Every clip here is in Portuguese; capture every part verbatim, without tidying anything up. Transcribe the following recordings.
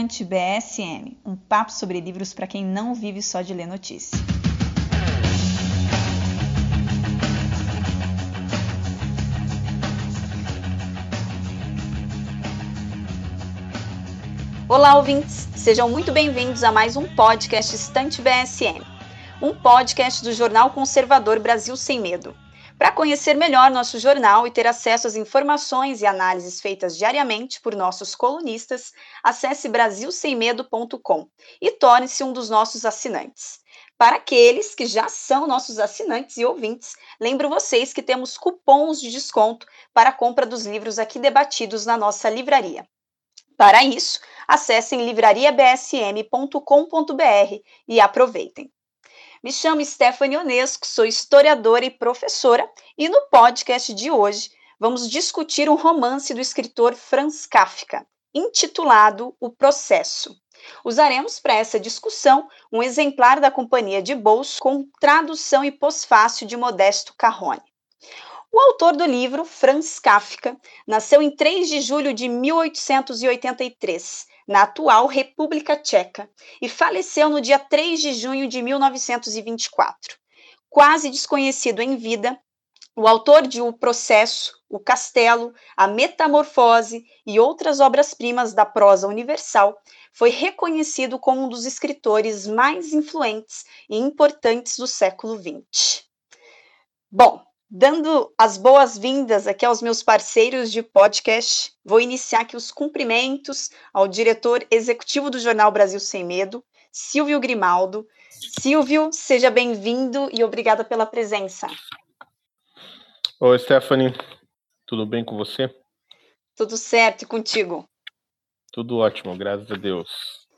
Estante B S M, um papo sobre livros para quem não vive só de ler notícia. Olá, ouvintes! Sejam muito bem-vindos a mais um podcast Estante B S M, um podcast do jornal conservador Brasil Sem Medo. Para conhecer melhor nosso jornal e ter acesso às informações e análises feitas diariamente por nossos colunistas, acesse brasil sem medo ponto com e torne-se um dos nossos assinantes. Para aqueles que já são nossos assinantes e ouvintes, lembro vocês que temos cupons de desconto para a compra dos livros aqui debatidos na nossa livraria. Para isso, acessem livraria b s m ponto com ponto b r e aproveitem. Me chamo Stephanie Onesco, sou historiadora e professora, e no podcast de hoje vamos discutir um romance do escritor Franz Kafka, intitulado O Processo. Usaremos para essa discussão um exemplar da Companhia de Bolso com tradução e pós-fácil de Modesto Carrone. O autor do livro, Franz Kafka, nasceu em três de julho de mil oitocentos e oitenta e três, na atual República Tcheca, e faleceu no dia três de junho de mil novecentos e vinte e quatro. Quase desconhecido em vida, o autor de O Processo, O Castelo, A Metamorfose e outras obras-primas da prosa universal, foi reconhecido como um dos escritores mais influentes e importantes do século vinte. Bom, dando as boas-vindas aqui aos meus parceiros de podcast, vou iniciar aqui os cumprimentos ao diretor executivo do Jornal Brasil Sem Medo, Silvio Grimaldo. Silvio, seja bem-vindo e obrigada pela presença. Oi, Stephanie. Tudo bem com você? Tudo certo, e contigo? Tudo ótimo, graças a Deus.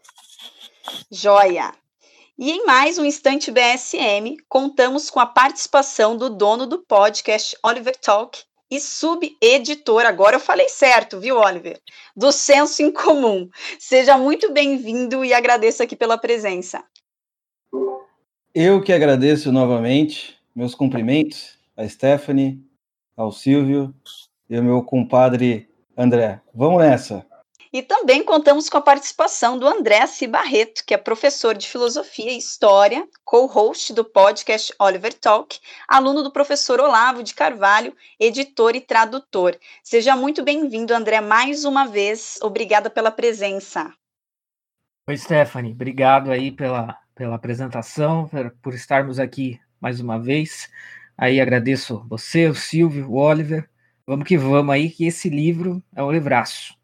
Joia! E em mais um Estante B S M, contamos com a participação do dono do podcast Oliver Talk e subeditor, agora eu falei certo, viu, Oliver? Do Senso em Comum. Seja muito bem-vindo e agradeço aqui pela presença. Eu que agradeço novamente, meus cumprimentos a Stephanie, ao Silvio e ao meu compadre André. Vamos nessa! E também contamos com a participação do André Assi Barreto, que é professor de Filosofia e História, co-host do podcast Oliver Talk, aluno do professor Olavo de Carvalho, editor e tradutor. Seja muito bem-vindo, André, mais uma vez. Obrigada pela presença. Oi, Stephanie. Obrigado aí pela, pela apresentação, por, por estarmos aqui mais uma vez. Aí agradeço você, o Silvio, o Oliver. Vamos que vamos aí, que esse livro é um livraço.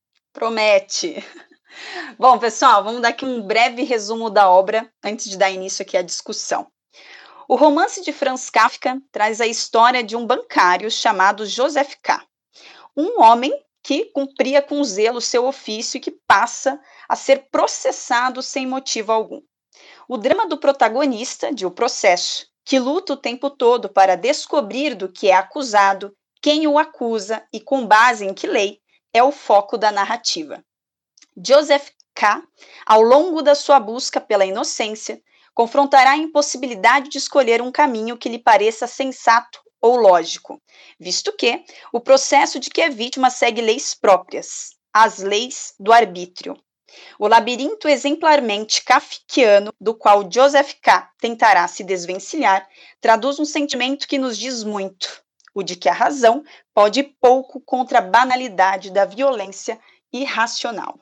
Promete. Bom, pessoal, vamos dar aqui um breve resumo da obra antes de dar início aqui à discussão. O romance de Franz Kafka traz a história de um bancário chamado Joseph K., um homem que cumpria com zelo seu ofício e que passa a ser processado sem motivo algum. O drama do protagonista, de O Processo, que luta o tempo todo para descobrir do que é acusado, quem o acusa e com base em que lei, é o foco da narrativa. Joseph K., ao longo da sua busca pela inocência, confrontará a impossibilidade de escolher um caminho que lhe pareça sensato ou lógico, visto que o processo de que é vítima segue leis próprias, as leis do arbítrio. O labirinto exemplarmente kafkiano, do qual Joseph K. tentará se desvencilhar, traduz um sentimento que nos diz muito, o de que a razão pode ir pouco contra a banalidade da violência irracional.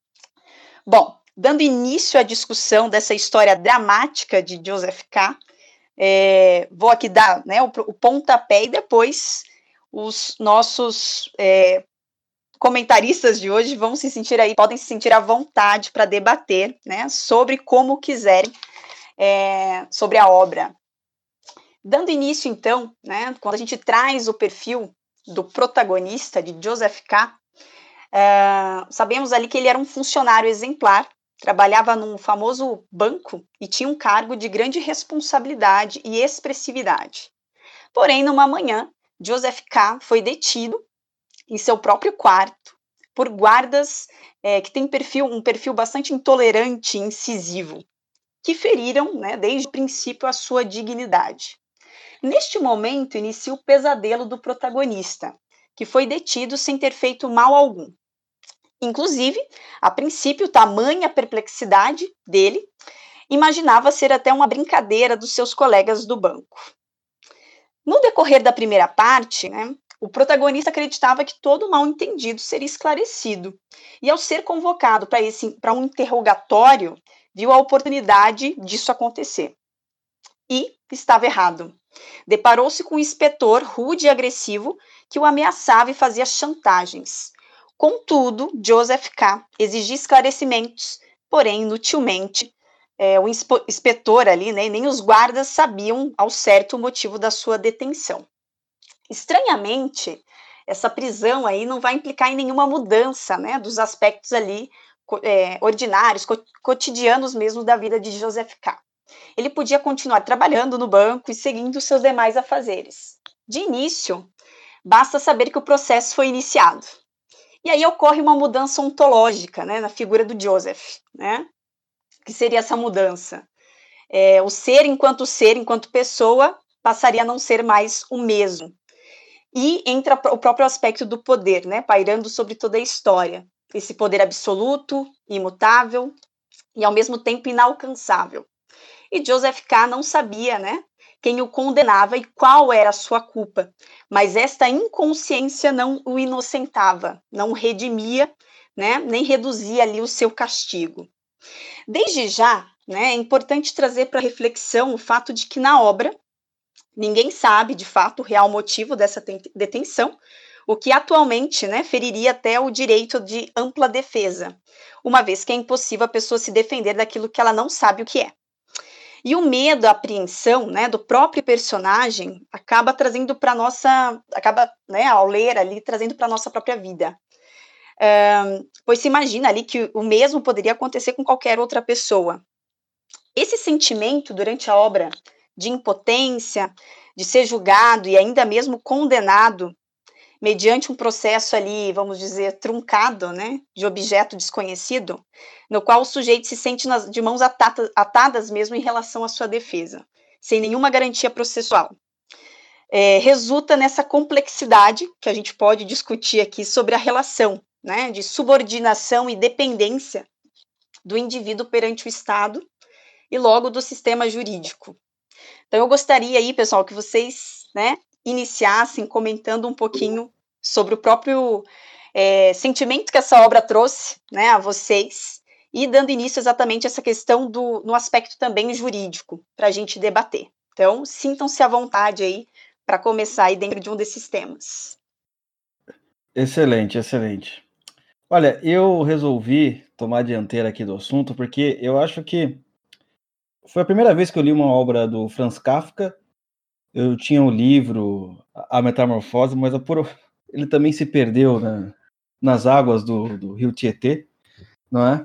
Bom, dando início à discussão dessa história dramática de Joseph K., é, vou aqui dar, né, o, o pontapé e depois os nossos é, comentaristas de hoje vão se sentir aí, podem se sentir à vontade para debater, né, sobre como quiserem, é, sobre a obra. Dando início, então, né, quando a gente traz o perfil do protagonista, de Joseph K., é, sabemos ali que ele era um funcionário exemplar, trabalhava num famoso banco e tinha um cargo de grande responsabilidade e expressividade. Porém, numa manhã, Joseph K. foi detido em seu próprio quarto por guardas é, que têm perfil, um perfil bastante intolerante e incisivo, que feriram, né, desde o princípio a sua dignidade. Neste momento, inicia o pesadelo do protagonista, que foi detido sem ter feito mal algum. Inclusive, a princípio, tamanha perplexidade dele, imaginava ser até uma brincadeira dos seus colegas do banco. No decorrer da primeira parte, né, o protagonista acreditava que todo mal-entendido seria esclarecido. E ao ser convocado para esse para um interrogatório, viu a oportunidade disso acontecer. E estava errado. Deparou-se com um inspetor rude e agressivo que o ameaçava e fazia chantagens. Contudo, Joseph K. exigia esclarecimentos, porém, inutilmente, é, o inspetor ali, né, nem os guardas sabiam ao certo o motivo da sua detenção. Estranhamente, essa prisão aí não vai implicar em nenhuma mudança, né, dos aspectos ali é, ordinários, co- cotidianos mesmo da vida de Joseph K. Ele podia continuar trabalhando no banco e seguindo seus demais afazeres. De início, basta saber que o processo foi iniciado. E aí ocorre uma mudança ontológica, né, na figura do Joseph, né? Que seria essa mudança? É, o ser enquanto ser, enquanto pessoa, passaria a não ser mais o mesmo. E entra o próprio aspecto do poder, né, pairando sobre toda a história. Esse poder absoluto, imutável e ao mesmo tempo inalcançável. E Joseph K. não sabia, né, quem o condenava e qual era a sua culpa, mas esta inconsciência não o inocentava, não o redimia, né, nem reduzia ali o seu castigo. Desde já, né, é importante trazer para reflexão o fato de que na obra ninguém sabe, de fato, o real motivo dessa detenção, o que atualmente, né, feriria até o direito de ampla defesa, uma vez que é impossível a pessoa se defender daquilo que ela não sabe o que é. E o medo, a apreensão, né, do próprio personagem acaba trazendo para nossa, acaba, né, ao ler ali, trazendo para nossa própria vida. Um, pois se imagina ali que o mesmo poderia acontecer com qualquer outra pessoa. Esse sentimento durante a obra de impotência, de ser julgado e ainda mesmo condenado mediante um processo ali, vamos dizer, truncado, né, de objeto desconhecido, no qual o sujeito se sente nas, de mãos atadas, atadas mesmo em relação à sua defesa, sem nenhuma garantia processual. É, resulta nessa complexidade que a gente pode discutir aqui sobre a relação, né, de subordinação e dependência do indivíduo perante o Estado e logo do sistema jurídico. Então eu gostaria aí, pessoal, que vocês, né, iniciassem comentando um pouquinho sobre o próprio é, sentimento que essa obra trouxe, né, a vocês, e dando início exatamente a essa questão do, no aspecto também jurídico, para a gente debater. Então, sintam-se à vontade aí para começar aí dentro de um desses temas. Excelente, excelente. Olha, eu resolvi tomar a dianteira aqui do assunto porque eu acho que foi a primeira vez que eu li uma obra do Franz Kafka. Eu tinha o livro A Metamorfose, mas por... ele também se perdeu na... nas águas do, do rio Tietê, não é?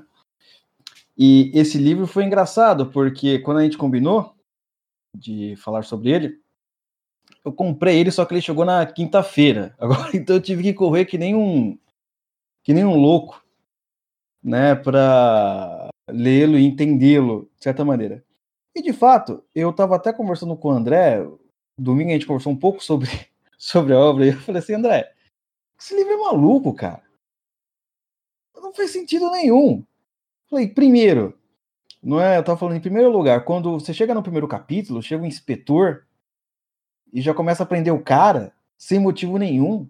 E esse livro foi engraçado, porque quando a gente combinou de falar sobre ele, eu comprei ele, só que ele chegou na quinta-feira. Agora, então eu tive que correr que nem um, que nem um louco, né, para lê-lo e entendê-lo, de certa maneira. E, de fato, eu estava até conversando com o André, domingo a gente conversou um pouco sobre, sobre a obra, e eu falei assim, André, esse livro é maluco, cara. Não faz sentido nenhum. Falei, primeiro, não é, eu estava falando em primeiro lugar, quando você chega no primeiro capítulo, chega um inspetor e já começa a prender o cara sem motivo nenhum.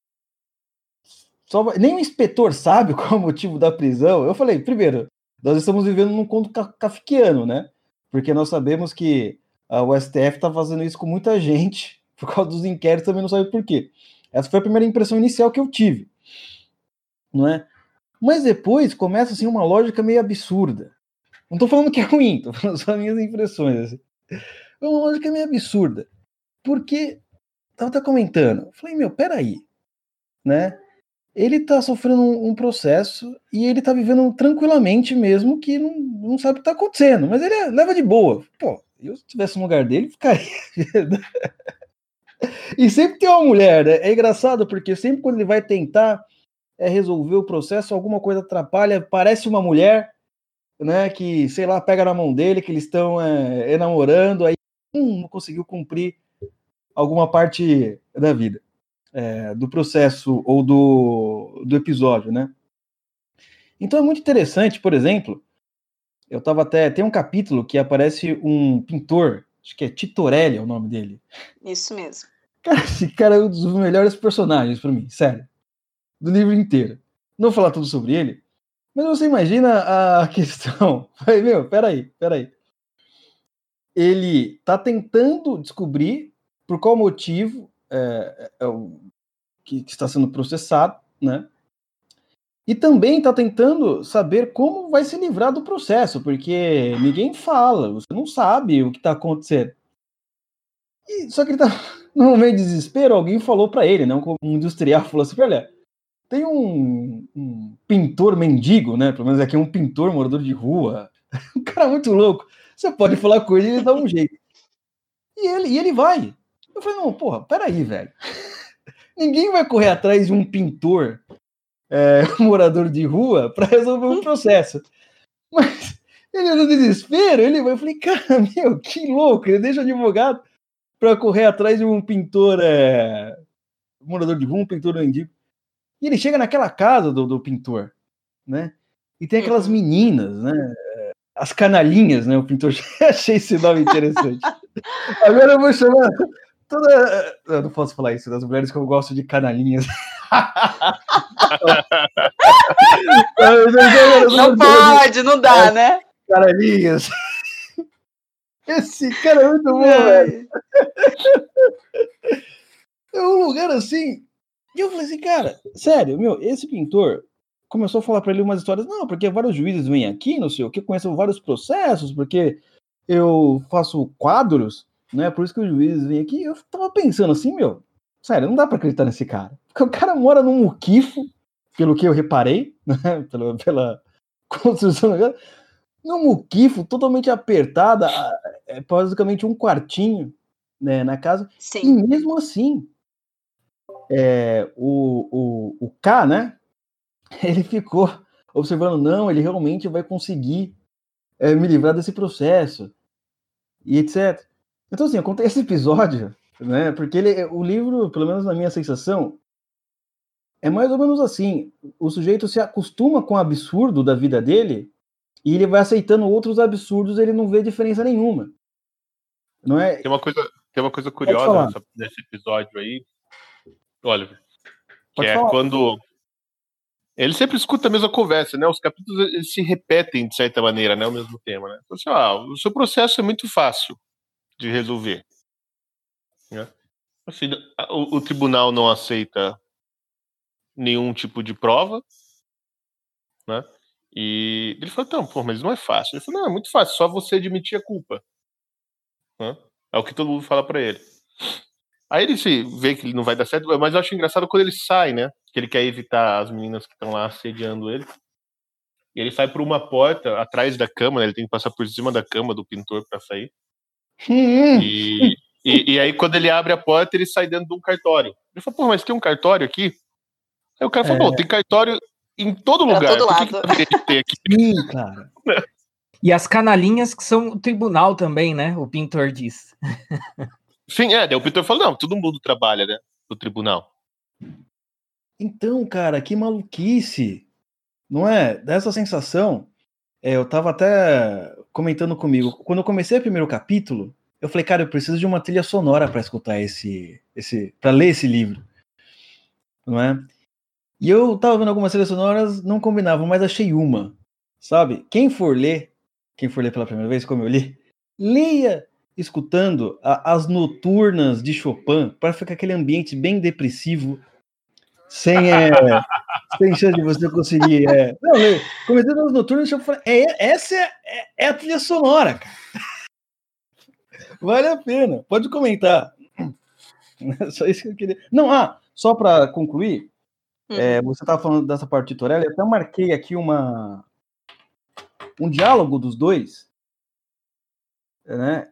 Só, nem o inspetor sabe qual é o motivo da prisão. Eu falei, primeiro, nós estamos vivendo num conto kafkiano, né? Porque nós sabemos que a, o S T F está fazendo isso com muita gente, por causa dos inquéritos, também não sabe por quê. Essa foi a primeira impressão inicial que eu tive, não é? Mas depois começa assim uma lógica meio absurda. Não estou falando que é ruim, estou falando só as minhas impressões. Assim. É uma lógica meio absurda. Porque, estava até comentando, falei, meu, peraí, né? Ele está sofrendo um, um processo e ele está vivendo tranquilamente mesmo que não, não sabe o que está acontecendo, mas ele é, leva de boa. Pô, eu se estivesse no lugar dele, ficaria... E sempre tem uma mulher, né? É engraçado porque sempre quando ele vai tentar é, resolver o processo, alguma coisa atrapalha, parece uma mulher, né, que, sei lá, pega na mão dele, que eles estão é, enamorando, aí hum, não conseguiu cumprir alguma parte da vida. É, do processo ou do, do episódio, né? Então é muito interessante, por exemplo, eu tava até, tem um capítulo que aparece um pintor, acho que é Titorelli é o nome dele. Isso mesmo. Cara, esse cara é um dos melhores personagens pra mim, sério, do livro inteiro. Não vou falar tudo sobre ele, mas você imagina a questão. Vai, meu, peraí, peraí. Ele tá tentando descobrir por qual motivo é, é o que, que está sendo processado, né? E também está tentando saber como vai se livrar do processo, porque ninguém fala, você não sabe o que está acontecendo. E, só que ele está no momento de desespero, alguém falou para ele, né? Um industrial falou assim: olha, tem um, um pintor mendigo, né? Pelo menos aqui é um pintor morador de rua, um cara muito louco. Você pode falar com ele e ele dá um jeito. E ele, e ele vai. Eu falei: não, porra, peraí, velho. Ninguém vai correr atrás de um pintor é, morador de rua para resolver um processo. Mas ele no desespero, ele vai. Eu falei: cara, meu, que louco. Ele deixa o advogado para correr atrás de um pintor é, morador de rua, um pintor mendigo. E ele chega naquela casa do, do pintor, né? E tem aquelas uhum. meninas, né? As canalinhas, né? O pintor. Achei esse nome interessante. Agora eu vou chamar toda. Eu não posso falar isso das mulheres que eu gosto de canalinhas. Não pode, não dá, né? Canalinhas. Esse cara é muito bom, velho. É um lugar assim. E eu falei assim, cara, sério, meu, esse pintor começou a falar pra ele umas histórias. Não, porque vários juízes vêm aqui, não sei o que, conhecem vários processos, porque eu faço quadros, né? Por isso que os juízes vêm aqui. Eu tava pensando assim, meu, sério, não dá pra acreditar nesse cara. Porque o cara mora num muquifo, pelo que eu reparei, né? Pela, pela construção do cara, num muquifo totalmente apertada, é basicamente um quartinho, né, na casa. Sim. E mesmo assim, é, o, o, o K, né? Ele ficou observando, não, ele realmente vai conseguir é, me livrar desse processo, e etcétera. Então, assim, acontece esse episódio, né? Porque ele, o livro, pelo menos na minha sensação, é mais ou menos assim. O sujeito se acostuma com o absurdo da vida dele e ele vai aceitando outros absurdos, ele não vê diferença nenhuma. Não é? Tem uma coisa, tem uma coisa curiosa nessa, nesse episódio aí, Oliver, que Pode é falar. Quando ele sempre escuta a mesma conversa, né? Os capítulos eles se repetem de certa maneira, né? O mesmo tema, né? Então, assim, ah, o seu processo é muito fácil de resolver, né? Assim, o, o tribunal não aceita nenhum tipo de prova, né? E ele falou, então, pô, mas não é fácil. Ele falou, não, é muito fácil, só você admitir a culpa, né? É o que todo mundo fala pra ele. Aí ele se vê que ele não vai dar certo, mas eu acho engraçado quando ele sai, né? Que ele quer evitar as meninas que estão lá assediando ele. E ele sai por uma porta atrás da cama, né? Ele tem que passar por cima da cama do pintor pra sair. E, e, e aí quando ele abre a porta, ele sai dentro de um cartório. Ele fala, pô, mas tem um cartório aqui? Aí o cara fala, é... bom, tem cartório em todo lugar. Todo por lado. que, que deveria ter aqui? Sim, cara. E as canalinhas que são o tribunal também, né? O pintor diz. Sim, é. Daí o pintor falou, não, todo mundo trabalha, né? No tribunal. Então, cara, que maluquice. Não é? Dessa sensação, é, eu tava até comentando comigo. Quando eu comecei o primeiro capítulo, eu falei, cara, eu preciso de uma trilha sonora para escutar esse, esse, para ler esse livro, não é? E eu tava vendo algumas trilhas sonoras, não combinavam, mas achei uma, sabe? Quem for ler, quem for ler pela primeira vez, como eu li, leia escutando a, as noturnas de Chopin, para ficar aquele ambiente bem depressivo, sem, é, sem chance de você conseguir. É... Não, comecei nas noturnas, eu falei, é, essa é, é, é a trilha sonora, cara. Vale a pena, pode comentar. Só isso que eu queria. Não, ah, só para concluir, uhum. é, você estava falando dessa parte de Titorelli, eu até marquei aqui uma um diálogo dos dois, né?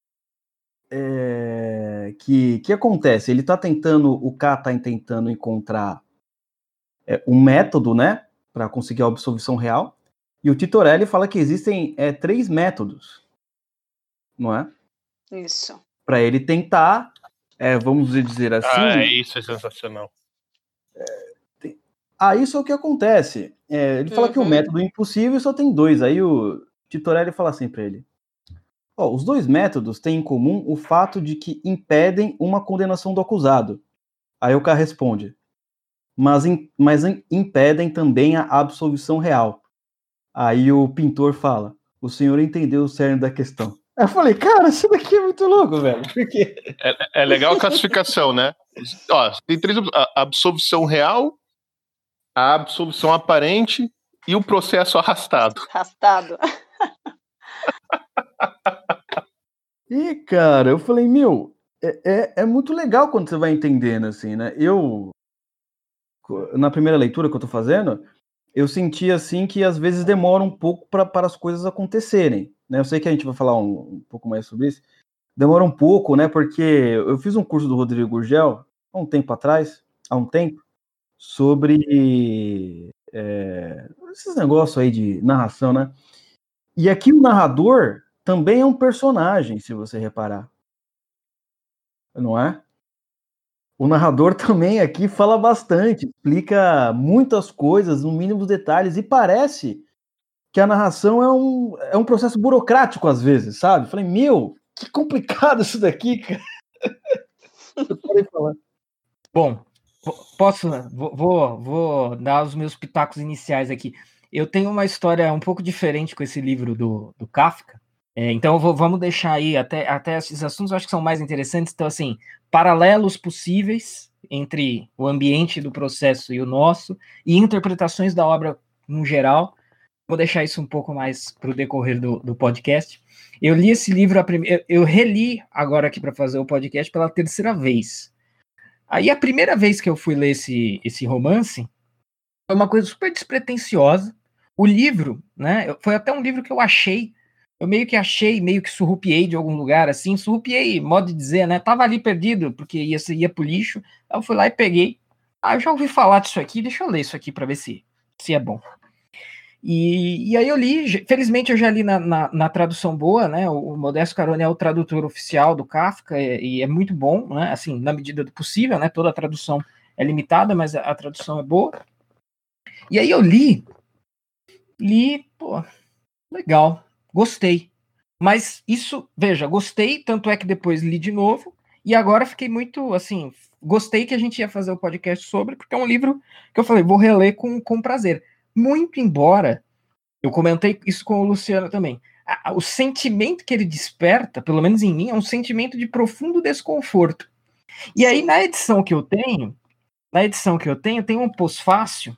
É, que, que acontece? Ele está tentando, o K está tentando encontrar é, um método, né, para conseguir a absolvição real, e o Titorelli fala que existem é, três métodos, não é? Isso. Para ele tentar, é, vamos dizer assim. Ah, isso é sensacional. É, tem, Aí isso é o que acontece. É, ele fala uhum. que o método impossível só tem dois. Aí o Titorelli fala assim para ele: oh, os dois métodos têm em comum o fato de que impedem uma condenação do acusado. Aí o cara responde: mas, in, mas in, impedem também a absolvição real. Aí o pintor fala: o senhor entendeu o cerne da questão. Aí eu falei: cara, isso daqui é muito louco, velho. Porque... É, é legal a classificação, né? Ó, tem três: a absolvição real, a absolvição aparente e o processo arrastado. Arrastado. E, cara, eu falei, meu, é, é, é muito legal quando você vai entendendo, assim, né? Eu, na primeira leitura que eu tô fazendo, eu senti, assim, que às vezes demora um pouco pra, para as coisas acontecerem, né? Eu sei que a gente vai falar um, um pouco mais sobre isso. Demora um pouco, né? Porque eu fiz um curso do Rodrigo Gurgel, há um tempo atrás, há um tempo, sobre é, esses negócios aí de narração, né? E aqui o narrador também é um personagem, se você reparar. Não é? O narrador também aqui fala bastante, explica muitas coisas, no mínimo detalhes, e parece que a narração é um, é um processo burocrático às vezes, sabe? Falei, meu, que complicado isso daqui, cara. Eu parei de falar. Bom, posso, vou, vou, vou dar os meus pitacos iniciais aqui. Eu tenho uma história um pouco diferente com esse livro do, do Kafka. É, então vou, vamos deixar aí até, até esses assuntos, eu acho que são mais interessantes. Então, assim, paralelos possíveis entre o ambiente do processo e o nosso, e interpretações da obra no geral. Vou deixar isso um pouco mais para o decorrer do, do podcast. Eu li esse livro, a prime... eu, eu reli agora aqui para fazer o podcast pela terceira vez. Aí a primeira vez que eu fui ler esse, esse romance foi uma coisa super despretensiosa. O livro, né, foi até um livro que eu achei, eu meio que achei, meio que surrupiei de algum lugar, assim, surrupiei, modo de dizer, né, tava ali perdido, porque ia, ia pro lixo, aí eu fui lá e peguei. Ah, eu já ouvi falar disso aqui, deixa eu ler isso aqui para ver se, se é bom. E, e aí eu li, felizmente eu já li na, na, na tradução boa, né, o, o Modesto Caroni é o tradutor oficial do Kafka, e, e é muito bom, né, assim, na medida do possível, né, toda a tradução é limitada, mas a, a tradução é boa. E aí eu li, li, pô, legal, gostei. Mas isso, veja, gostei, tanto é que depois li de novo, e agora fiquei muito, assim, gostei que a gente ia fazer o podcast sobre, porque é um livro que eu falei, vou reler com, com prazer. Muito embora, eu comentei isso com o Luciano também, a, a, o sentimento que ele desperta, pelo menos em mim, é um sentimento de profundo desconforto. E aí, na edição que eu tenho, na edição que eu tenho, tem um pós-fácil,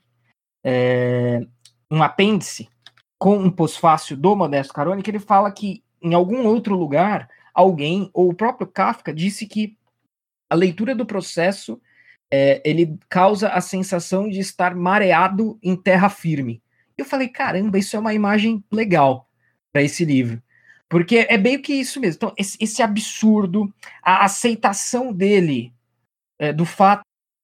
é, um apêndice, com um pós-fácil do Modesto Caroni, que ele fala que em algum outro lugar, alguém, ou o próprio Kafka, disse que a leitura do processo é, ele causa a sensação de estar mareado em terra firme. Eu falei, caramba, isso é uma imagem legal para esse livro. Porque é meio que isso mesmo. Então, esse, esse absurdo, a aceitação dele é, do fato.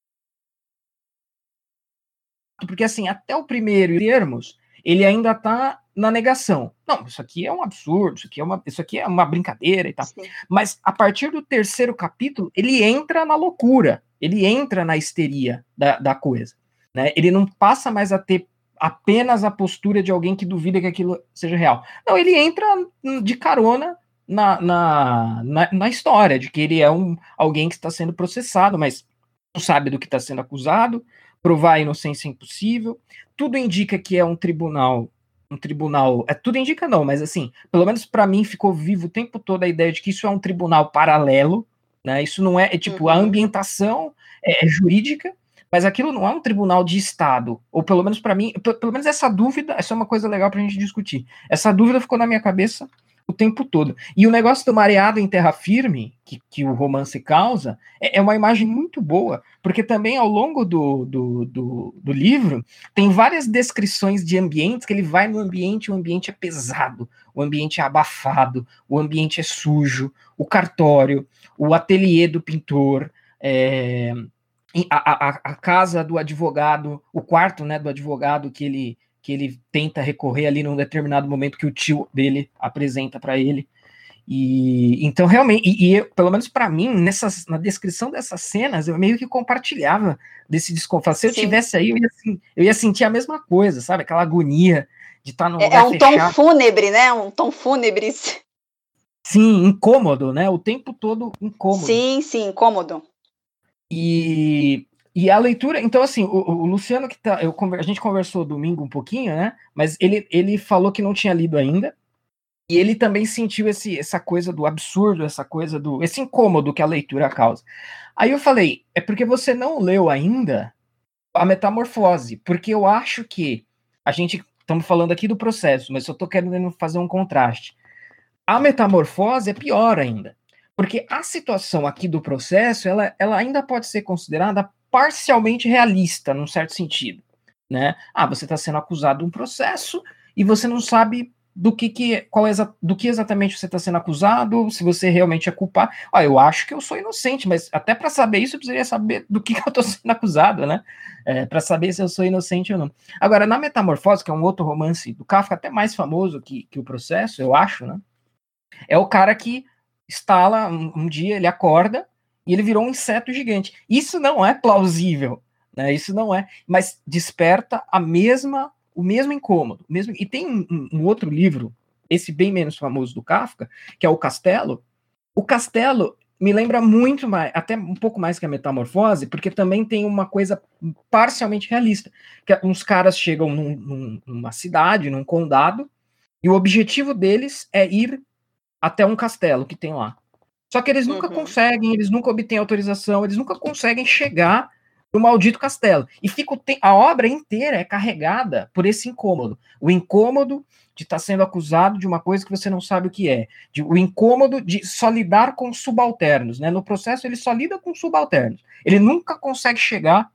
Porque, assim, até o primeiro termos, ele ainda está na negação. Não, isso aqui é um absurdo, isso aqui é uma, isso aqui é uma brincadeira e tal. Sim. Mas, a partir do terceiro capítulo, ele entra na loucura, ele entra na histeria da, da coisa. Né? Ele não passa mais a ter apenas a postura de alguém que duvida que aquilo seja real. Não, ele entra de carona na, na, na, na história, de que ele é um, alguém que está sendo processado, mas não sabe do que está sendo acusado, provar a inocência é impossível, tudo indica que é um tribunal, um tribunal, é, tudo indica não, mas assim, pelo menos para mim ficou vivo o tempo todo a ideia de que isso é um tribunal paralelo, né, isso não é, é tipo, uhum. A ambientação é, é jurídica, mas aquilo não é um tribunal de Estado, ou pelo menos para mim, pelo menos essa dúvida, essa é uma coisa legal pra gente discutir, essa dúvida ficou na minha cabeça o tempo todo. E o negócio do mareado em terra firme, que, que o romance causa, é, é uma imagem muito boa, porque também ao longo do, do, do, do livro, tem várias descrições de ambientes, que ele vai no ambiente, o ambiente é pesado, o ambiente é abafado, o ambiente é sujo, o cartório, o ateliê do pintor, é, a, a, a casa do advogado, o quarto, né, do advogado que ele... que ele tenta recorrer ali num determinado momento que o tio dele apresenta para ele. E então realmente, e, e eu, pelo menos para mim, nessas, na descrição dessas cenas, eu meio que compartilhava desse desconforto. Se eu Sim. tivesse aí, eu ia, assim, eu ia sentir a mesma coisa, sabe? Aquela agonia de estar num É, lugar é um fechado. tom fúnebre, né? Um tom fúnebre. Sim, incômodo, né? O tempo todo incômodo. Sim, sim, incômodo. E, e a leitura, então assim, o, o Luciano que tá, eu, a gente conversou domingo um pouquinho, né? Mas ele, ele falou que não tinha lido ainda. E ele também sentiu esse, essa coisa do absurdo, essa coisa do. Esse incômodo que a leitura causa. Aí eu falei, é porque você não leu ainda a Metamorfose, porque eu acho que a gente. Estamos falando aqui do processo, mas eu estou querendo fazer um contraste. A Metamorfose é pior ainda. Porque a situação aqui do processo, ela, ela ainda pode ser considerada parcialmente realista, num certo sentido. Né? Ah, você está sendo acusado de um processo e você não sabe do que, que, qual exa, do que exatamente você está sendo acusado, se você realmente é culpado. Ah, eu acho que eu sou inocente, mas até para saber isso eu precisaria saber do que, que eu estou sendo acusado, né? É, para saber se eu sou inocente ou não. Agora, na Metamorfose, que é um outro romance do Kafka, até mais famoso que, que o processo, eu acho, né? É o cara que está lá, um, um dia ele acorda e ele virou um inseto gigante. Isso não é plausível, né? Isso não é, mas desperta a mesma, o mesmo incômodo. Mesmo, e tem um, um outro livro, esse bem menos famoso do Kafka, que é o Castelo. O Castelo me lembra muito mais, até um pouco mais que a Metamorfose, porque também tem uma coisa parcialmente realista, que uns caras chegam num, num, numa cidade, num condado, e o objetivo deles é ir até um castelo que tem lá. Só que eles nunca uhum. conseguem, eles nunca obtêm autorização, eles nunca conseguem chegar no maldito castelo. E fica o te- a obra inteira é carregada por esse incômodo. O incômodo de estar tá sendo acusado de uma coisa que você não sabe o que é. De, o incômodo de só lidar com subalternos. Né? No processo, ele só lida com subalternos. Ele nunca consegue chegar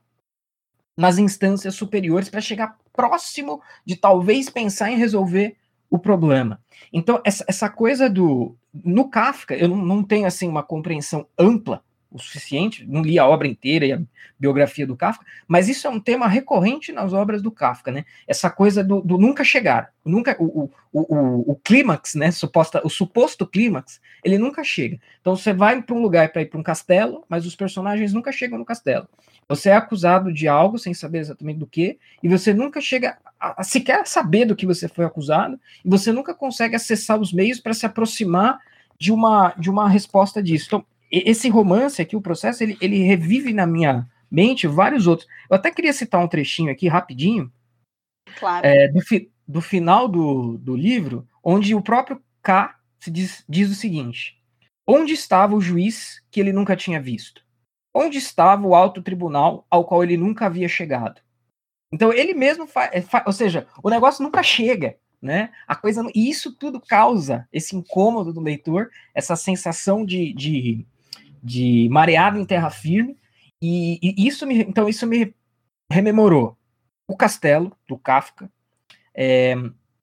nas instâncias superiores para chegar próximo de talvez pensar em resolver o problema. Então, essa, essa coisa do... No Kafka, eu não, não tenho, assim, uma compreensão ampla o suficiente, não li a obra inteira e a biografia do Kafka, mas isso é um tema recorrente nas obras do Kafka, né? Essa coisa do, do nunca chegar, nunca, o, o, o, o clímax, né? Suposta, o suposto clímax, ele nunca chega. Então, você vai para um lugar para ir para um castelo, mas os personagens nunca chegam no castelo. Você é acusado de algo sem saber exatamente do que, e você nunca chega a, a sequer saber do que você foi acusado, e você nunca consegue acessar os meios para se aproximar de uma, de uma resposta disso. Então, esse romance aqui, o processo, ele, ele revive na minha mente vários outros. Eu até queria citar um trechinho aqui, rapidinho, claro. é, do, fi, do final do, do livro, onde o próprio K se diz, diz o seguinte: onde estava o juiz que ele nunca tinha visto? Onde estava o alto tribunal ao qual ele nunca havia chegado? Então ele mesmo faz, fa, ou seja, o negócio nunca chega, né? A coisa, e isso tudo causa esse incômodo do leitor, essa sensação de, de, de mareado em terra firme, e, e isso me, então isso me rememorou o Castelo do Kafka, é,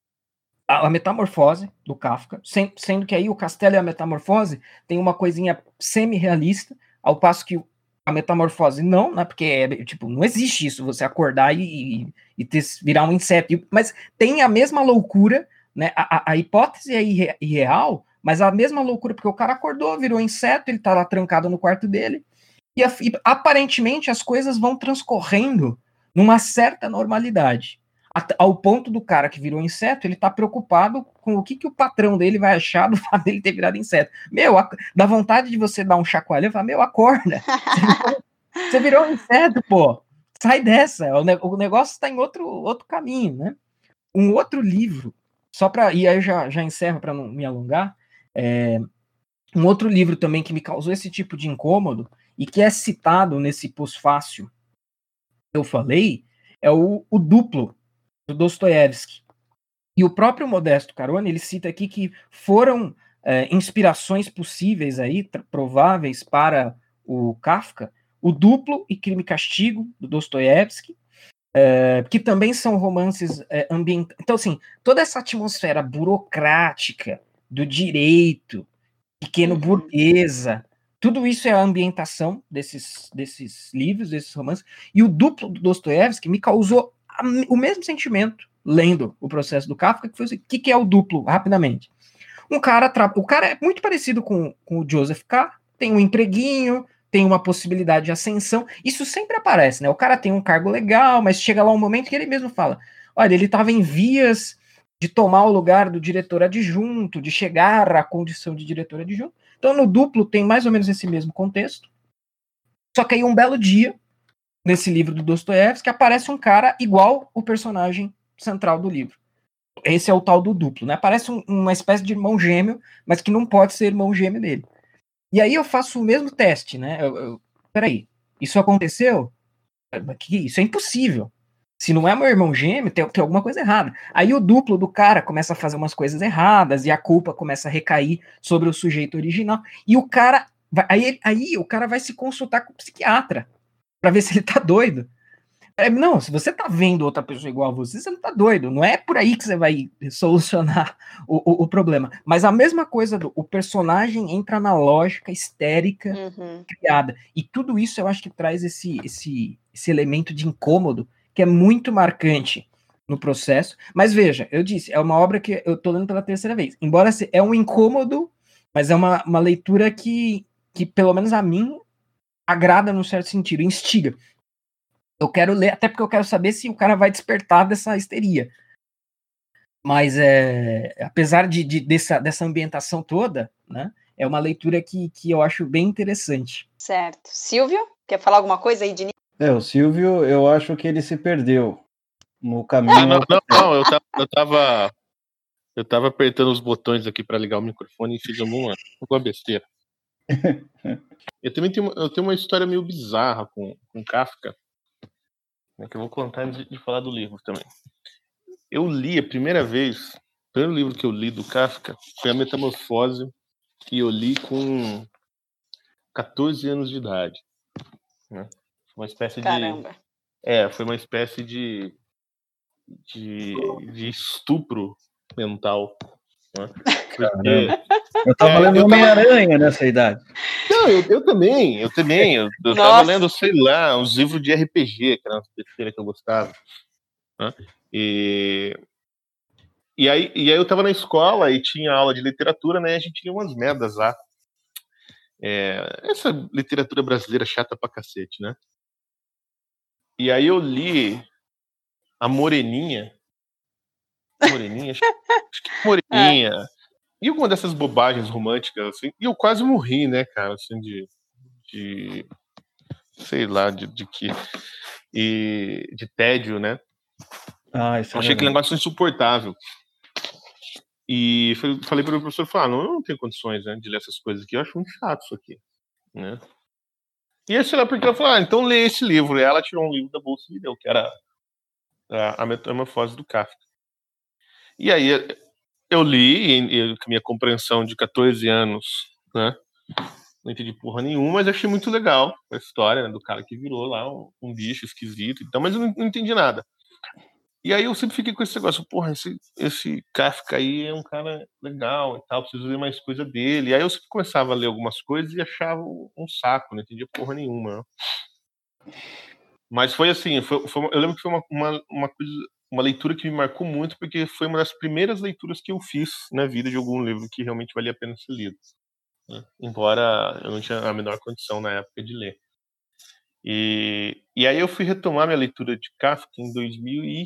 a, a Metamorfose do Kafka, sem, sendo que aí o Castelo e a Metamorfose tem uma coisinha semi-realista, ao passo que a Metamorfose não, né? Porque é, tipo, não existe isso, você acordar e, e, e ter, virar um inseto. Mas tem a mesma loucura, né? A, a, a hipótese é irre, irreal, mas a mesma loucura, porque o cara acordou, virou inseto, ele tá lá trancado no quarto dele, e, a, e aparentemente as coisas vão transcorrendo numa certa normalidade. Ao ponto do cara que virou inseto, ele tá preocupado com o que, que o patrão dele vai achar do fato dele ter virado inseto. Meu, a, dá vontade de você dar um chacoalhão e falar, meu, acorda. Você virou, você virou um inseto, pô. Sai dessa. O, ne o negócio está em outro, outro caminho, né? Um outro livro, só para e aí eu já, já encerro para não me alongar, é, um outro livro também que me causou esse tipo de incômodo e que é citado nesse pós-fácil que eu falei, é o, o Duplo, do Dostoiévski. E o próprio Modesto Carone, ele cita aqui que foram é, inspirações possíveis aí, prováveis para o Kafka, o Duplo e Crime e Castigo, do Dostoiévski, é, que também são romances é, ambientais. Então, assim, toda essa atmosfera burocrática do direito, pequeno uhum. burguesa, tudo isso é a ambientação desses, desses livros, desses romances, e o Duplo do Dostoiévski me causou o mesmo sentimento lendo o processo do Kafka, que foi o que, que é o duplo, rapidamente. Um cara, tra... o cara é muito parecido com, com o Joseph K., tem um empreguinho, tem uma possibilidade de ascensão, isso sempre aparece, né? O cara tem um cargo legal, mas chega lá um momento que ele mesmo fala, olha, ele estava em vias de tomar o lugar do diretor adjunto, de chegar à condição de diretor adjunto. Então, no Duplo tem mais ou menos esse mesmo contexto, só que aí um belo dia, nesse livro do Dostoiévski, aparece um cara igual o personagem central do livro. Esse é o tal do Duplo, né? Parece um, uma espécie de irmão gêmeo, mas que não pode ser irmão gêmeo dele. E aí eu faço o mesmo teste, né? Eu, eu, peraí, isso aconteceu? Isso é impossível. Se não é meu irmão gêmeo, tem, tem alguma coisa errada. Aí o duplo do cara começa a fazer umas coisas erradas e a culpa começa a recair sobre o sujeito original. E o cara, vai, aí, aí o cara vai se consultar com o psiquiatra para ver se ele tá doido. Não, se você tá vendo outra pessoa igual a você, você não tá doido. Não é por aí que você vai solucionar o, o, o problema. Mas a mesma coisa, do, o personagem entra na lógica histérica uhum. criada. E tudo isso eu acho que traz esse, esse, esse elemento de incômodo que é muito marcante no processo. Mas veja, eu disse, é uma obra que eu tô lendo pela terceira vez. Embora é um incômodo, mas é uma, uma leitura que, que, pelo menos a mim, agrada num certo sentido, instiga. Eu quero ler, até porque eu quero saber se o cara vai despertar dessa histeria. Mas, é, apesar de, de, dessa, dessa ambientação toda, né, é uma leitura que, que eu acho bem interessante. Certo. Silvio, quer falar alguma coisa aí de início? É, o Silvio, eu acho que ele se perdeu no caminho. Não, não, não, eu tava, eu tava, eu tava apertando os botões aqui para ligar o microfone e fiz uma, uma besteira. Eu também tenho, eu tenho uma história meio bizarra com, com Kafka, que eu vou contar antes de falar do livro também. Eu li a primeira vez, o primeiro livro que eu li do Kafka foi A Metamorfose, que eu li com catorze anos de idade. Né? Uma espécie Caramba. de... É, foi uma espécie de, de, de estupro mental. Né? Porque... Eu tava é, lendo eu Homem-Aranha tava... nessa idade. Não, eu, eu também, eu também. Eu, eu tava lendo, sei lá, uns livros de R P G, que era uma besteira que eu gostava. Né? E, e, aí, e aí eu tava na escola e tinha aula de literatura, né? E a gente tinha umas merdas lá. É, essa literatura brasileira chata pra cacete, né? E aí eu li a Moreninha. Moreninha? Acho que Moreninha. É. E uma dessas bobagens românticas, assim, e eu quase morri, né, cara, assim, de, de sei lá, de, de que, e de tédio, né. Ah, isso eu é achei aquele negócio insuportável. E falei para o professor, falar, ah, não, eu não tenho condições, né, de ler essas coisas aqui, eu acho muito chato isso aqui, né. E aí, sei lá, porque ela falou, ah, então lê esse livro. E ela tirou um livro da bolsa e me deu, que era A, a Metamorfose do Kafka. E aí eu li, e, e com minha compreensão de catorze anos, né, não entendi porra nenhuma, mas achei muito legal a história, né, do cara que virou lá um, um bicho esquisito e tal, mas eu não, não entendi nada. E aí eu sempre fiquei com esse negócio, porra, esse, esse Kafka aí é um cara legal e tal, preciso ler mais coisa dele. E aí eu sempre começava a ler algumas coisas e achava um saco, não entendia porra nenhuma. Né? Mas foi assim, foi, foi, eu lembro que foi uma, uma, uma coisa, uma leitura que me marcou muito, porque foi uma das primeiras leituras que eu fiz na vida de algum livro que realmente valia a pena ser lido. Né? Embora eu não tinha a menor condição na época de ler. E, e aí eu fui retomar minha leitura de Kafka em dois mil e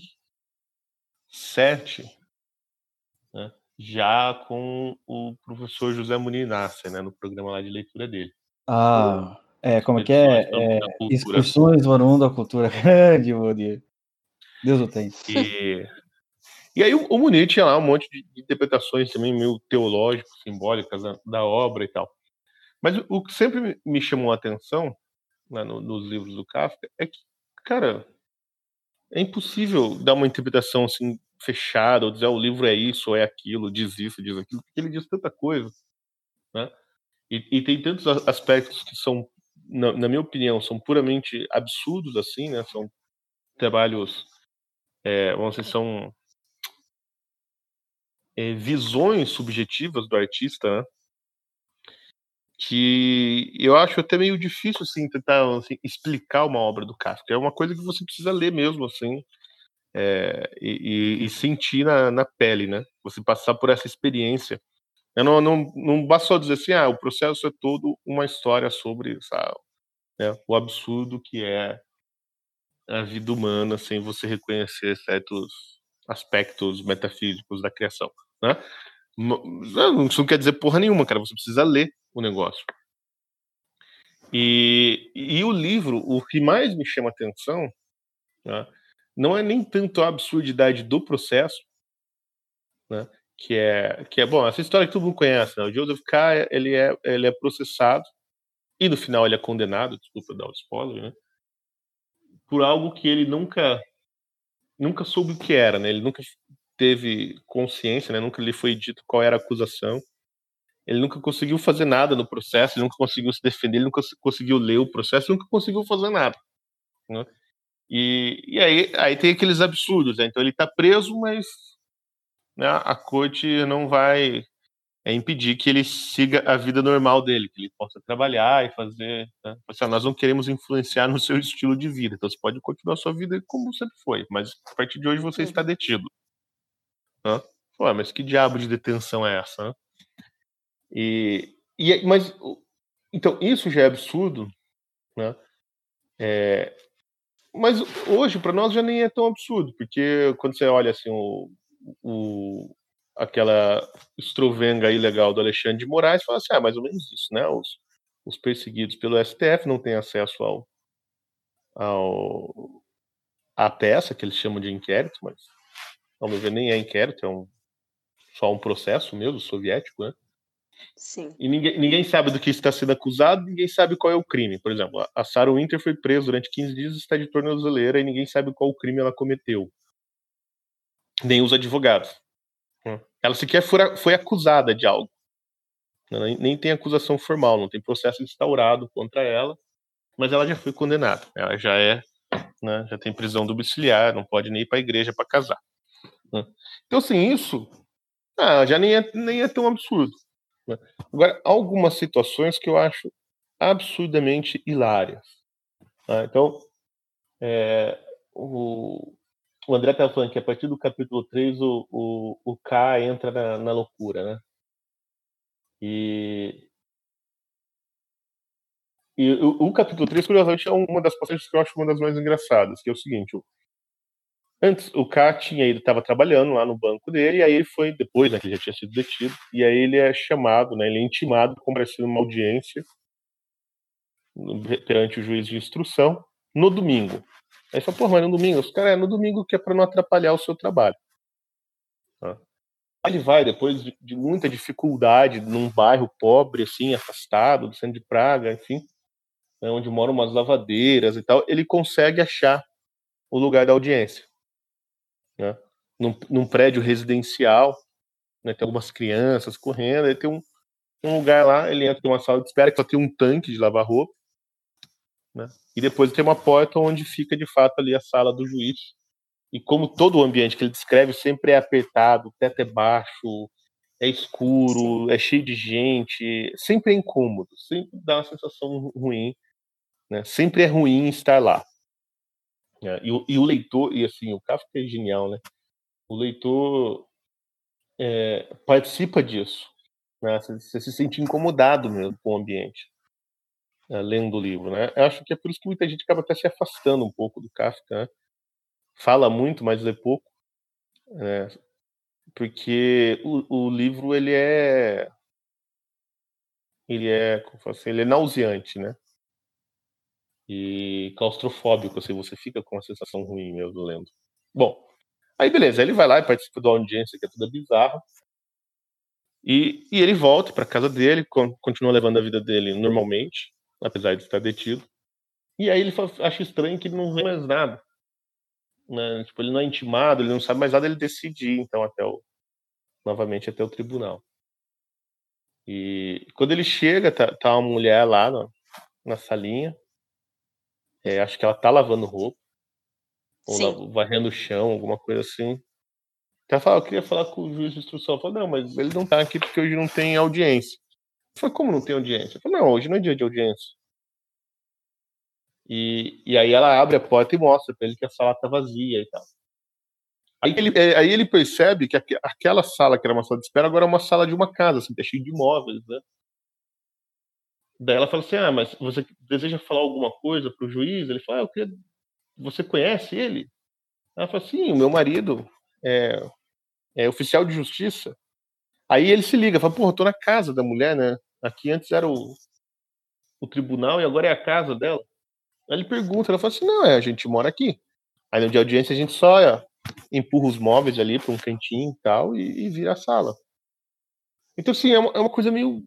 sete, né? Já com o professor José Muniz Nasser, né? No programa lá de leitura dele. Ah, é, como que é? é Excursões Varum da Cultura. Grande, Muniz. Deus o tem. E, e aí o, o Muniz tinha lá um monte de, de interpretações também meio teológicas, simbólicas da, da obra e tal. Mas o, o que sempre me chamou a atenção, né, no, nos livros do Kafka é que, cara, é impossível dar uma interpretação assim fechada, ou dizer, oh, o livro é isso, ou é aquilo, diz isso, diz aquilo, porque ele diz tanta coisa, né? E, e tem tantos aspectos que são, na, na minha opinião, são puramente absurdos, assim, né? São trabalhos, é, vamos dizer, são é, visões subjetivas do artista, né? Que eu acho até meio difícil, assim, tentar assim, explicar uma obra do Kafka. É uma coisa que você precisa ler mesmo, assim, é, e, e sentir na, na pele, né? Você passar por essa experiência Eu não, não, não basta só dizer assim, ah, o processo é todo uma história sobre, sabe, né, o absurdo que é a vida humana sem você reconhecer certos aspectos metafísicos da criação, né? Isso não quer dizer porra nenhuma, cara. Você precisa ler o negócio. E, e o livro, o que mais me chama atenção, né, não é nem tanto a absurdidade do processo, né, que é, que é bom, essa história que todo mundo conhece, né? O Joseph K. ele é, ele é processado e no final ele é condenado, desculpa dar o spoiler, né, por algo que ele nunca nunca soube o que era, né? Ele nunca teve consciência, né? Nunca lhe foi dito qual era a acusação. Ele nunca conseguiu fazer nada no processo, ele nunca conseguiu se defender, ele nunca conseguiu ler o processo, nunca conseguiu fazer nada, né? E, e aí, aí tem aqueles absurdos, né? Então ele está preso, mas, né, a corte não vai é, impedir que ele siga a vida normal dele, que ele possa trabalhar e fazer, né? Assim, nós não queremos influenciar no seu estilo de vida, então você pode continuar a sua vida como sempre foi, mas a partir de hoje você está detido. Né? Pô, mas que diabo de detenção é essa? Né? E, e, mas, então, isso já é absurdo, né? É, mas hoje, para nós, já nem é tão absurdo, porque quando você olha assim, o, o, aquela estrovenga ilegal do Alexandre de Moraes, fala assim, ah, mais ou menos isso, né? Os, os perseguidos pelo S T F não têm acesso ao, ao à peça, que eles chamam de inquérito, mas, ao meu ver, nem é inquérito, é um, só um processo mesmo, soviético, né? Sim. E ninguém, ninguém sabe do que está sendo acusado, ninguém sabe qual é o crime. Por exemplo, a Sarah Winter foi presa durante quinze dias e está de tornozeleira e ninguém sabe qual crime ela cometeu. Nem os advogados. Ela sequer foi, foi acusada de algo. Nem, nem tem acusação formal, não tem processo instaurado contra ela, mas ela já foi condenada. Ela já é, né, já tem prisão domiciliar, não pode nem ir para a igreja para casar. Né? Então, assim, isso ah, já nem é, nem é tão absurdo. Né? Agora, algumas situações que eu acho absurdamente hilárias. Tá? Então, é, o, o André estava falando que a partir do capítulo três o, o, o K entra na, na loucura, né? E, e o, o capítulo três, curiosamente, é uma das passagens que eu acho uma das mais engraçadas, que é o seguinte: o, antes, o K tinha ido, estava trabalhando lá no banco dele, e aí ele foi, depois, né, que ele já tinha sido detido, e aí ele é chamado, né, ele é intimado para comparecer numa audiência perante o juiz de instrução no domingo. Aí fala, pô, mas no domingo? Os caras, é no domingo que é para não atrapalhar o seu trabalho. Tá? Aí ele vai, depois de, de muita dificuldade, num bairro pobre, assim, afastado do centro de Praga, enfim, né, onde moram umas lavadeiras e tal, ele consegue achar o lugar da audiência. Né? Num, num prédio residencial, né, tem algumas crianças correndo, aí tem um, um lugar lá, ele entra em uma sala de espera que só tem um tanque de lavar roupa, né? E depois tem uma porta onde fica de fato ali a sala do juiz. E como todo o ambiente que ele descreve sempre é apertado, o teto é baixo, é escuro, Sim. é cheio de gente, sempre é incômodo, sempre dá uma sensação ruim, né? Sempre é ruim estar lá. E o, e o leitor, e assim, o Kafka é genial, né? O leitor é, participa disso, né? Você, você se sente incomodado mesmo com o ambiente, né? Lendo o livro, né? Eu acho que é por isso que muita gente acaba até se afastando um pouco do Kafka, né? Fala muito, mas lê pouco, né? Porque o, o livro ele é ele é como assim, ele é nauseante, né? E claustrofóbico, assim, você fica com uma sensação ruim mesmo lendo. Bom, aí beleza, ele vai lá e participa da audiência que é toda bizarra. E, e ele volta para casa dele, continua levando a vida dele normalmente, apesar de estar detido. E aí ele fala, acha estranho que ele não vê mais nada. Né? Tipo, ele não é intimado, ele não sabe mais nada, ele decide ir, então, até o, novamente até o tribunal. E quando ele chega, tá, tá uma mulher lá na, na salinha. É, acho que ela tá lavando roupa. Ou la- varrendo o chão, alguma coisa assim. Ela fala, eu queria falar com o juiz de instrução. Eu falo, não, mas ele não tá aqui porque hoje não tem audiência. Eu falei, como não tem audiência? Eu falei, não, hoje não é dia de audiência. E, e aí ela abre a porta e mostra pra ele que a sala tá vazia e tal. Aí ele, aí ele percebe que aquela sala, que era uma sala de espera, agora é uma sala de uma casa, assim, tá cheio de móveis, né? Daí ela fala assim, ah, mas você deseja falar alguma coisa pro juiz? Ele fala, ah, eu queria... Você conhece ele? Ela fala, sim, o meu marido é, é oficial de justiça. Aí ele se liga, fala, porra, eu tô na casa da mulher, né? Aqui antes era o, o tribunal e agora é a casa dela. Aí ele pergunta, ela fala assim, não, é, a gente mora aqui. Aí no dia de audiência a gente só ó, empurra os móveis ali para um cantinho e tal e, e vira a sala. Então, assim, é uma, é uma coisa meio...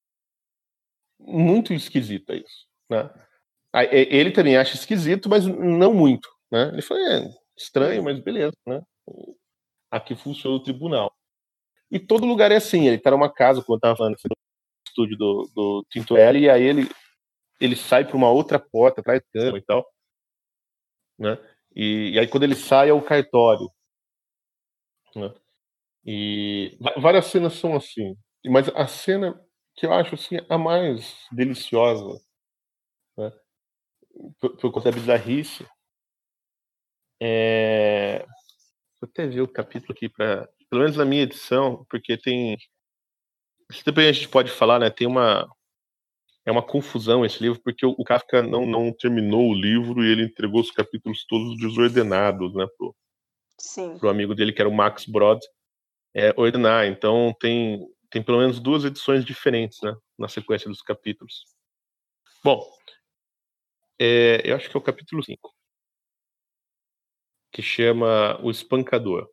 muito esquisita isso, né? Aí, ele também acha esquisito, mas não muito, né? Ele fala, é estranho, mas beleza, né? Aqui funciona o tribunal. E todo lugar é assim, ele tá numa casa, como eu tava falando, no estúdio do, do Tinto L, e aí ele, ele sai para uma outra porta, atrás da cama e tal, né? E, e aí quando ele sai é o cartório, né? E várias cenas são assim, mas a cena que eu acho assim a mais deliciosa, né, por, por conta da bizarrice, é... vou até ver o capítulo aqui para, pelo menos na minha edição, porque tem, também a gente pode falar, né, tem uma é uma confusão esse livro, porque o, o Kafka não, não terminou o livro e ele entregou os capítulos todos desordenados, né, pro, Sim. pro amigo dele, que era o Max Brod, é, ordenar. Então tem, tem pelo menos duas edições diferentes, né, na sequência dos capítulos. Bom, é, eu acho que é o capítulo cinco, que chama O Espancador.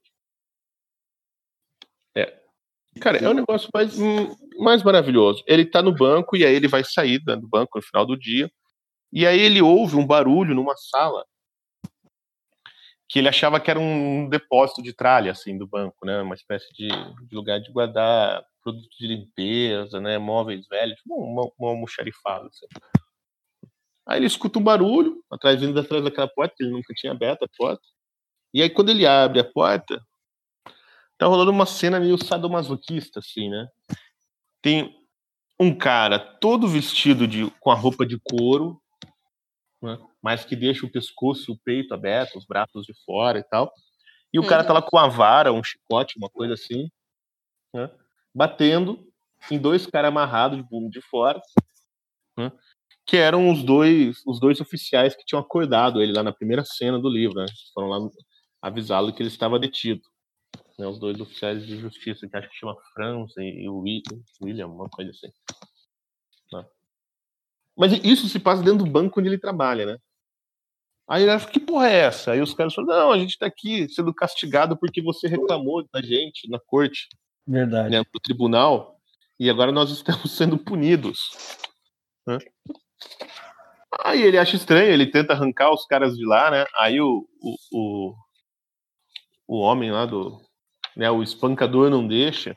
É. Cara, é o negócio mais, mais maravilhoso. Ele tá no banco e aí ele vai sair do banco no final do dia. E aí ele ouve um barulho numa sala que ele achava que era um depósito de tralha, assim, do banco, né? Uma espécie de, de lugar de guardar produtos de limpeza, né? Móveis velhos, tipo uma, uma almoxarifada, assim. Aí ele escuta um barulho, atrás, vindo atrás daquela porta, que ele nunca tinha aberto a porta. E aí quando ele abre a porta, tá rolando uma cena meio sadomasoquista, assim, né? Tem um cara todo vestido de, com a roupa de couro, né? Mas que deixa o pescoço e o peito aberto, os braços de fora e tal. E o cara tá lá com uma vara, um chicote, uma coisa assim, né? Batendo em dois caras amarrados de bumbum de fora, né? Que eram os dois, os dois oficiais que tinham acordado ele lá na primeira cena do livro, né? Foram lá avisá-lo que ele estava detido. Né? Os dois oficiais de justiça, que acho que chama França e o William, uma coisa assim. Né? Mas isso se passa dentro do banco onde ele trabalha, né? Aí ele acha, que porra é essa? Aí os caras falam, não, a gente tá aqui sendo castigado porque você reclamou da gente na corte. Verdade. Né, pro tribunal, e agora nós estamos sendo punidos. Né? Aí ele acha estranho, ele tenta arrancar os caras de lá, né? Aí o, o, o, o homem lá do... Né, o espancador não deixa.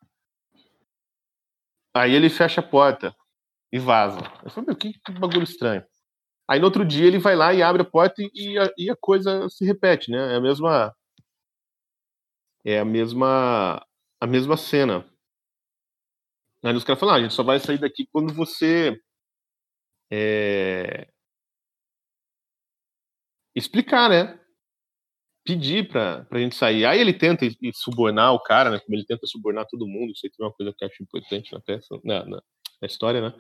Aí ele fecha a porta e vaza. Eu falei, meu, que, que bagulho estranho. Aí no outro dia ele vai lá e abre a porta e, e, a, e a coisa se repete, né? É a mesma... É a mesma... A mesma cena. Aí os caras falam, ah, a gente só vai sair daqui quando você... É... explicar, né? Pedir pra, pra gente sair. Aí ele tenta subornar o cara, né? Como ele tenta subornar todo mundo. Isso aí é uma coisa que eu acho importante na peça, na, na, na história, né?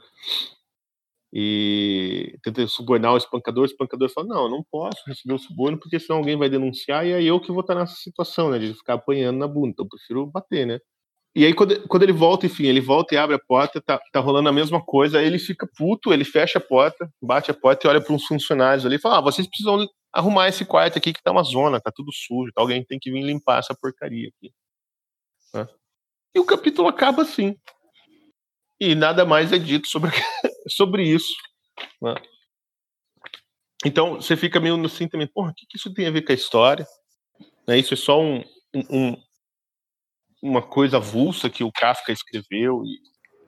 E tenta subornar o espancador. O espancador fala, não, eu não posso receber o suborno porque senão alguém vai denunciar e aí eu que vou estar nessa situação, né? De ficar apanhando na bunda. Então eu prefiro bater, né? E aí quando, quando ele volta, enfim, ele volta e abre a porta, tá, tá rolando a mesma coisa, aí ele fica puto, ele fecha a porta, bate a porta e olha para uns funcionários ali e fala, ah, vocês precisam arrumar esse quarto aqui que tá uma zona, tá tudo sujo, tá, alguém tem que vir limpar essa porcaria aqui. Né? E o capítulo acaba assim. E nada mais é dito sobre, sobre isso. Né? Então você fica meio assim também, porra, o que, que isso tem a ver com a história? Né? Isso é só um... um, um uma coisa avulsa que o Kafka escreveu e,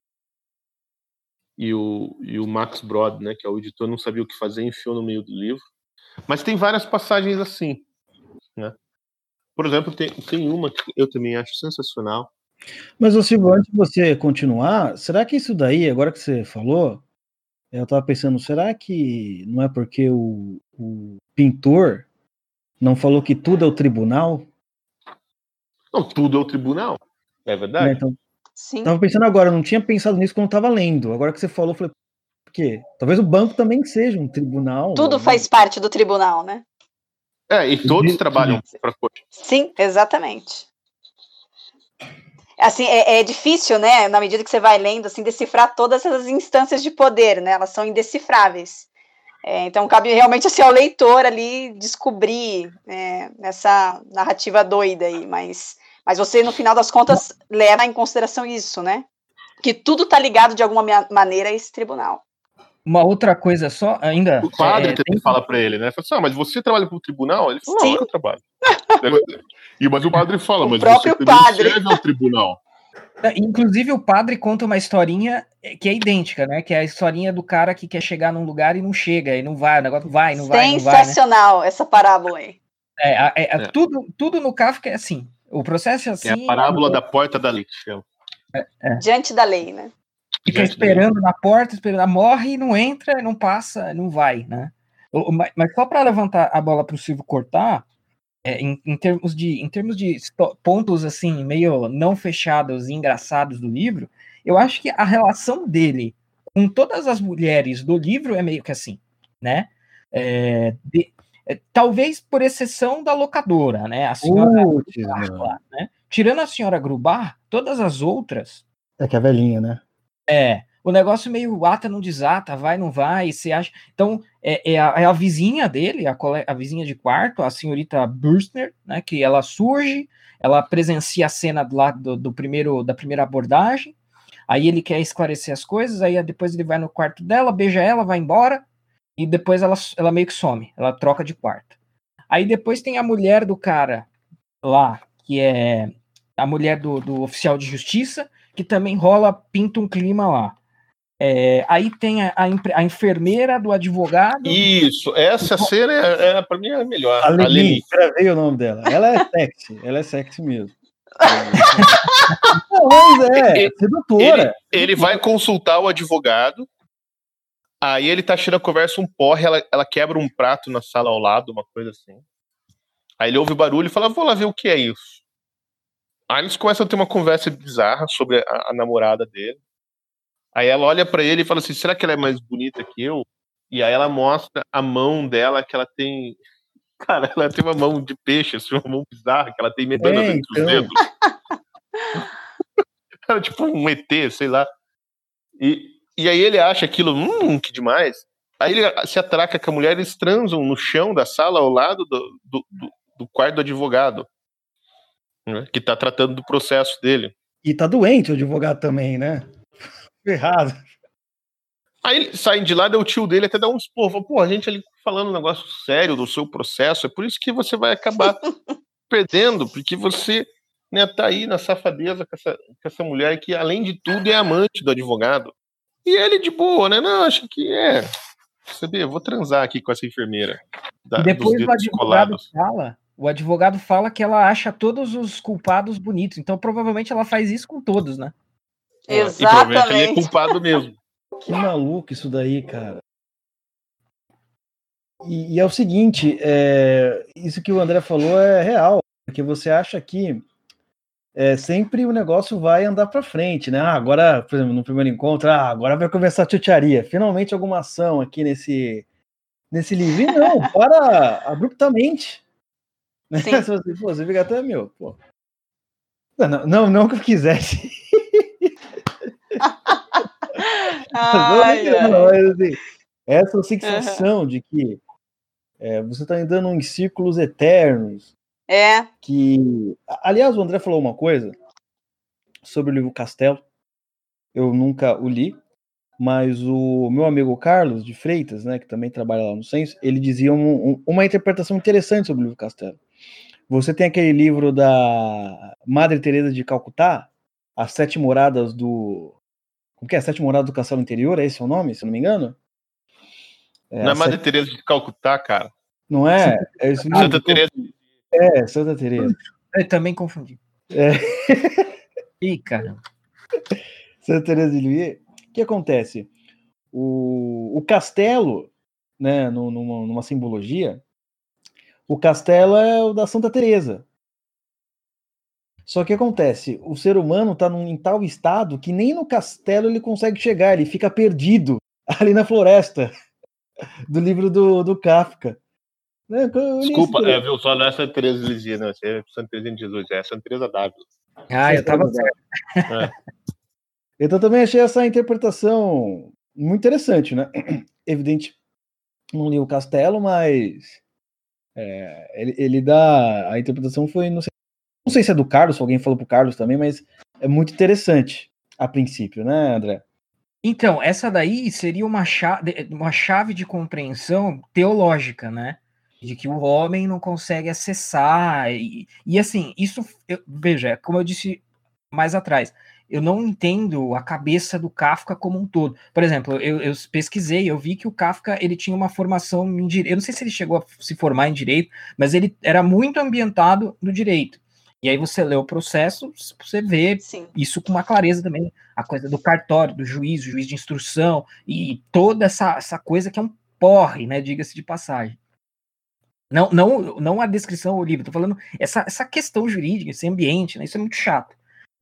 e, o, e o Max Brod, né, que é o editor, não sabia o que fazer, enfiou no meio do livro. Mas tem várias passagens assim, né? Por exemplo, tem, tem uma que eu também acho sensacional. Mas, ô Silvio, antes de você continuar, será que isso daí, agora que você falou, eu estava pensando, será que não é porque o, o pintor não falou que tudo é o tribunal? Não, tudo é o tribunal. É verdade? É, então, Sim. tava pensando agora, eu não tinha pensado nisso quando eu tava lendo. Agora que você falou, eu falei, por quê? Talvez o banco também seja um tribunal. Tudo né? faz parte do tribunal, né? É, e todos trabalham para a corte. Sim, exatamente. Assim, é, é difícil, né, na medida que você vai lendo, assim, decifrar todas essas instâncias de poder, né, elas são indecifráveis. É, então, cabe realmente assim, ao leitor ali descobrir é, essa narrativa doida aí, mas, mas você, no final das contas, leva em consideração isso, né, que tudo está ligado de alguma maneira a esse tribunal. Uma outra coisa só, ainda... O padre é, também tem... fala para ele, né, fala assim, ah, mas você trabalha para o tribunal? Ele fala, não, eu trabalho. E, mas o padre fala, o mas próprio você também padre. serve ao tribunal. Inclusive o padre conta uma historinha que é idêntica, né? Que é a historinha do cara que quer chegar num lugar e não chega, e não vai, o negócio vai, não vai, não vai. Sensacional, né? Essa parábola aí. É, é, é, É. Tudo, tudo no Kafka é assim. O processo é assim. É a parábola da porta da lei. É, é. Diante da lei, né? Fica Diante esperando na porta, esperando, morre, não entra, não passa, não vai, né? Mas só para levantar a bola para o Silvio cortar, É, em, em termos de, em termos de pontos assim meio não fechados e engraçados do livro, eu acho que a relação dele com todas as mulheres do livro é meio que assim, né? É, de, é, talvez por exceção da locadora, né? A senhora Putz, Grubar, lá, né? Tirando a senhora Grubar, todas as outras. É que é velhinha, né? É. O negócio meio ata, não desata, vai, não vai, você acha... Então, é, é, a, é a vizinha dele, a, cole... a vizinha de quarto, a senhorita Burstner, né, que ela surge, ela presencia a cena do lado do, do primeiro, da primeira abordagem, aí ele quer esclarecer as coisas, aí depois ele vai no quarto dela, beija ela, vai embora, e depois ela, ela meio que some, ela troca de quarto. Aí depois tem a mulher do cara lá, que é a mulher do, do oficial de justiça, que também rola, pinta um clima lá. É, aí tem a, a, a enfermeira do advogado. Isso, essa cena é, é para mim é a melhor. A Leni, escrevei o nome dela. Ela é sexy, ela é sexy mesmo. Não, mas é, ele, sedutora. Ele, ele vai consultar o advogado, aí ele tá cheirando a conversa um porre, ela, ela quebra um prato na sala ao lado, uma coisa assim. Aí ele ouve o barulho e fala, vou lá ver o que é isso. Aí eles começam a ter uma conversa bizarra sobre a, a namorada dele. Aí ela olha pra ele e fala assim, será que ela é mais bonita que eu? E aí ela mostra a mão dela, que ela tem... Cara, ela tem uma mão de peixe, assim, uma mão bizarra, que ela tem membranas é, entre então. os dedos. Ela é tipo um E T, sei lá. E, e aí ele acha aquilo, hum, que demais. Aí ele se atraca com a mulher, eles transam no chão da sala, ao lado do, do, do, do quarto do advogado, né, que tá tratando do processo dele. E tá doente o advogado também, né? Errado. Aí eles saem de lá, daí o tio dele até dá um esporro. Pô, a gente ali falando um negócio sério do seu processo, é por isso que você vai acabar perdendo, porque você, né, tá aí na safadeza com essa, com essa mulher que, além de tudo, é amante do advogado. E ele de boa, né? Não, acho que é. Sabe, eu vou transar aqui com essa enfermeira. Da, e depois o advogado fala, o advogado fala que ela acha todos os culpados bonitos, então provavelmente ela faz isso com todos, né? É, exatamente. E provavelmente ele é culpado mesmo. Que maluco isso daí, cara. E, e é o seguinte, é, isso que o André falou é real, porque você acha que é, sempre o negócio vai andar para frente, né? Ah, agora, por exemplo, no primeiro encontro, ah, agora vai começar a tchutcharia. Finalmente alguma ação aqui nesse, nesse livro. E não, para abruptamente. Né? Você, pô, você fica até, meu, pô. Não, não, não que eu quisesse. Ai, não, ai. mas, assim, essa sensação uhum. de que é, você está andando em círculos eternos. É. Que, aliás, o André falou uma coisa sobre o livro Castelo. Eu nunca o li, mas o meu amigo Carlos de Freitas, né, que também trabalha lá no Censo, ele dizia um, um, uma interpretação interessante sobre o livro Castelo. Você tem aquele livro da Madre Teresa de Calcutá, As Sete Moradas do... Como que é? As Sete Moradas do Castelo Interior, é esse o nome, se não me engano? É, não é Madre sete... Teresa de Calcutá, cara. Não é? é esse Santa Teresa. É, Santa Teresa. Eu também confundi. É. Ih, caramba. Santa Teresa de Lisieux. O que acontece? O, o castelo, né, numa, numa simbologia, o castelo é o da Santa Teresa. Só que acontece, o ser humano está em tal estado que nem no castelo ele consegue chegar, ele fica perdido ali na floresta do livro do, do Kafka. Desculpa, é, viu, só não é Santa Teresa de Lisieux, não, é Santa Teresa de Jesus, é Santa Teresa d'Ávila. Ah, eu tava certo. É. Então também achei essa interpretação muito interessante, né? Evidente, não li o Castelo, mas é, ele, ele dá, a interpretação foi, não sei, não sei se é do Carlos, se alguém falou pro Carlos também, mas é muito interessante a princípio, né, André? Então, essa daí seria uma chave, uma chave de compreensão teológica, né? De que o homem não consegue acessar. E, e assim, isso, eu, veja, como eu disse mais atrás, eu não entendo a cabeça do Kafka como um todo. Por exemplo, eu, eu pesquisei, eu vi que o Kafka ele tinha uma formação em direito. Eu não sei se ele chegou a se formar em direito, mas ele era muito ambientado no direito. E aí você lê o processo, você vê Sim. isso com uma clareza também. A coisa do cartório, do juiz, o juiz de instrução, e toda essa, essa coisa que é um porre, né? Diga-se de passagem. Não, não, não a descrição do livro, estou falando essa, essa questão jurídica, esse ambiente, né? Isso é muito chato.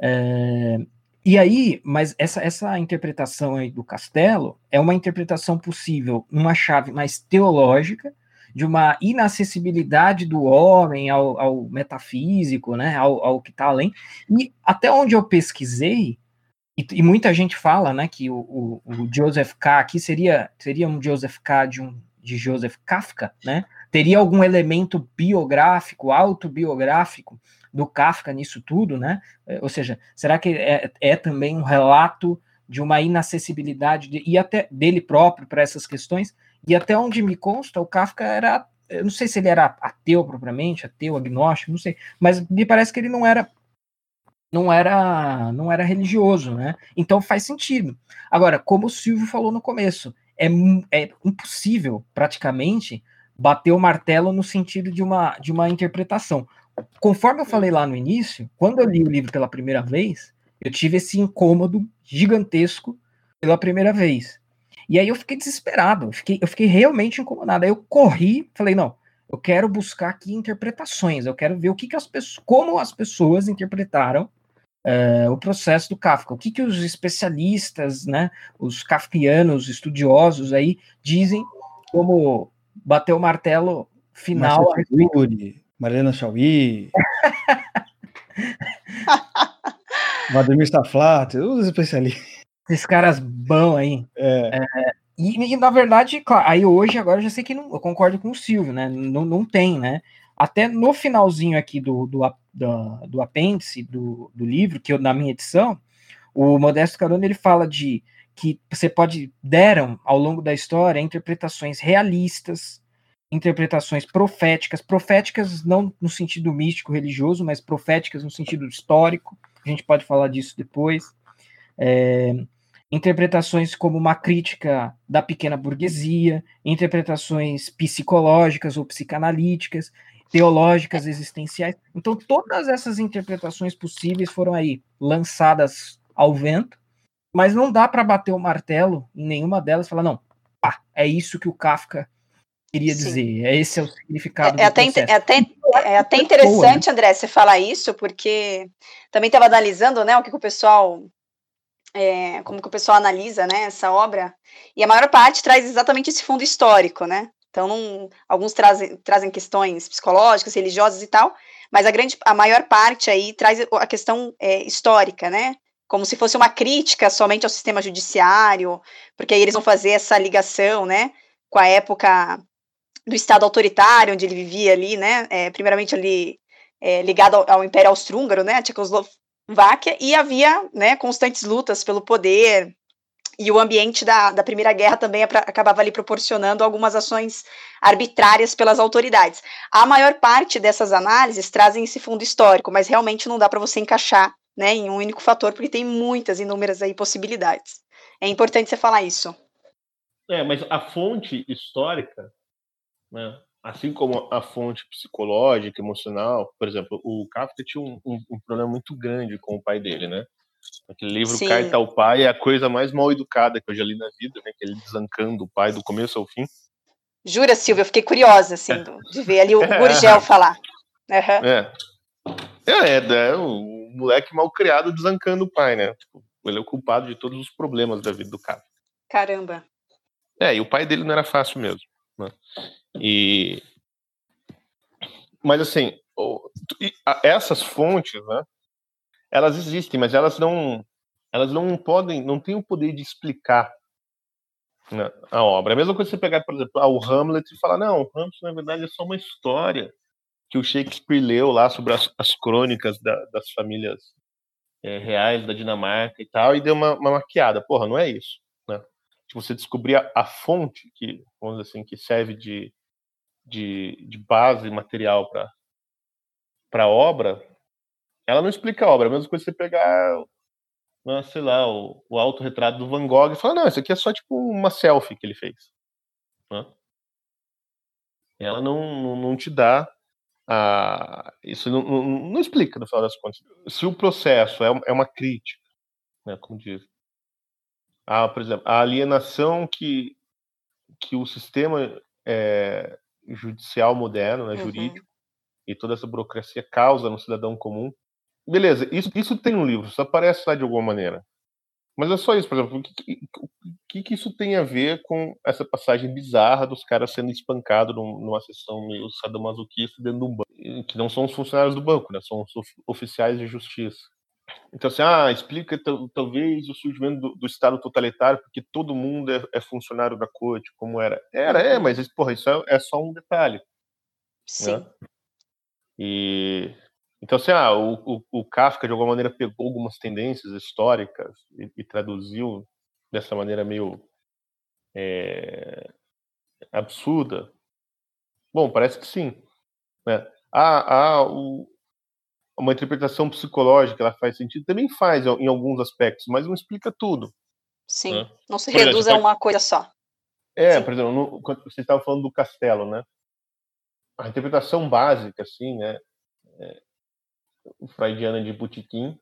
É, e aí, mas essa, essa interpretação aí do Castelo é uma interpretação possível, uma chave mais teológica, de uma inacessibilidade do homem ao, ao metafísico, né, ao, ao que está além, e até onde eu pesquisei, e, e muita gente fala, né, que o, o, o Joseph K. aqui seria, seria um Joseph K. de, um, de Joseph Kafka, né, teria algum elemento biográfico, autobiográfico do Kafka nisso tudo, né, ou seja, será que é, é também um relato de uma inacessibilidade, de, e até dele próprio para essas questões? E até onde me consta, o Kafka era, eu não sei se ele era ateu propriamente, ateu, agnóstico, não sei, mas me parece que ele não era, não era, não era religioso, né? Então faz sentido. Agora, como o Silvio falou no começo, é, é impossível, praticamente, bater o martelo no sentido de uma, de uma interpretação. Conforme eu falei lá no início, quando eu li o livro pela primeira vez, eu tive esse incômodo gigantesco pela primeira vez. E aí eu fiquei desesperado, eu fiquei, eu fiquei realmente incomodado. Aí eu corri, falei, não, eu quero buscar aqui interpretações, eu quero ver o que, que as pessoas, como as pessoas interpretaram uh, o processo do Kafka, o que, que os especialistas, né, os kafkianos, estudiosos aí, dizem como bater o martelo final. Mariana Chauí, Vladimir Staflat, os especialistas. Esses caras bons aí. É. É, e, e, na verdade, claro, aí hoje, agora eu já sei que não, eu concordo com o Silvio, né? Não, não tem, né? Até no finalzinho aqui do, do, do, do apêndice do, do livro, que eu, na minha edição, o Modesto Carone, ele fala de que você pode, deram ao longo da história, interpretações realistas, interpretações proféticas, proféticas não no sentido místico religioso, mas proféticas no sentido histórico, a gente pode falar disso depois. É, interpretações como uma crítica da pequena burguesia, interpretações psicológicas ou psicanalíticas, teológicas, existenciais. Então, todas essas interpretações possíveis foram aí lançadas ao vento, mas não dá para bater o martelo em nenhuma delas e falar, não, pá, é isso que o Kafka queria Sim. dizer, esse é o significado é, é do até, processo. É até, é até interessante, André, você falar isso, porque também estava analisando, né, o que, que o pessoal... É, como que o pessoal analisa, né, essa obra, e a maior parte traz exatamente esse fundo histórico, né, então não, alguns trazem, trazem questões psicológicas, religiosas e tal, mas a, grande, a maior parte aí traz a questão é, histórica, né, como se fosse uma crítica somente ao sistema judiciário, porque aí eles vão fazer essa ligação, né, com a época do Estado autoritário, onde ele vivia ali, né, é, primeiramente ali é, ligado ao, ao Império Austro-Húngaro, né, a Tchecoslováquia, e havia, né, constantes lutas pelo poder, e o ambiente da, da Primeira Guerra também acabava ali proporcionando algumas ações arbitrárias pelas autoridades. A maior parte dessas análises trazem esse fundo histórico, mas realmente não dá para você encaixar, né, em um único fator, porque tem muitas, inúmeras aí possibilidades. É importante você falar isso. É, mas a fonte histórica, né, assim como a fonte psicológica, emocional, por exemplo, o Kafka tinha um, um, um problema muito grande com o pai dele, né? Aquele livro Sim. Carta ao Pai é a coisa mais mal educada que eu já li na vida, né? Aquele desancando o pai do começo ao fim. Jura, Silvia? Eu fiquei curiosa, assim, é. de ver ali o Gurgel falar. Uhum. É. É, é, é um, um moleque mal criado desancando o pai, né? Tipo, ele é o culpado de todos os problemas da vida do cara. Caramba. É, e o pai dele não era fácil mesmo, né? E... Mas, assim, essas fontes, né? Elas existem, mas elas não... Elas não podem... Não têm o poder de explicar, né, a obra. É a mesma coisa que você pegar, por exemplo, ah, o Hamlet e falar, não, o Hamlet, na verdade, é só uma história que o Shakespeare leu lá sobre as, as crônicas da, das famílias é, reais da Dinamarca e tal, e deu uma, uma maquiada. Porra, não é isso, né? Se você descobrir a, a fonte que, vamos dizer assim, que serve de, de, de base material para para a obra, ela não explica a obra. É a mesma coisa que você pegar, né, sei lá, o, o autorretrato do Van Gogh e falar, não, isso aqui é só tipo uma selfie que ele fez, né? Ela não, não, não te dá a... Isso não, não, não explica, no final das contas. Se o processo é, é uma crítica, né, como diz, a, por exemplo, a alienação que, que o sistema é, judicial moderno, né, Uhum. jurídico, e toda essa burocracia causa no cidadão comum. Beleza, isso, isso tem no livro, isso aparece lá de alguma maneira. Mas é só isso, por exemplo, o que, que, que isso tem a ver com essa passagem bizarra dos caras sendo espancados numa sessão meio sadomasoquista dentro de um banco, que não são os funcionários do banco, né? São os oficiais de justiça. Então, assim, ah, explica talvez o surgimento do, do Estado totalitário, porque todo mundo é, é funcionário da corte, como era. Era, é, mas, porra, isso é, é só um detalhe. Sim. Né? E... Então, assim, ah, o, o, o Kafka, de alguma maneira, pegou algumas tendências históricas e, e traduziu dessa maneira meio é, absurda. Bom, parece que sim. Né? Ah, ah, o, uma interpretação psicológica, ela faz sentido? Também faz em alguns aspectos, mas não explica tudo. Sim, né? não se por reduz exemplo, a uma coisa só. É, Sim. por exemplo, no, quando você estava falando do castelo, né? A interpretação básica, assim, né? É, freudiana de Botequim,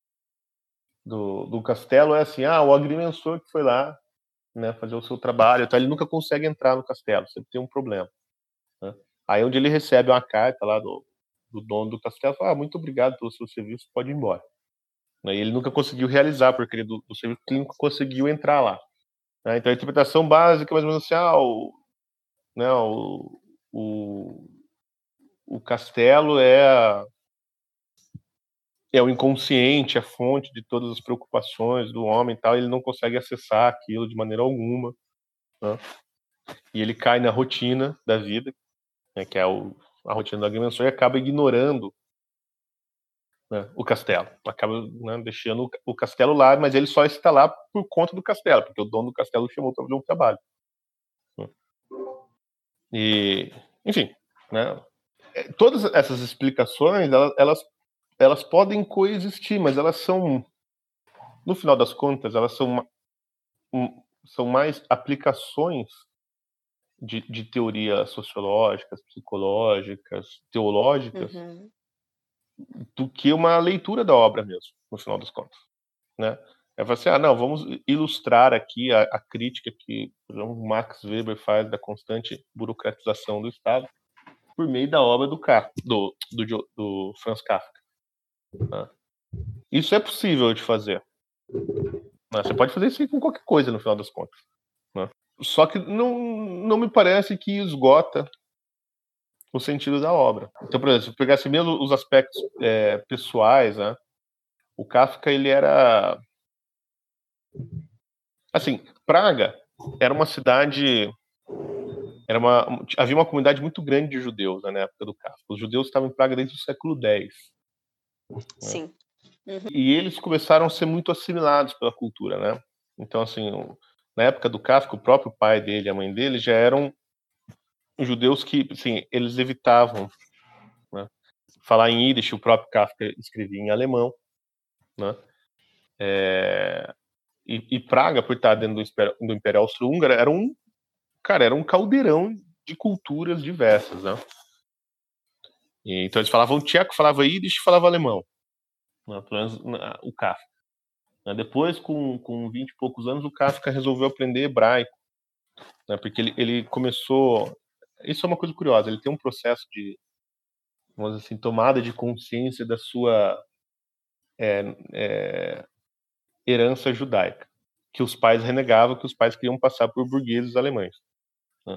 do, do castelo é assim, ah, o agrimensor que foi lá, né, fazer o seu trabalho, então ele nunca consegue entrar no castelo, sempre tem um problema. Né? Aí onde ele recebe uma carta lá do, do dono do castelo, fala, ah, muito obrigado pelo seu serviço, pode ir embora. E ele nunca conseguiu realizar porque ele do, do serviço, ele nunca conseguiu entrar lá. Né? Então a interpretação básica, mais ou menos assim, ah, o, né, o, o, o castelo é a, é o inconsciente, a fonte de todas as preocupações do homem e tal, ele não consegue acessar aquilo de maneira alguma, né? E ele cai na rotina da vida, né, que é o, a rotina do agrimensor, e acaba ignorando, né, o castelo, acaba, né, deixando o castelo lá, mas ele só está lá por conta do castelo, porque o dono do castelo chamou para fazer um trabalho. Né? E, enfim, né, todas essas explicações, elas, elas, elas podem coexistir, mas elas são, no final das contas, elas são, um, são mais aplicações de, de teorias sociológicas, psicológicas, teológicas, uhum. do que uma leitura da obra mesmo, no final das contas. Né? É assim, ah, não, vamos ilustrar aqui a, a crítica que o Max Weber faz da constante burocratização do Estado por meio da obra do, Kafka, do, do, do Franz Kafka. Né? Isso é possível de fazer. Né? Você pode fazer isso com qualquer coisa, no final das contas. Né? Só que não, não me parece que esgota o sentido da obra. Então, por exemplo, se eu pegasse mesmo os aspectos é, pessoais, né? O Kafka, ele era... Assim, Praga era uma cidade... Era uma, havia uma comunidade muito grande de judeus, né, na época do Kafka. Os judeus estavam em Praga desde o século dez. Sim. Né? Uhum. E eles começaram a ser muito assimilados pela cultura, né? Então, assim, na época do Kafka, o próprio pai dele e a mãe dele já eram judeus que, assim, eles evitavam, né, falar em Yiddish. O próprio Kafka escrevia em alemão, né? É... E, e Praga, por estar dentro do Império, do Império Austro-Húngaro, era um, cara, era um caldeirão de culturas diversas, né? E, então eles falavam tcheco, falavam Yiddish, falavam alemão, né? Pelo menos o Kafka. Depois, com, com vinte e poucos anos, o Kafka resolveu aprender hebraico, né? Porque ele, ele começou... Isso é uma coisa curiosa, ele tem um processo de, vamos dizer assim, tomada de consciência da sua é, é, herança judaica, que os pais renegavam, que os pais queriam passar por burgueses alemães. Né?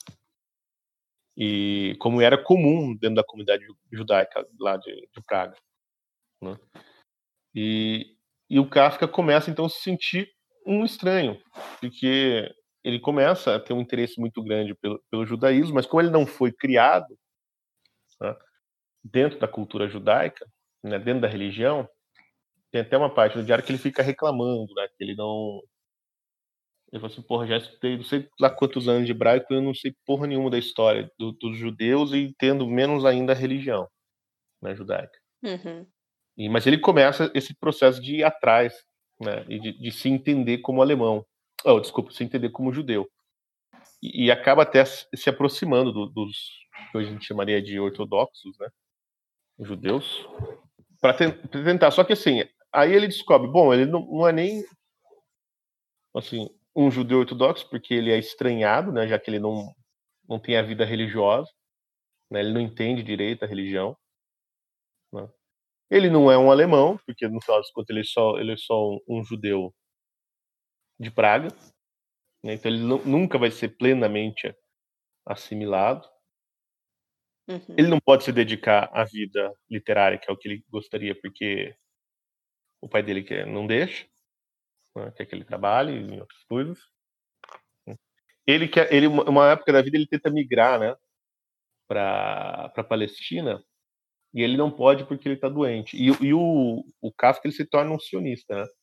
E como era comum dentro da comunidade judaica lá de, de Praga. Né? E, e o Kafka começa então a se sentir um estranho, porque ele começa a ter um interesse muito grande pelo, pelo judaísmo, mas como ele não foi criado, né, dentro da cultura judaica, né, dentro da religião, tem até uma parte do diário que ele fica reclamando, né, que ele não... Ele falou assim, porra, já estudei não sei lá quantos anos de hebraico e eu não sei porra nenhuma da história do, dos judeus e entendo menos ainda a religião, né, judaica. Uhum. E, mas ele começa esse processo de ir atrás, né, e de, de se entender como alemão. Oh, desculpa, se entender como judeu. E, e acaba até se aproximando do, dos que hoje a gente chamaria de ortodoxos, né, judeus, para tentar. Só que assim, aí ele descobre, bom, ele não, não é nem assim um judeu ortodoxo, porque ele é estranhado, né, já que ele não, não tem a vida religiosa, né, ele não entende direito a religião. Né. Ele não é um alemão, porque no final das contas ele é só, ele é só um, um judeu de Praga, né, então ele não, nunca vai ser plenamente assimilado. Uhum. Ele não pode se dedicar à vida literária, que é o que ele gostaria, porque o pai dele quer, não deixa, né, quer que ele trabalhe em outras coisas. Ele quer, ele uma época da vida ele tenta migrar, né, para para Palestina, e ele não pode porque ele está doente. E, e o, o Kafka ele se torna um sionista, né?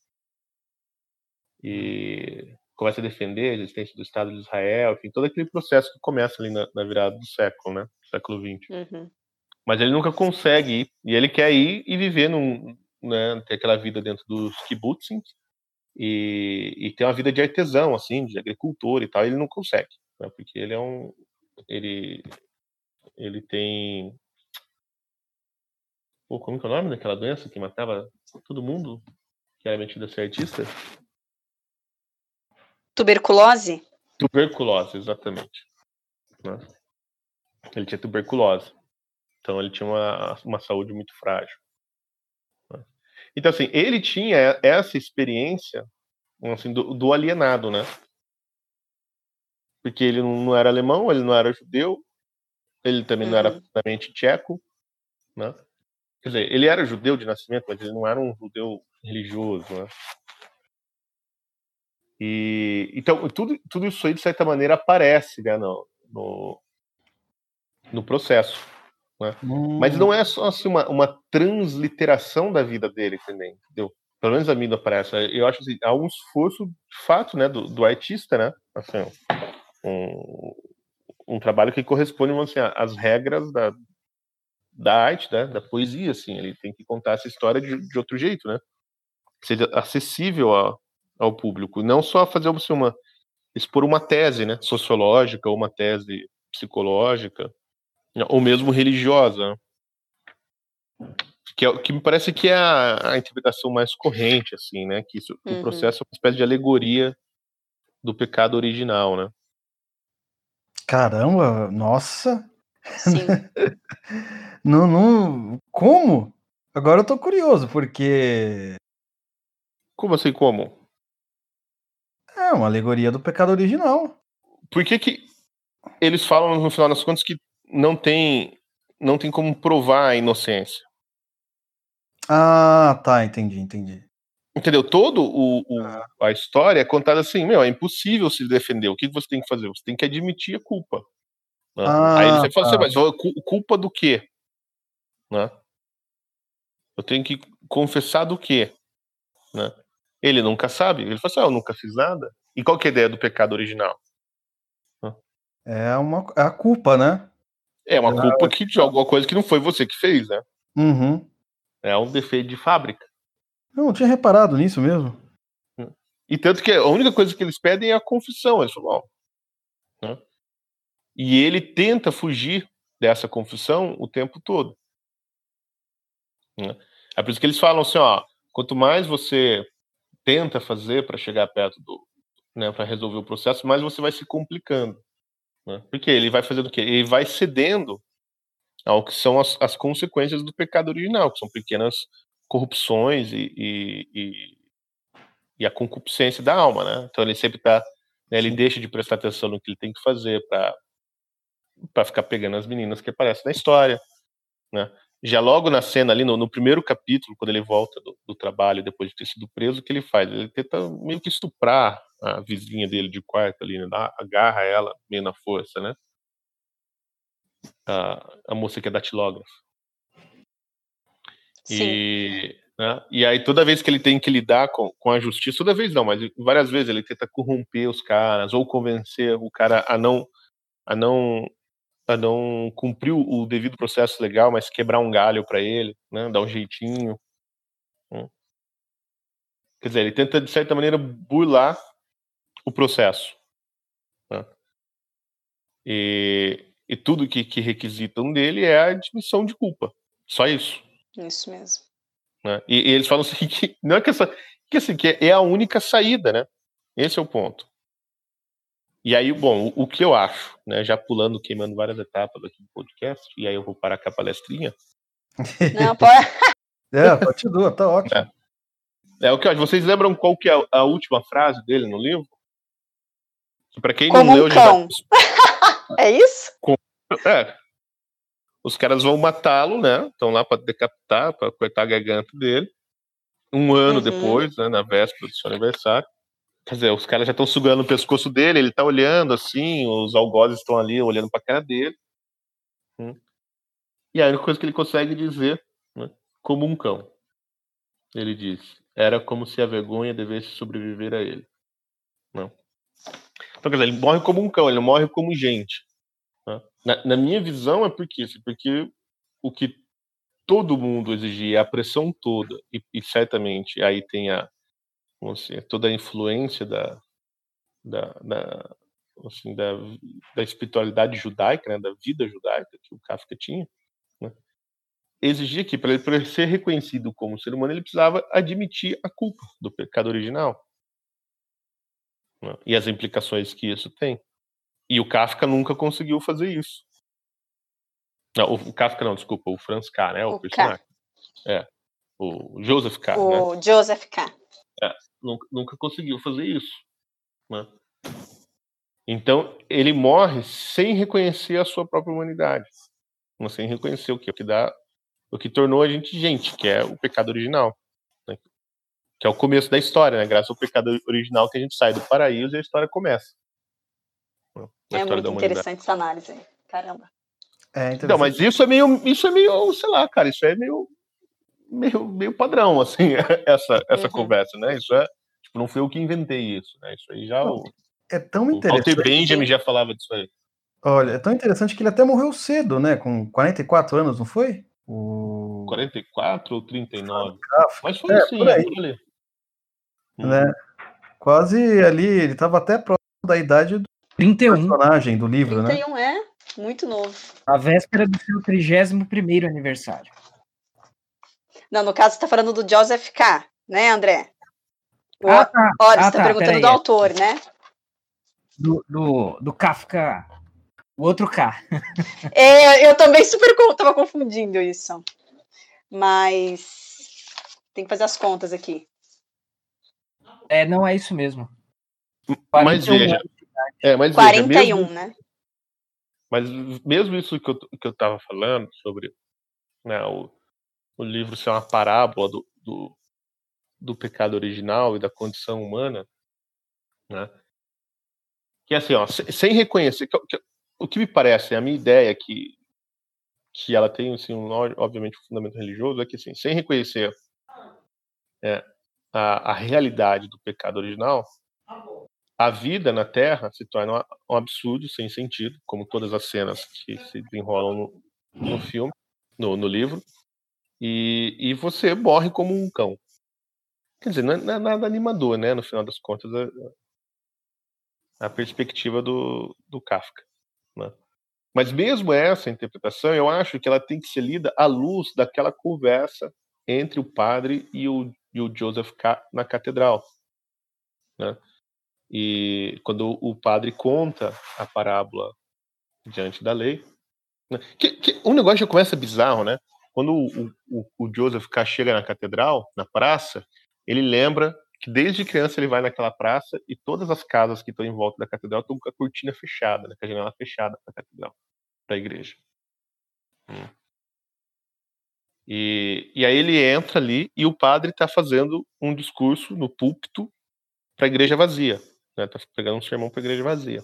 E começa a defender a existência do Estado de Israel, enfim, todo aquele processo que começa ali na, na virada do século, né? Século vinte. Uhum. Mas ele nunca consegue ir, e ele quer ir e viver num, né, ter aquela vida dentro dos kibbutzim e, e ter uma vida de artesão, assim, de agricultor e tal. Ele não consegue, né, porque ele é um, ele, ele tem, pô, como que é o nome daquela doença que matava todo mundo que era metido a ser artista? Tuberculose? Tuberculose, exatamente. Né? Ele tinha tuberculose. Então ele tinha uma, uma saúde muito frágil. Né? Então, assim, ele tinha essa experiência assim, do, do alienado, né? Porque ele não era alemão, ele não era judeu, ele também Uhum. não era plenamente tcheco, né? Quer dizer, ele era judeu de nascimento, mas ele não era um judeu religioso, né? E, então, tudo, tudo isso aí, de certa maneira, aparece, né, no, no, no processo. Né? Hum. Mas não é só assim, uma, uma transliteração da vida dele também, entendeu? Pelo menos a mim não aparece. Eu acho assim, há um esforço, de fato, né, do, do artista, né? Assim, um, um trabalho que corresponde assim, às regras da, da arte, né, da poesia, assim. Ele tem que contar essa história de, de outro jeito, né? Que seja acessível a, ao público, não só fazer assim, uma expor uma tese, né, sociológica ou uma tese psicológica, ou mesmo religiosa, que, é, que me parece que é a, a interpretação mais corrente, assim, né, que isso, uhum. O processo é uma espécie de alegoria do pecado original, né. Caramba, nossa! Sim. não, não, como? Agora eu tô curioso, porque... Como assim, como? É uma alegoria do pecado original. Por que que eles falam, no final das contas, que não tem, não tem como provar a inocência? Ah, tá, entendi, entendi. Entendeu? Todo o, o a história é contada assim, meu, é impossível se defender. O que você tem que fazer? Você tem que admitir a culpa. Né? Ah, aí ele sempre fala tá. assim, mas culpa do quê? Né? Eu tenho que confessar do quê? Né? Ele nunca sabe. Ele fala assim, ah, eu nunca fiz nada. E qual que é a ideia do pecado original? É, uma, é a culpa, né? É uma é, culpa que, de alguma coisa que não foi você que fez, né? Uhum. É um defeito de fábrica. Eu não tinha reparado nisso mesmo. E tanto que a única coisa que eles pedem é a confissão. Eles falam, ó, né? E ele tenta fugir dessa confissão o tempo todo. Né? É por isso que eles falam assim, ó, quanto mais você tenta fazer para chegar perto do, né, para resolver o processo, mais você vai se complicando. Né? Porque ele vai fazendo o quê? Ele vai cedendo ao que são as, as consequências do pecado original, que são pequenas corrupções e, e, e, e a concupiscência da alma, né? Então ele sempre tá, né, ele deixa de prestar atenção no que ele tem que fazer para para ficar pegando as meninas que aparecem na história, né? Já logo na cena ali, no, no primeiro capítulo, quando ele volta do, do trabalho, depois de ter sido preso, o que ele faz? Ele tenta meio que estuprar a vizinha dele de quarto ali, né? Dá, agarra ela meio na força, né? A, a moça que é datilógrafa. E, né? E aí toda vez que ele tem que lidar com, com a justiça, toda vez não, mas várias vezes ele tenta corromper os caras, ou convencer o cara a não... A não a não cumprir o devido processo legal, mas quebrar um galho para ele, né, dar um jeitinho. Né. Quer dizer, ele tenta, de certa maneira, burlar o processo. Né. E, e tudo que, que requisitam dele é a admissão de culpa. Só isso. Isso mesmo. Né. E, e eles falam assim, que não é que essa... Que, assim, que é a única saída, né? Esse é o ponto. E aí, bom, o, o que eu acho, né, já pulando, queimando várias etapas aqui do podcast, e aí eu vou parar com a palestrinha. Não, pode... é, continua, tá ótimo. É. é o que eu acho. Vocês lembram qual que é a, a última frase dele no livro? Para quem Como não leu, um já cão. vai... É isso? É. Os caras vão matá-lo, né? Estão lá para decapitar, para cortar a garganta dele. Um ano Uhum. depois, né, na véspera do seu aniversário. Quer dizer, os caras já estão sugando o pescoço dele, ele tá olhando assim, os algozes estão ali olhando pra cara dele. Hum. E a única coisa que ele consegue dizer, né, como um cão. Ele diz, era como se a vergonha devesse sobreviver a ele. Não. Então, quer dizer, ele morre como um cão, ele não morre como gente. Né? Na, na minha visão é porque, porque o que todo mundo exigia, a pressão toda, e, e certamente aí tem a, Assim, toda a influência da, da, da, assim, da, da espiritualidade judaica, né, da vida judaica que o Kafka tinha, né, exigia que, para ele ser reconhecido como ser humano, ele precisava admitir a culpa do pecado original, né, e as implicações que isso tem. E o Kafka nunca conseguiu fazer isso. Não, o Kafka não, desculpa, o Franz K, né, o, o personagem. K. É, o Joseph K, o né? Joseph K. É, nunca, nunca conseguiu fazer isso, né? Então ele morre sem reconhecer a sua própria humanidade, sem reconhecer o que, o que dá, o que tornou a gente gente, que é o pecado original, né? Que é o começo da história, né? Graças ao pecado original que a gente sai do paraíso e a história começa. Né? É muito interessante essa análise, caramba. É então, mas isso é meio, isso é meio, sei lá, cara, isso é meio meio, meio padrão, assim, essa, essa uhum. conversa, né? Isso é, tipo, não foi eu que inventei isso, né? Isso aí já o, é tão o interessante. Walter Benjamin já falava disso aí. Olha, é tão interessante que ele até morreu cedo, né? Com quarenta e quatro anos, não foi? O... quarenta e quatro ou trinta e nove? Kafka. Mas foi é, assim, por aí. é por ali. Né? Hum. Quase ali, ele estava até próximo da idade do trinta e um. personagem do livro, trinta e um, né? é? Muito novo. A véspera do seu trigésimo primeiro aniversário. Não, no caso, você tá falando do Joseph K., né, André? O... Ah, tá. Olha, ah, você tá, tá perguntando do autor, né? Do, do, do Kafka, o outro K. É, eu também super tava confundindo isso. Mas tem que fazer as contas aqui. É, não é isso mesmo. Mas veja, é, mas quarenta e um, veja, mesmo, né? Mas mesmo isso que eu, que eu tava falando sobre, né, o, o livro ser uma parábola do, do, do pecado original e da condição humana, né? Que assim, ó, sem reconhecer, que, que, o que me parece, a minha ideia é que, que ela tem, assim, um, obviamente, um fundamento religioso, é que, assim, sem reconhecer é, a, a realidade do pecado original, a vida na Terra se torna um absurdo, sem sentido, como todas as cenas que se desenrolam no, no filme, no, no livro, e, e você morre como um cão. Quer dizer, não é, não é nada animador, né? No final das contas, a, a perspectiva do, do Kafka, né? Mas mesmo essa interpretação, eu acho que ela tem que ser lida à luz daquela conversa entre o padre e o, e o Joseph K. na catedral, né? E quando o padre conta a parábola diante da lei, né? que, que um negócio já começa bizarro, né? quando o, o, o Joseph K. chega na catedral, na praça, ele lembra que desde criança ele vai naquela praça e todas as casas que estão em volta da catedral estão com a cortina fechada, né, com a janela fechada para a catedral, para a igreja. Hum. E, e aí ele entra ali e o padre está fazendo um discurso no púlpito para a igreja vazia. Né, tá pregando um sermão para a igreja vazia.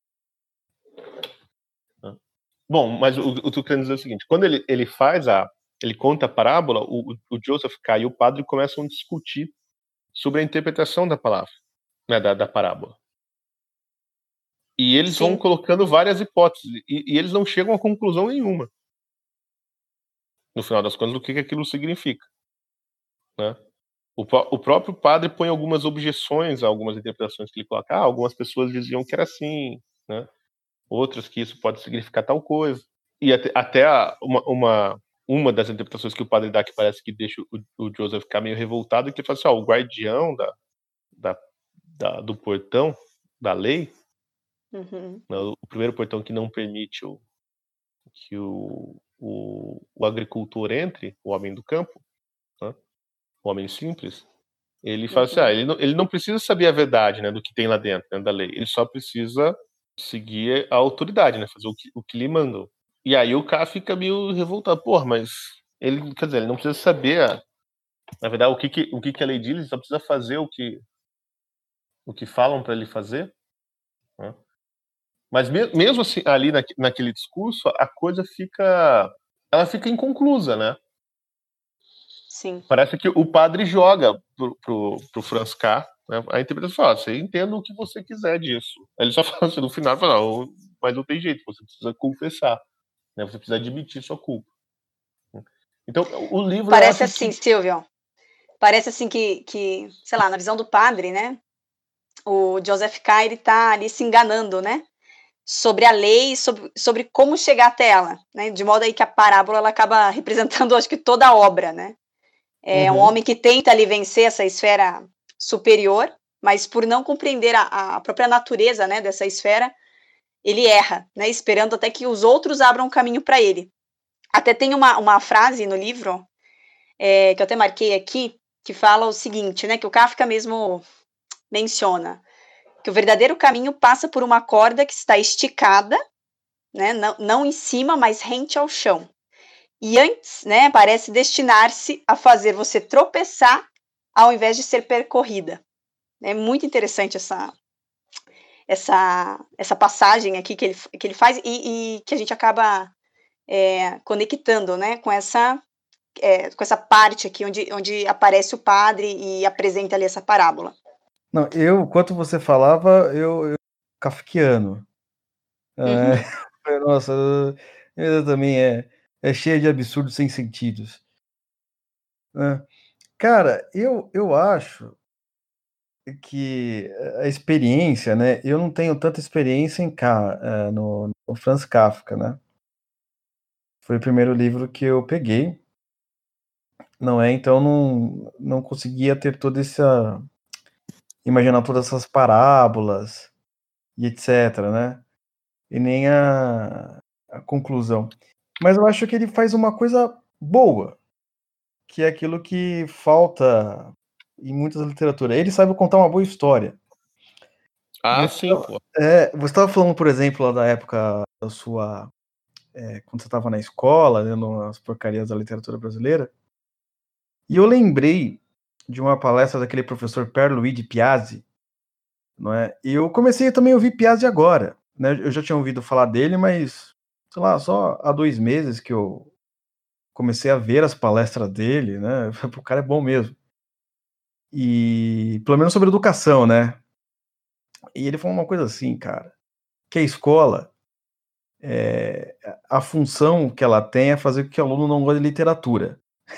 Bom, mas o, o que eu tô querendo dizer é o seguinte, quando ele, ele faz a, ele conta a parábola, o, o Joseph K. e o padre começam a discutir sobre a interpretação da palavra, né, da, da parábola. E eles Sim. vão colocando várias hipóteses, e, e eles não chegam a conclusão nenhuma. No final das contas, do que, que aquilo significa. Né? O, o próprio padre põe algumas objeções a algumas interpretações que ele coloca. Ah, algumas pessoas diziam que era assim, né? Outras que isso pode significar tal coisa. E até, até a, uma, uma, uma das interpretações que o padre dá que parece que deixa o, o Joseph ficar meio revoltado, é que ele fala assim, ó, o guardião da, da, da, do portão, da lei, uhum. né, o, o primeiro portão que não permite o, que o, o, o agricultor entre, o homem do campo, né, o homem simples, ele fala assim, ah, ele não, ele não precisa saber a verdade, né, do que tem lá dentro, né, da lei, ele só precisa seguir a autoridade, né, fazer o que, o que lhe mandam. E aí o cara fica meio revoltado, porra, mas ele, quer dizer, ele não precisa saber, a, na verdade, o que que, o que que a lei diz, ele só precisa fazer o que o que falam para ele fazer, né? Mas me, mesmo assim, ali na, naquele discurso, a coisa fica, ela fica inconclusa, né? Sim. Parece que o padre joga pro, pro, pro Franz K., né? A interpretação fala, você entenda o que você quiser disso. Aí ele só fala assim, no final, fala, não, mas não tem jeito, você precisa confessar, né? Você precisa admitir sua culpa. Então, o livro... Parece assim, que... Silvio, parece assim que, que, sei lá, na visão do padre, né? O Joseph K., ele tá ali se enganando, né? Sobre a lei, sobre, sobre como chegar até ela, né? De modo aí que a parábola, ela acaba representando, acho que, toda a obra, né? É uhum. um homem que tenta ali vencer essa esfera superior, mas por não compreender a, a própria natureza, né, dessa esfera, ele erra, né? Esperando até que os outros abram caminho para ele. Até tem uma, uma frase no livro, é, que eu até marquei aqui, que fala o seguinte, né? Que o Kafka mesmo menciona, que o verdadeiro caminho passa por uma corda que está esticada, né, não, não em cima, mas rente ao chão. E antes, né, parece destinar-se a fazer você tropeçar ao invés de ser percorrida. É muito interessante essa, essa, essa passagem aqui que ele, que ele faz e, e que a gente acaba é, conectando, né, com essa, é, com essa parte aqui onde, onde aparece o padre e apresenta ali essa parábola. Não, eu, enquanto você falava, eu, eu kafkiano. Uhum. É, nossa, eu também é, é cheia de absurdos sem sentidos. É. Cara, eu, eu acho que a experiência, né? Eu não tenho tanta experiência em Ka, no, no Franz Kafka, né? Foi o primeiro livro que eu peguei, não é? Então não, não conseguia ter toda essa... imaginar todas essas parábolas e etc, né? E nem a, a conclusão. Mas eu acho que ele faz uma coisa boa, que é aquilo que falta em muitas literaturas. Ele sabe contar uma boa história. Ah, você sim, tava, pô. É, você estava falando, por exemplo, lá da época da sua... É, quando você estava na escola, lendo as porcarias da literatura brasileira, e eu lembrei de uma palestra daquele professor Pierluigi Piazzi, não é? E eu comecei também a ouvir Piazzi agora, né? Eu já tinha ouvido falar dele, mas, sei lá, só há dois meses que eu comecei a ver as palestras dele, né? O cara é bom mesmo. E, pelo menos sobre educação, né? E ele falou uma coisa assim, cara, que a escola, é, a função que ela tem é fazer com que o aluno não goste de literatura.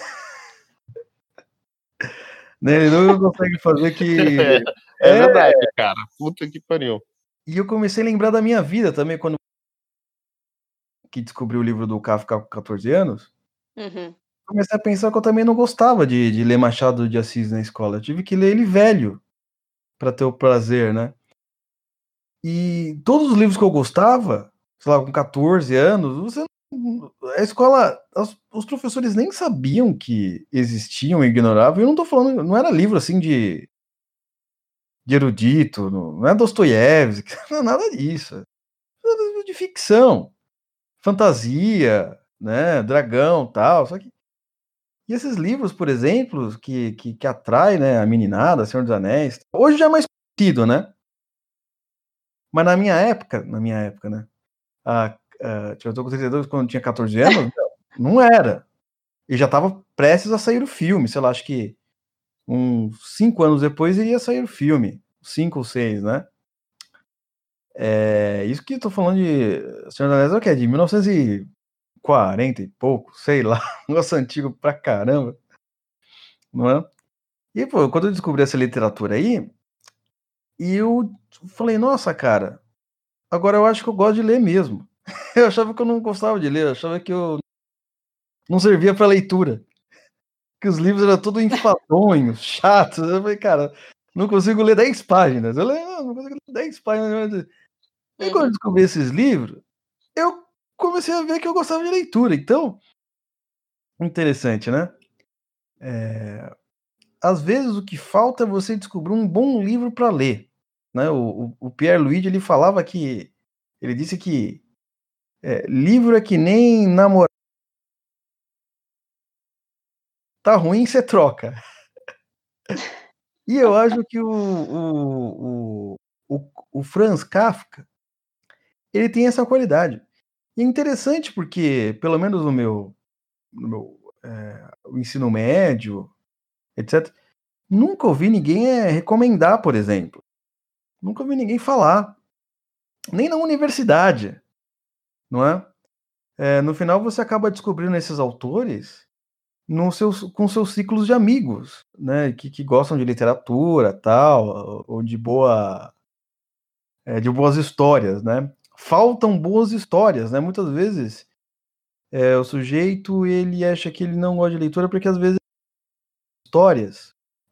Né? Ele não consegue fazer que... É, é, é verdade, cara. Puta que pariu. E eu comecei a lembrar da minha vida também, quando que descobri o livro do Kafka com catorze anos. Uhum. Comecei a pensar que eu também não gostava de, de ler Machado de Assis na escola. Eu tive que ler ele velho para ter o prazer, né? E todos os livros que eu gostava, sei lá, com catorze anos, você a escola, os, os professores nem sabiam que existiam e ignoravam. Eu não tô falando, não era livro assim de, de erudito, não, não é Dostoiévski, não é nada disso. É livro de ficção, fantasia, né, dragão, tal. Só que e esses livros, por exemplo, que que, que atrai, né, a meninada, Senhor dos Anéis. Hoje já é mais conhecido, né? Mas na minha época, na minha época, né? A, a, eu tô com trinta e dois, quando eu tinha catorze anos, não era. E já estava prestes a sair o filme, sei lá, acho que uns cinco anos depois iria sair o filme. Cinco ou seis, né? É, isso que eu tô falando de Senhor dos Anéis é o que? É de mil novecentos e quarenta e pouco, sei lá. Um negócio antigo pra caramba. Não é? E, pô, quando eu descobri essa literatura aí, e eu falei, nossa, cara, agora eu acho que eu gosto de ler mesmo. Eu achava que eu não gostava de ler, eu achava que eu não servia para leitura. Que os livros eram todos enfadonhos, chatos. Eu falei, cara, não consigo ler dez páginas. Eu leio, não, não consigo ler dez páginas. E quando eu descobri esses livros, eu comecei a ver que eu gostava de leitura. Então, interessante, né? É, às vezes o que falta é você descobrir um bom livro para ler. Né? O, o, o Pierre Luigi, ele falava que, ele disse que é, livro é que nem namorar. Tá ruim, você troca. E eu acho que o, o, o, o Franz Kafka, ele tem essa qualidade. E é interessante porque, pelo menos no meu, no meu é, o ensino médio, etcétera, nunca ouvi ninguém é, recomendar, por exemplo. Nunca ouvi ninguém falar. Nem na universidade, não é? É, no final você acaba descobrindo esses autores no seus, com seus ciclos de amigos, né? Que, que gostam de literatura, tal, ou de boa, é, de boas histórias, né? Faltam boas histórias, né? Muitas vezes é, o sujeito ele acha que ele não gosta de leitura porque às vezes histórias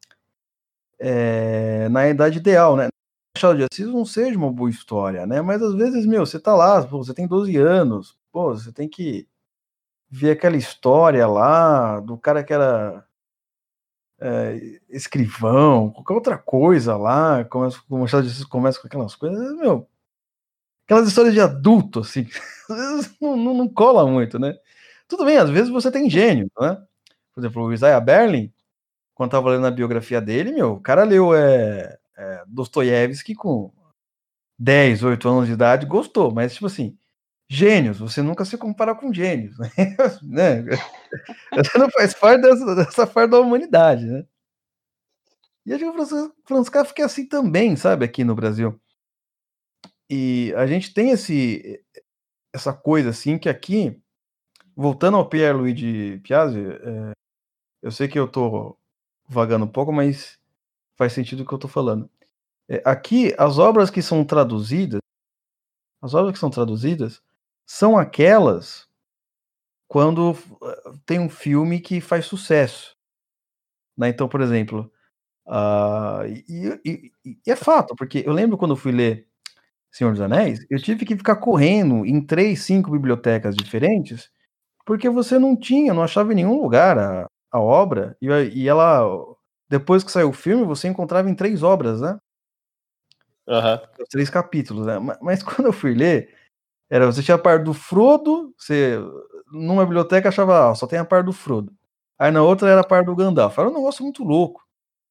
é, na idade ideal, né? Machado de Assis não seja uma boa história, né? Mas às vezes, meu, você tá lá, pô, você tem doze anos, pô, você tem que ver aquela história lá do cara que era é, escrivão, qualquer outra coisa lá, começa, o Machado de Assis começa com aquelas coisas, meu, aquelas histórias de adulto, assim, às vezes não, não, não cola muito, né? Tudo bem, às vezes você tem gênio, né? Por exemplo, o Isaiah Berlin, quando tava lendo a biografia dele, meu, o cara leu é, é, Dostoiévski com dez, oito anos de idade, gostou, mas tipo assim, gênios, você nunca se compara com gênios, né? Você não faz parte dessa, dessa parte da humanidade, né? E acho que o Franz Kafka é assim também, sabe, aqui no Brasil. E a gente tem esse, essa coisa assim que aqui, voltando ao Pierre Luigi Piazzi, é, eu sei que eu tô vagando um pouco, mas faz sentido o que eu tô falando. É, aqui, as obras que são traduzidas, as obras que são traduzidas são aquelas quando tem um filme que faz sucesso. Né? Então, por exemplo, uh, e, e, e é fato, porque eu lembro quando eu fui ler Senhor dos Anéis, eu tive que ficar correndo em três, cinco bibliotecas diferentes, porque você não tinha, não achava em nenhum lugar a, a obra, e, e ela, depois que saiu o filme, você encontrava em três obras, né? Uhum. Os três capítulos, né? Mas, mas quando eu fui ler, era, você tinha a parte do Frodo, você, numa biblioteca achava, ah, só tem a parte do Frodo. Aí na outra era a parte do Gandalf. Era um negócio muito louco.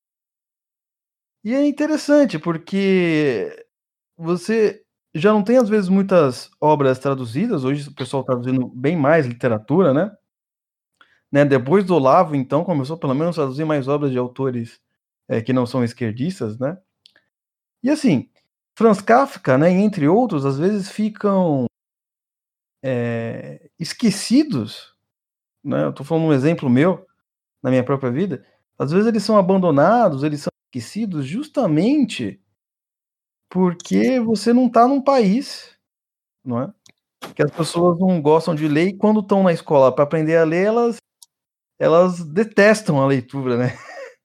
E é interessante, porque você já não tem, às vezes, muitas obras traduzidas. Hoje o pessoal está traduzindo bem mais literatura, né? né? Depois do Olavo, então, começou pelo menos a traduzir mais obras de autores é, que não são esquerdistas, né? E assim, Franz Kafka, né, entre outros, às vezes ficam é, esquecidos, né? Eu estou falando um exemplo meu, na minha própria vida. Às vezes eles são abandonados, eles são esquecidos justamente porque você não está num país, não é? Que as pessoas não gostam de ler e quando estão na escola para aprender a ler, elas, elas detestam a leitura, né?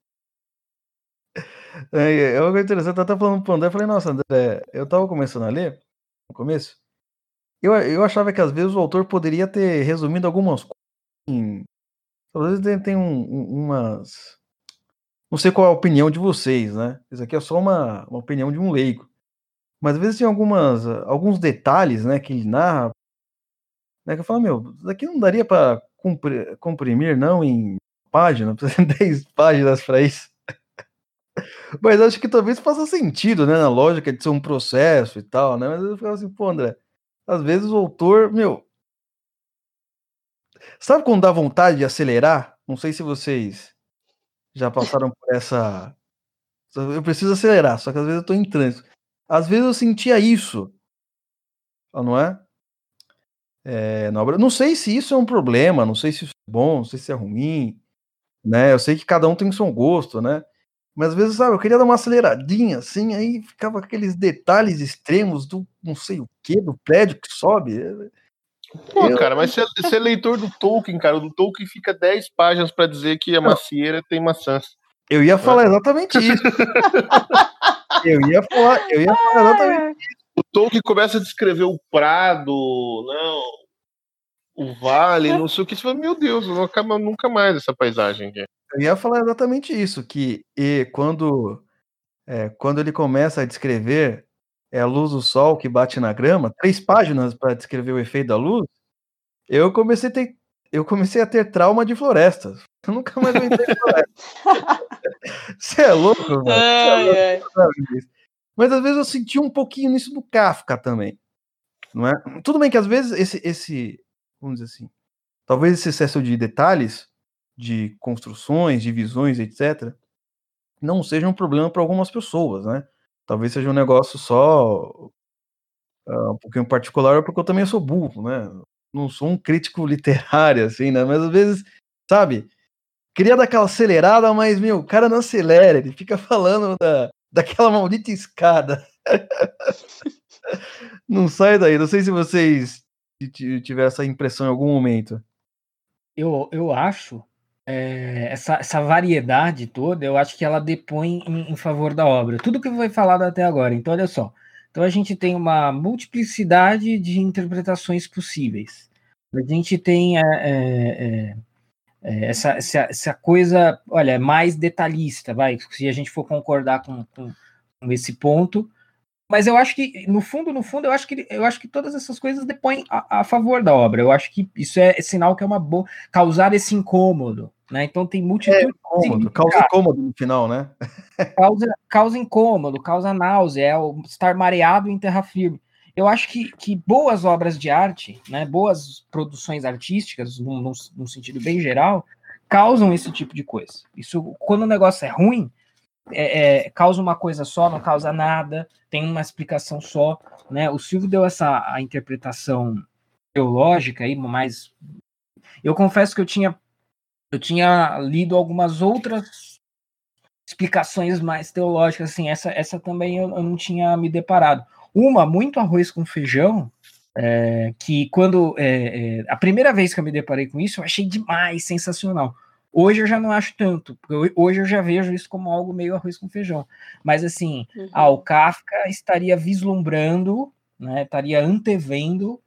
É, é algo interessante, eu estava falando pro André, eu falei, nossa, André, eu estava começando a ler, no começo, eu, eu achava que às vezes o autor poderia ter resumido algumas coisas. Às vezes tem, tem um, um, umas... Não sei qual é a opinião de vocês, né? Isso aqui é só uma, uma opinião de um leigo. Mas às vezes tem algumas, alguns detalhes, né, que ele narra, né, que eu falo, meu, isso daqui não daria para comprimir, não, em página, precisa de dez páginas para isso. Mas acho que talvez faça sentido, né, na lógica de ser um processo e tal, né? Mas eu ficava assim, pô, André, às vezes o autor, meu... Sabe quando dá vontade de acelerar? Não sei se vocês já passaram por essa... Eu preciso acelerar, só que às vezes eu tô em trânsito. Às vezes eu sentia isso, não é? É, na obra. Não sei se isso é um problema, não sei se isso é bom, não sei se é ruim, né? Eu sei que cada um tem o seu gosto, né? Mas às vezes, sabe, eu queria dar uma aceleradinha, assim, aí ficava aqueles detalhes extremos do não sei o que, do prédio que sobe. Pô, eu... cara, mas você, você é leitor do Tolkien, cara. O do Tolkien fica dez páginas para dizer que a macieira tem maçãs. Eu ia falar é? exatamente isso. eu ia falar, eu ia falar exatamente isso. O Tolkien começa a descrever o prado, não, o vale, não sei o que. Você fala, meu Deus, não acaba nunca mais essa paisagem aqui. Eu ia falar exatamente isso, que e quando, é, quando ele começa a descrever é a luz do sol que bate na grama, três páginas para descrever o efeito da luz, eu comecei a ter, eu comecei a ter trauma de florestas. Eu nunca mais entrei em floresta. Você é louco, velho? É louco. Mas às vezes eu senti um pouquinho nisso do Kafka também, não é? Tudo bem que às vezes esse, esse vamos dizer assim, talvez esse excesso de detalhes, de construções, de visões, etcétera, não seja um problema para algumas pessoas, né? Talvez seja um negócio só uh, um pouquinho particular, porque eu também sou burro, né? Não sou um crítico literário, assim, né? Mas às vezes, sabe, queria dar aquela acelerada, mas, meu, o cara não acelera, ele fica falando da, daquela maldita escada. Não sai daí. Não sei se vocês tiveram essa impressão em algum momento. Eu, eu acho é, essa, essa variedade toda, eu acho que ela depõe em, em favor da obra. Tudo que foi falado até agora. Então, olha só. Então, a gente tem uma multiplicidade de interpretações possíveis. A gente tem é, é, é, essa, essa, essa coisa, olha, mais detalhista, vai, se a gente for concordar com, com, com esse ponto. Mas eu acho que, no fundo, no fundo, eu acho que, eu acho que todas essas coisas depõem a, a favor da obra. Eu acho que isso é, é sinal que é uma boa... Causar esse incômodo, né? Então tem multitude... É, incômodo, causa incômodo no final, né? causa, causa incômodo, causa náusea, é o estar mareado em terra firme. Eu acho que, que boas obras de arte, né, boas produções artísticas, num, num, num sentido bem geral, causam esse tipo de coisa. Isso, quando o negócio é ruim, É, é, causa uma coisa só, não causa nada, tem uma explicação só, né? O Silvio deu essa a interpretação teológica aí, mas eu confesso que eu tinha eu tinha lido algumas outras explicações mais teológicas, assim, essa, essa também eu, eu não tinha me deparado. Uma, muito arroz com feijão, é, que quando é, é, a primeira vez que eu me deparei com isso, eu achei demais, sensacional. Hoje eu já não acho tanto, porque hoje eu já vejo isso como algo meio arroz com feijão. Mas assim, uhum. ah, o Kafka estaria vislumbrando, né, estaria antevendo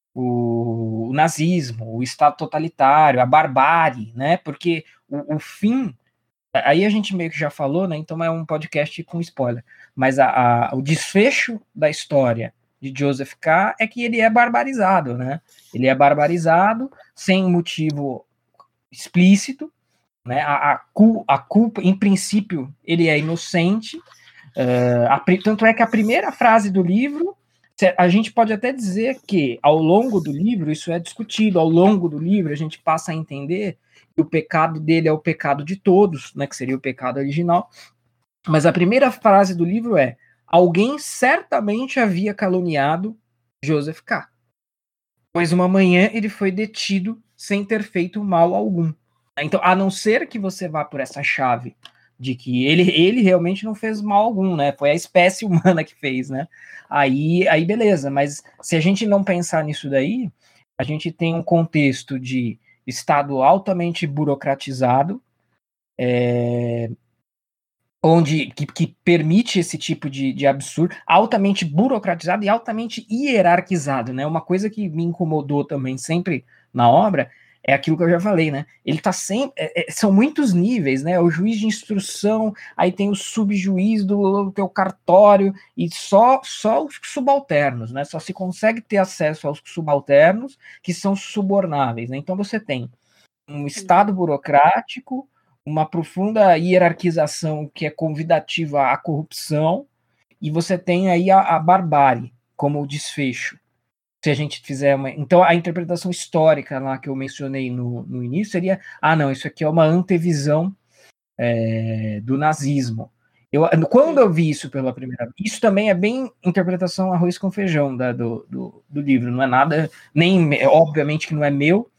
o, o nazismo, o Estado totalitário, a barbárie, né? Porque o, o fim, aí a gente meio que já falou, né? Então é um podcast com spoiler. Mas a, a, o desfecho da história de Joseph K. é que ele é barbarizado, né? Ele é barbarizado sem motivo explícito, né? A, a, a culpa, em princípio, ele é inocente. Uh, a, tanto é que a primeira frase do livro, a gente pode até dizer que ao longo do livro, isso é discutido, ao longo do livro a gente passa a entender que o pecado dele é o pecado de todos, né? Que seria o pecado original. Mas a primeira frase do livro é: alguém certamente havia caluniado Joseph K. Pois uma manhã ele foi detido sem ter feito mal algum. Então, a não ser que você vá por essa chave de que ele, ele realmente não fez mal algum, né? Foi a espécie humana que fez, né? Aí, aí beleza, mas se a gente não pensar nisso daí, a gente tem um contexto de Estado altamente burocratizado, é, onde que, que permite esse tipo de, de absurdo, altamente burocratizado e altamente hierarquizado, né? Uma coisa que me incomodou também sempre na obra é aquilo que eu já falei, né? Ele tá sempre... É, é, são muitos níveis, né? O juiz de instrução, aí tem o subjuiz do, do teu cartório, e só, só os subalternos, né? Só se consegue ter acesso aos subalternos que são subornáveis, né? Então você tem um estado burocrático, uma profunda hierarquização que é convidativa à corrupção, e você tem aí a, a barbárie como desfecho. Se a gente fizer uma... Então, a interpretação histórica lá que eu mencionei no, no início seria, ah, não, isso aqui é uma antevisão é, do nazismo. Eu, quando eu vi isso pela primeira vez, isso também é bem interpretação arroz com feijão da, do, do, do livro, não é nada, nem, obviamente que não é meu,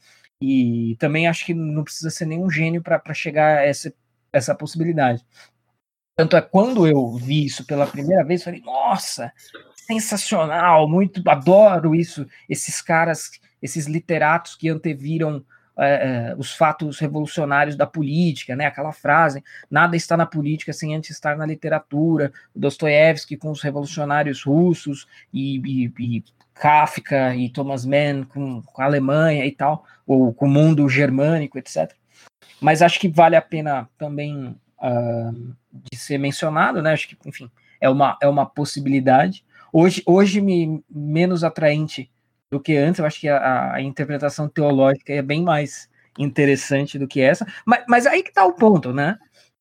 e também acho que não precisa ser nenhum gênio para chegar a essa, essa possibilidade. Tanto é, quando eu vi isso pela primeira vez, falei, nossa, sensacional, muito, adoro isso, esses caras, esses literatos que anteviram é, os fatos revolucionários da política, né? Aquela frase, nada está na política sem antes estar na literatura, Dostoiévski com os revolucionários russos, e, e, e Kafka e Thomas Mann com, com a Alemanha e tal, ou com o mundo germânico, etcétera. Mas acho que vale a pena também uh, de ser mencionado, né? Acho que, enfim, é uma, é uma possibilidade. Hoje, hoje me, menos atraente do que antes, eu acho que a, a interpretação teológica é bem mais interessante do que essa, mas, mas aí que está o ponto, né?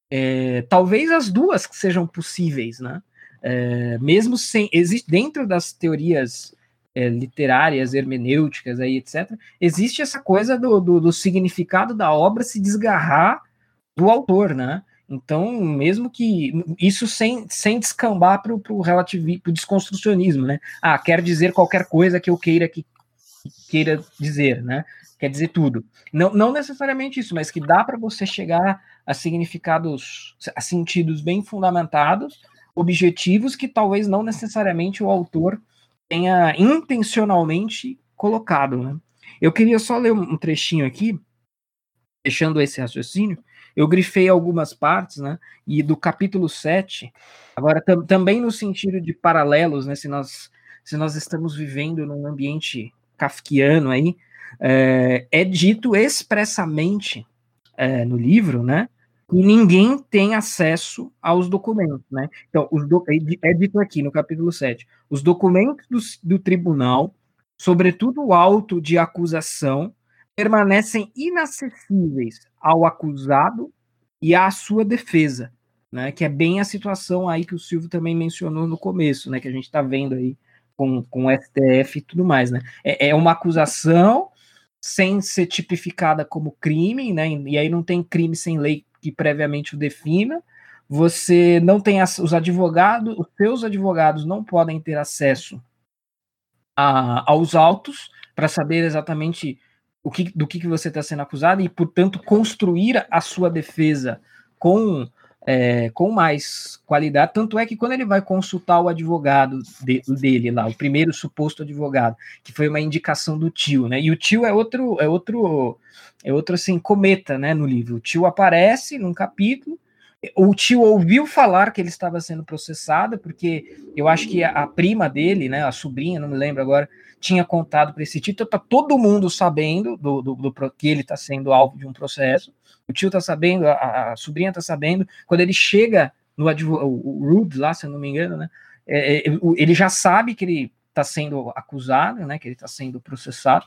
É, talvez as duas sejam possíveis, né? É, mesmo sem, existe dentro das teorias é, literárias, hermenêuticas, aí, etcétera, existe essa coisa do, do, do significado da obra se desgarrar do autor, né? Então, mesmo que isso sem, sem descambar para o relativismo, para o desconstrucionismo, né? Ah, quer dizer qualquer coisa que eu queira que, que queira dizer, né? Quer dizer tudo. Não, não necessariamente isso, mas que dá para você chegar a significados, a sentidos bem fundamentados, objetivos que talvez não necessariamente o autor tenha intencionalmente colocado, né? Eu queria só ler um trechinho aqui, fechando esse raciocínio. Eu grifei algumas partes, né? E do capítulo sete, agora tam, também no sentido de paralelos, né? Se nós, se nós estamos vivendo num ambiente kafkiano aí, é, é dito expressamente é, no livro, né? Que ninguém tem acesso aos documentos, né? Então, os do, é dito aqui no capítulo sete, os documentos do, do tribunal, sobretudo o auto de acusação, permanecem inacessíveis ao acusado e à sua defesa, né? Que é bem a situação aí que o Silvio também mencionou no começo, né? Que a gente está vendo aí com, com o S T F e tudo mais, né? É, é uma acusação sem ser tipificada como crime, né? E aí não tem crime sem lei que previamente o defina. Você não tem as, os advogados, os seus advogados não podem ter acesso a, aos autos para saber exatamente o que, do que, que você está sendo acusado e, portanto, construir a sua defesa com, é, com mais qualidade. Tanto é que quando ele vai consultar o advogado de, dele lá, o primeiro suposto advogado, que foi uma indicação do tio, né? E o tio é outro, é outro, é outro assim, cometa, né, no livro. O tio aparece num capítulo, o tio ouviu falar que ele estava sendo processado, porque eu acho que a, a prima dele, né, a sobrinha, não me lembro agora, tinha contado para esse tio, então tá todo mundo sabendo do, do, do, que ele está sendo alvo de um processo, o tio está sabendo, a, a sobrinha está sabendo, quando ele chega no advogado, o Rude lá, se eu não me engano, né, é, é, ele já sabe que ele está sendo acusado, né, que ele está sendo processado,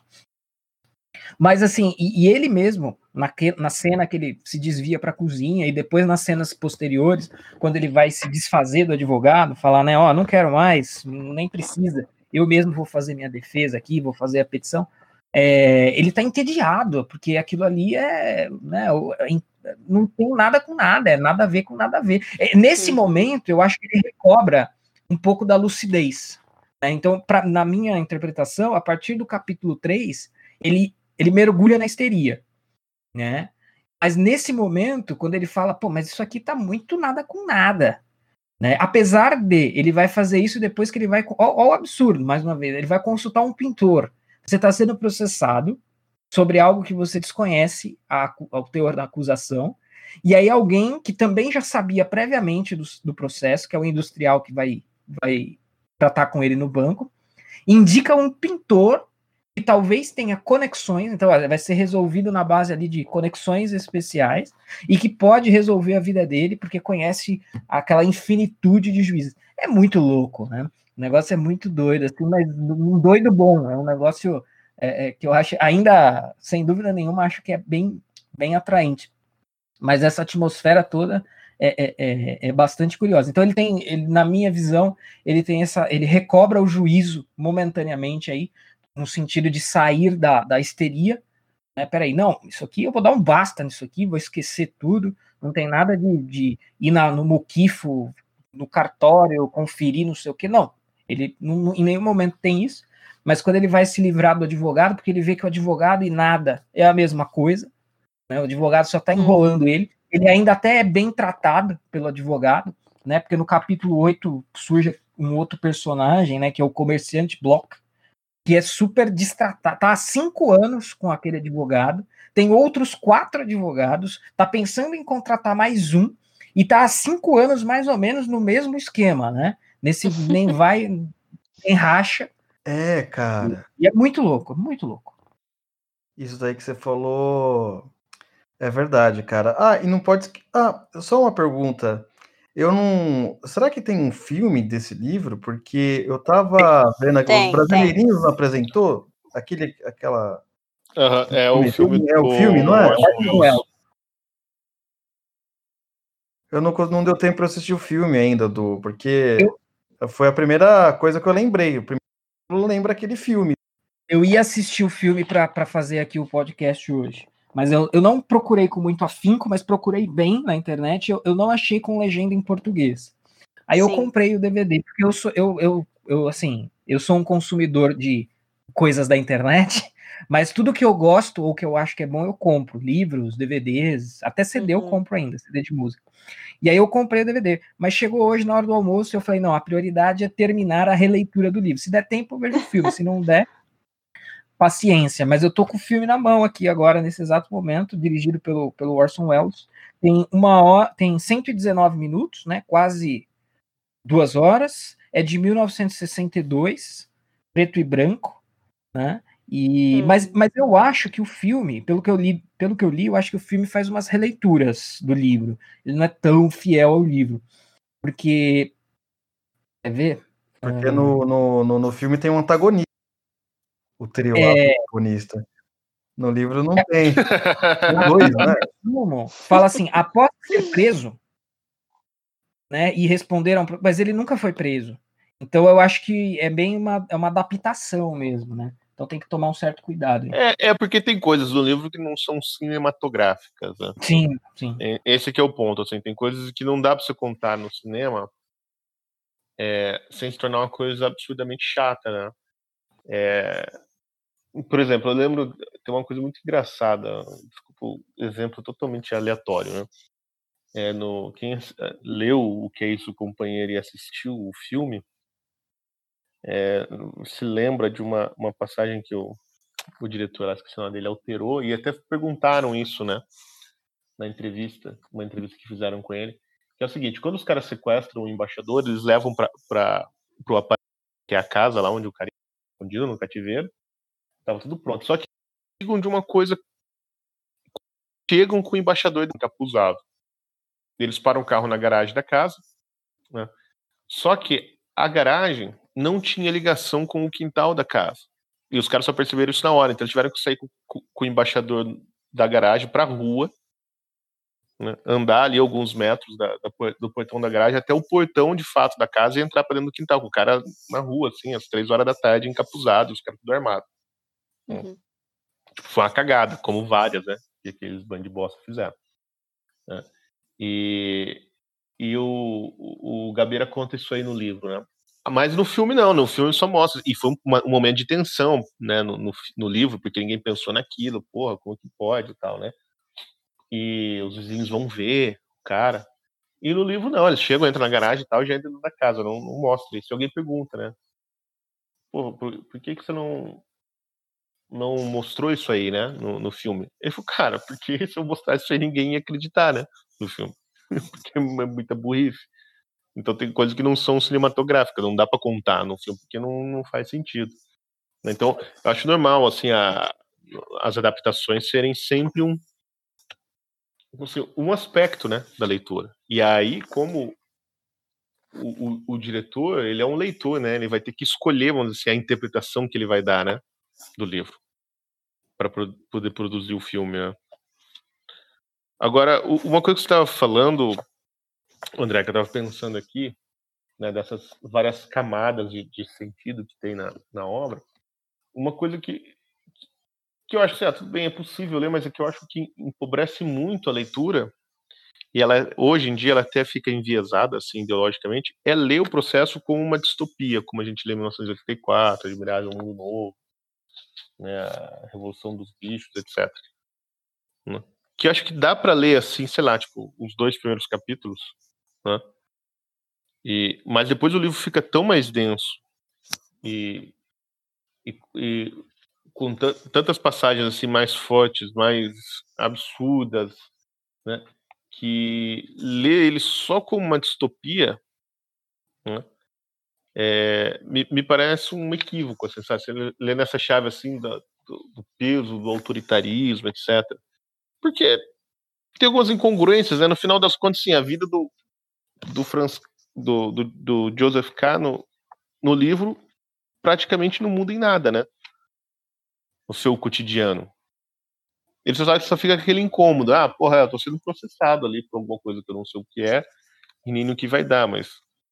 mas assim, e, e ele mesmo, na, que, na cena que ele se desvia para a cozinha, e depois nas cenas posteriores, quando ele vai se desfazer do advogado, falar, né, ó, oh, não quero mais, nem precisa, eu mesmo vou fazer minha defesa aqui, vou fazer a petição, é, ele está entediado, porque aquilo ali é, né, não tem nada com nada, é nada a ver com nada a ver. É, nesse Sim. momento, eu acho que ele recobra um pouco da lucidez, né? Então, pra, na minha interpretação, a partir do capítulo três, ele ele mergulha na histeria, né? Mas nesse momento, quando ele fala, pô, mas isso aqui tá muito nada com nada, né? Apesar de, ele vai fazer isso depois que ele vai, ó, ó o absurdo, mais uma vez, ele vai consultar um pintor. Você está sendo processado sobre algo que você desconhece a, o teor da acusação, E aí alguém que também já sabia previamente do, do processo, que é o industrial que vai, vai tratar com ele no banco, indica um pintor que talvez tenha conexões, então vai ser resolvido na base ali de conexões especiais e que pode resolver a vida dele porque conhece aquela infinitude de juízes. É muito louco, né? O negócio é muito doido, assim, mas um doido bom, é um negócio é, é, que eu acho, ainda, sem dúvida nenhuma, acho que é bem, bem atraente. Mas essa atmosfera toda é, é, é, é bastante curiosa. Então ele tem, ele, na minha visão, ele tem essa, ele recobra o juízo momentaneamente aí, no sentido de sair da, da histeria, né? Peraí, não, isso aqui eu vou dar um basta nisso aqui, vou esquecer tudo, não tem nada de, de ir na, no muquifo, no cartório, conferir, não sei o que, não. Ele não, em nenhum momento tem isso, mas quando ele vai se livrar do advogado, porque ele vê que o advogado e nada é a mesma coisa, né? O advogado só está enrolando hum. ele, ele ainda até é bem tratado pelo advogado, né? Porque no capítulo oito surge um outro personagem, né? Que é o comerciante Bloch, que é super destratado, tá há cinco anos com aquele advogado, tem outros quatro advogados, tá pensando em contratar mais um, e tá há cinco anos mais ou menos no mesmo esquema, né? Nesse nem vai, nem racha. É, cara. E é muito louco, muito louco. Isso daí que você falou é verdade, cara. Ah, e não pode... Ah, só uma pergunta. Eu não... Será que tem um filme desse livro? Porque eu tava vendo aqui, os Brasileirinhos não apresentou aquele, aquela... Uhum, é o filme, é o filme, não é? Orson Welles. Eu não, não deu tempo para assistir o filme ainda, do, porque eu... foi a primeira coisa que eu lembrei. O primeiro eu lembro aquele filme. Eu ia assistir o filme para fazer aqui o podcast hoje. Mas eu, eu não procurei com muito afinco, mas procurei bem na internet. Eu, eu não achei com legenda em português. Aí Sim. eu comprei o D V D, porque eu sou, eu, eu, eu, assim, eu sou um consumidor de coisas da internet, mas tudo que eu gosto ou que eu acho que é bom, eu compro. Livros, D V Ds, até C D uhum. eu compro ainda, C D de música. E aí eu comprei o D V D. Mas chegou hoje, na hora do almoço, eu falei, não, a prioridade é terminar a releitura do livro. Se der tempo, eu vejo o filme. Se não der, paciência, mas eu tô com o filme na mão aqui agora, nesse exato momento, dirigido pelo, pelo Orson Welles. Tem uma hora, tem cento e dezenove minutos, né? Quase duas horas. É de mil novecentos e sessenta e dois, preto e branco, né? E, hum. mas, mas eu acho que o filme, pelo que eu li, pelo que eu li, eu acho que o filme faz umas releituras do livro. Ele não é tão fiel ao livro, porque quer ver? Porque hum. no, no, no, no filme tem um antagonista. O trio lá, é... protagonista. No livro não é... tem. Tem dois, né? Fala assim, após ser preso, né, e responderam, mas ele nunca foi preso. Então eu acho que é bem uma, é uma adaptação mesmo, né? Então tem que tomar um certo cuidado. É, é porque tem coisas do livro que não são cinematográficas, né? Sim, sim. Esse que é o ponto, assim, tem coisas que não dá para você contar no cinema é, sem se tornar uma coisa absurdamente chata, né? É, por exemplo, eu lembro, tem uma coisa muito engraçada, desculpa, exemplo totalmente aleatório, né? É, no, quem leu O Que É Isso, Companheiro, e assistiu o filme, é, se lembra de uma, uma passagem que o, o diretor, acho que o nome dele, alterou, e até perguntaram isso, né? Na entrevista, uma entrevista que fizeram com ele, que é o seguinte: quando os caras sequestram o embaixador, eles levam para o apartamento, que é a casa lá onde o cara é escondido, no cativeiro, tava tudo pronto. Só que chegam de uma coisa, chegam com o embaixador encapuzado. Eles param o carro na garagem da casa, né? Só que a garagem não tinha ligação com o quintal da casa. E os caras só perceberam isso na hora, então eles tiveram que sair com, com, com o embaixador da garagem para a rua, né, andar ali alguns metros da, da, do portão da garagem até o portão de fato da casa e entrar para dentro do quintal, com o cara na rua, assim, às três horas da tarde, encapuzado, os caras tudo armados. Uhum. Tipo, foi uma cagada, como várias, né, que aqueles bandos de bosta fizeram. Né? E, e o, o, o Gabeira conta isso aí no livro, né? Mas no filme não, no filme só mostra, e foi um, um momento de tensão, né, no, no, no livro, porque ninguém pensou naquilo, porra, como que pode e tal, né? E os vizinhos vão ver o cara. E no livro não, eles chegam, entram na garagem e tal, e já entram dentro da casa, não, não mostra isso. Se alguém pergunta, né? Pô, por, por que que você não não mostrou isso aí, né, no, no filme? Ele falou, cara, porque se eu mostrasse isso aí, ninguém ia acreditar, né, no filme. Porque é muita burrice. Então tem coisas que não são cinematográficas, não dá pra contar no filme, porque não, não faz sentido. Então, eu acho normal, assim, a, as adaptações serem sempre um, assim, um aspecto, né, da leitura. E aí, como o, o, o diretor, ele é um leitor, né, ele vai ter que escolher, vamos dizer assim, a interpretação que ele vai dar, né, do livro, para pro, poder produzir o filme, né. Agora, o, uma coisa que você estava falando, André, que eu estava pensando aqui, né, dessas várias camadas de, de sentido que tem na, na obra, uma coisa que, que eu acho que, ah, tudo bem, é possível ler, mas é que eu acho que empobrece muito a leitura, e ela, hoje em dia, ela até fica enviesada, assim, ideologicamente, é ler o processo como uma distopia, como a gente lê em mil novecentos e oitenta e quatro, Admirável Mundo Novo, né, a Revolução dos Bichos, etcétera. Né? Que eu acho que dá para ler, assim, sei lá, tipo, os dois primeiros capítulos, né? E, mas depois o livro fica tão mais denso e, e, e com tantas passagens assim mais fortes, mais absurdas, né, que ler ele só como uma distopia, né, é, me, me parece um equívoco, assim, sabe? Você lê nessa chave assim do, do peso, do autoritarismo, etcétera. Porque tem algumas incongruências, né? No final das contas, sim, a vida do do, Franz, do, do, do Joseph K. No, no livro praticamente não muda em nada, né? O seu cotidiano. Ele só, só fica aquele incômodo. Ah, porra, eu tô sendo processado ali por alguma coisa que eu não sei o que é e nem no que vai dar, mas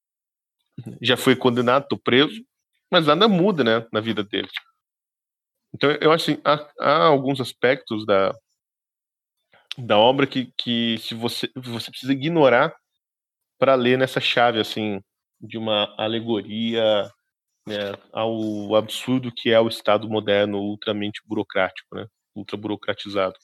já foi condenado, tô preso, mas nada muda, né, na vida dele. Então eu acho assim, há, há alguns aspectos da, da obra que, que se você, você precisa ignorar para ler nessa chave, assim, de uma alegoria, né, ao absurdo que é o Estado moderno ultramente burocrático, né, ultra burocratizado.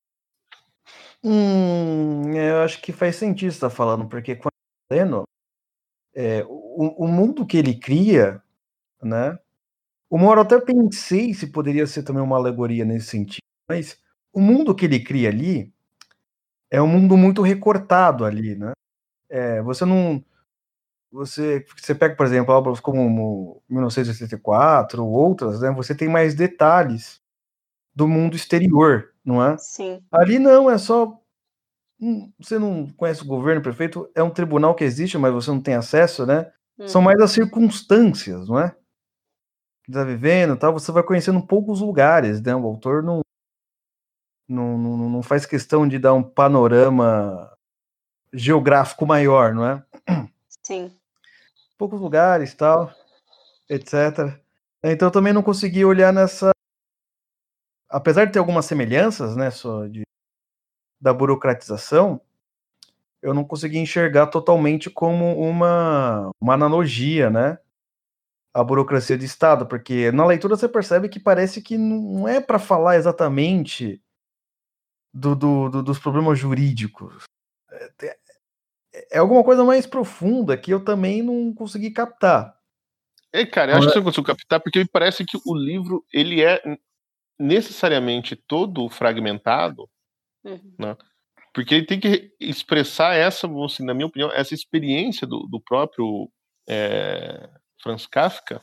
Hum, eu acho que faz sentido você estar falando, porque quando lendo, é, o, o mundo que ele cria, né? Uma hora eu até pensei se poderia ser também uma alegoria nesse sentido, mas o mundo que ele cria ali é um mundo muito recortado ali, né? É, você não, você, você pega, por exemplo, obras como mil novecentos e oitenta e quatro ou outras, né? Você tem mais detalhes do mundo exterior, não é? Sim. Ali não, é só você não conhece o governo, o prefeito, é um tribunal que existe, mas você não tem acesso, né? Hum. São mais as circunstâncias, não é? Que está vivendo, tal, você vai conhecendo poucos lugares, né? O autor não, não, não, não faz questão de dar um panorama geográfico maior, não é? Sim. Poucos lugares, tal, etcétera. Então eu também não consegui olhar nessa... Apesar de ter algumas semelhanças, né, só de, da burocratização, eu não consegui enxergar totalmente como uma, uma analogia, né, à burocracia de Estado, porque na leitura você percebe que parece que não é para falar exatamente do, do, do, dos problemas jurídicos. É, é alguma coisa mais profunda que eu também não consegui captar. É, cara, eu acho que você não conseguiu captar, porque me parece que o livro, ele é necessariamente todo fragmentado, uhum, né? Porque ele tem que expressar essa, assim, na minha opinião, essa experiência do, do próprio é, Franz Kafka,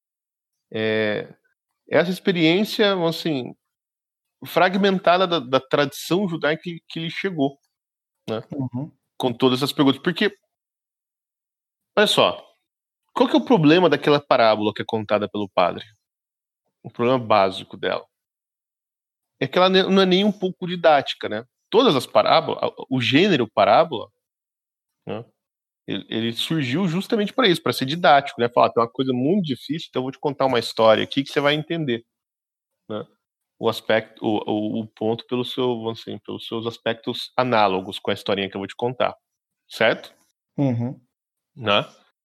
é, essa experiência, assim, fragmentada da, da tradição judaica que, que lhe chegou, né? Uhum. Com todas essas perguntas. Porque, olha só, qual que é o problema daquela parábola que é contada pelo padre? O problema básico dela é que ela não é nem um pouco didática, né? Todas as parábolas, o gênero parábola, né, ele, ele surgiu justamente para isso, para ser didático, né? Falar, tem uma coisa muito difícil, então eu vou te contar uma história aqui que você vai entender, né? O aspecto, o, o, o ponto pelo seu, assim, pelos seus aspectos análogos com a historinha que eu vou te contar, certo? Uhum. Né?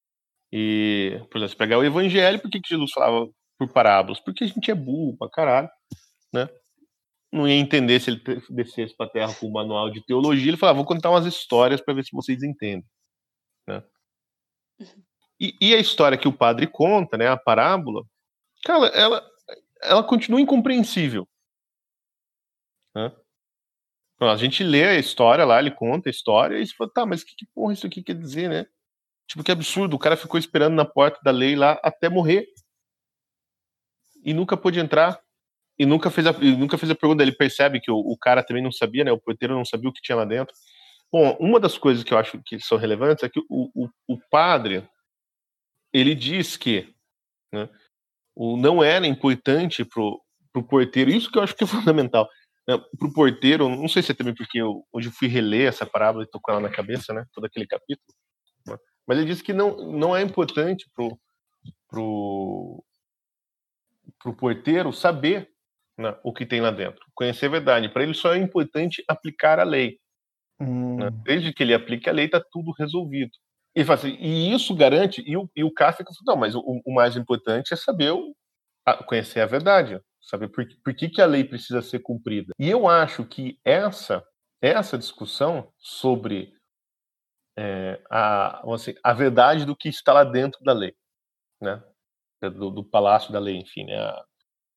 E, por exemplo, se pegar o Evangelho, por que, que Jesus falava por parábolas? Porque a gente é burro pra caralho, né? Não ia entender se ele descesse pra terra com um manual de teologia. Ele falava, vou contar umas histórias para ver se vocês entendem, né? E, e a história que o padre conta, né, a parábola, cara, ela, ela continua incompreensível. Né? A gente lê a história lá, ele conta a história, e você fala, tá, mas que, que porra isso aqui quer dizer, né? Tipo, que absurdo, o cara ficou esperando na porta da lei lá até morrer. E nunca pôde entrar. E nunca fez a, e nunca fez a pergunta. Ele percebe que o, o cara também não sabia, né? O porteiro não sabia o que tinha lá dentro. Bom, uma das coisas que eu acho que são relevantes é que o, o, o padre, ele diz que, né, o não era importante pro, pro porteiro, isso que eu acho que é fundamental, né, pro porteiro, não sei se é também porque eu, hoje eu fui reler essa parábola e tô com ela na cabeça, né, todo aquele capítulo, né, mas ele diz que não, não é importante pro, pro, pro porteiro saber, né, o que tem lá dentro, conhecer a verdade. Para ele só é importante aplicar a lei. Hum. Né? Desde que ele aplique a lei, está tudo resolvido. E, assim, e isso garante, e o, e o Kafka falou, não, mas o, o mais importante é saber, o, a, conhecer a verdade, saber por, por que, que a lei precisa ser cumprida. E eu acho que essa, essa discussão sobre é, a, assim, a verdade do que está lá dentro da lei, né? do, do palácio da lei, enfim, né? A,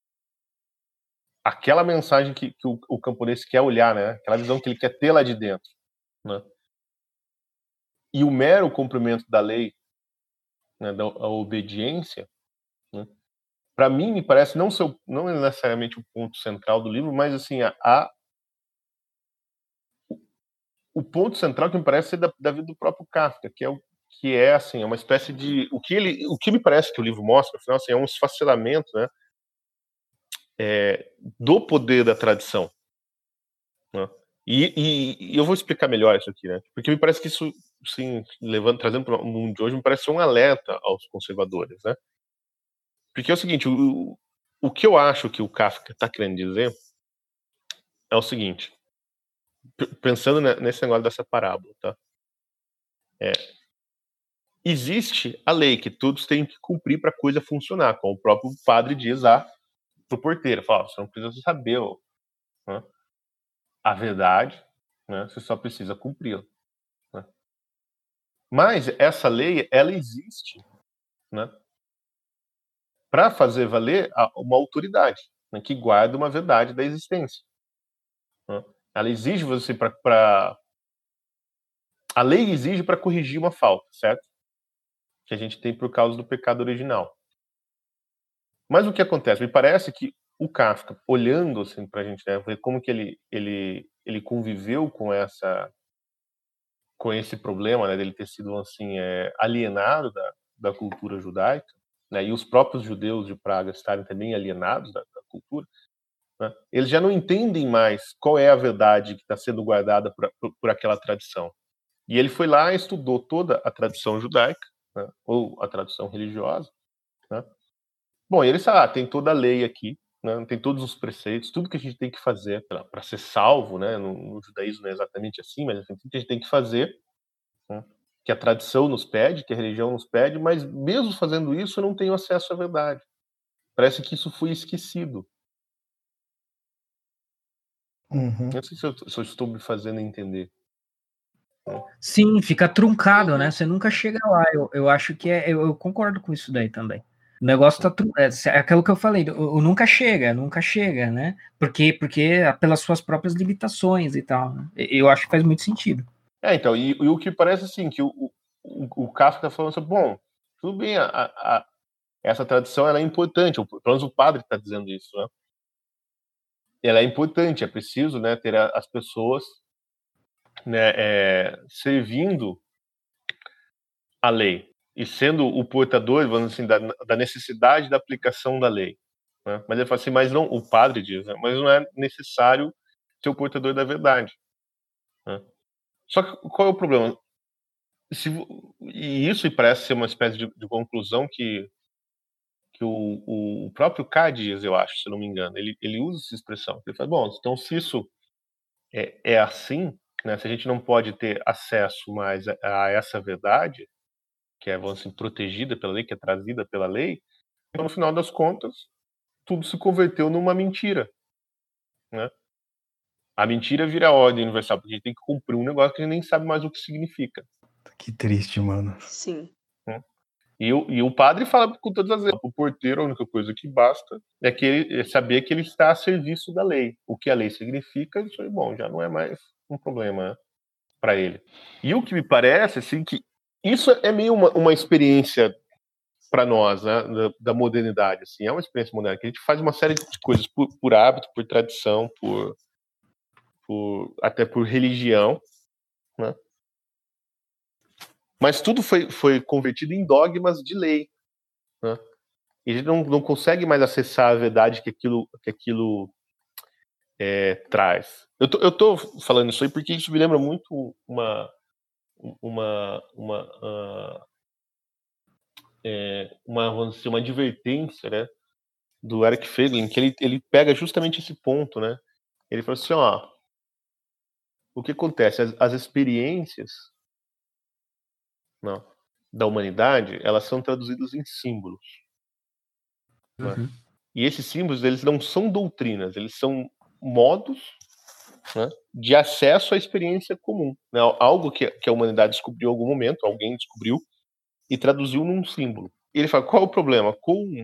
aquela mensagem que, que o, o camponês quer olhar, né? Aquela visão que ele quer ter lá de dentro, né? E o mero cumprimento da lei, né, da a obediência, né, para mim me parece não ser não é necessariamente o ponto central do livro, mas assim a, a o ponto central que me parece ser da, da vida do próprio Kafka, que é o que é assim é uma espécie de o que ele o que me parece que o livro mostra, afinal assim, é um esfacelamento, né, é, do poder da tradição, né? E, e, e eu vou explicar melhor isso aqui, né? Porque me parece que isso, sim, levando, trazendo para o mundo de hoje, me parece um alerta aos conservadores, né? Porque é o seguinte, o, o que eu acho que o Kafka está querendo dizer é o seguinte, pensando nesse negócio dessa parábola, tá? É, existe a lei que todos têm que cumprir para a coisa funcionar, como o próprio padre diz lá pro porteiro, fala, você não precisa saber, né, a verdade, né, você só precisa cumpri-la. Né? Mas essa lei, ela existe, né, para fazer valer uma autoridade, né, que guarda uma verdade da existência. Né? Ela exige você para... A lei exige para corrigir uma falta, certo? Que a gente tem por causa do pecado original. Mas o que acontece? Me parece que o Kafka, olhando assim para a gente, né, ver como que ele, ele, ele conviveu com essa, com esse problema, né, dele ter sido assim é, alienado da, da cultura judaica, né, e os próprios judeus de Praga estarem também alienados da, da cultura, né, eles já não entendem mais qual é a verdade que está sendo guardada por, por, por aquela tradição. E ele foi lá e estudou toda a tradição judaica, né, ou a tradição religiosa, né. Bom, e ele sabe, ah, tem toda a lei aqui, né, tem todos os preceitos, tudo que a gente tem que fazer para ser salvo, né, no, no judaísmo não é exatamente assim, mas assim, tudo que a gente tem que fazer, né, que a tradição nos pede, que a religião nos pede, mas mesmo fazendo isso eu não tenho acesso à verdade. Parece que isso foi esquecido. Uhum. Não sei se eu, se eu estou me fazendo entender. Sim, fica truncado, né? Você nunca chega lá. Eu, eu acho que é. Eu, eu concordo com isso daí também. O negócio tá. É, é aquilo que eu falei, o, o nunca chega, nunca chega, né? Porque, porque pelas suas próprias limitações e tal. Né? Eu acho que faz muito sentido. É, então, e, e o que parece assim, que o, o, o Kafka tá falando assim, bom, tudo bem, a, a, essa tradição ela é importante, pelo menos o padre está dizendo isso, né? Ela é importante, é preciso, né, ter a, as pessoas, né, é, servindo a lei e sendo o portador, vamos assim, da, da necessidade da aplicação da lei. Né? Mas ele fala assim, mas não, o padre diz, né, mas não é necessário ser o portador da verdade. Né? Só que qual é o problema? Se, e isso parece ser uma espécie de, de conclusão que que o, o próprio K diz, eu acho, se não me engano, ele, ele usa essa expressão. Ele fala, bom, então se isso é, é assim, né, se a gente não pode ter acesso mais a, a essa verdade, que é, vamos assim, protegida pela lei, que é trazida pela lei, então, no final das contas, tudo se converteu numa mentira. Né? A mentira vira a ordem universal, porque a gente tem que cumprir um negócio que a gente nem sabe mais o que significa. Que triste, mano. Sim. Né? E o, e o padre fala com todas as letras. O porteiro, a única coisa que basta é, que ele, é saber que ele está a serviço da lei. O que a lei significa, isso aí, bom, já não é mais um problema, né, para ele. E o que me parece, assim, que isso é meio uma, uma experiência para nós, né, da, da modernidade. Assim, é uma experiência moderna, que a gente faz uma série de coisas por, por hábito, por tradição, por, por até por religião, né? Mas tudo foi, foi convertido em dogmas de lei, né? E a gente não, não consegue mais acessar a verdade que aquilo, que aquilo é, traz. Eu tô, eu tô falando isso aí porque isso me lembra muito uma uma uma uh, é, uma, vamos dizer, uma advertência, né, do Eric Feiglin, que ele, ele pega justamente esse ponto, né? Ele fala assim, ó, o que acontece? As, as experiências, não, da humanidade, elas são traduzidas em símbolos. Uhum. Né? E esses símbolos, eles não são doutrinas, eles são modos, né, de acesso à experiência comum. Né? Algo que, que a humanidade descobriu em algum momento, alguém descobriu, e traduziu num símbolo. E ele fala, qual é o problema? Com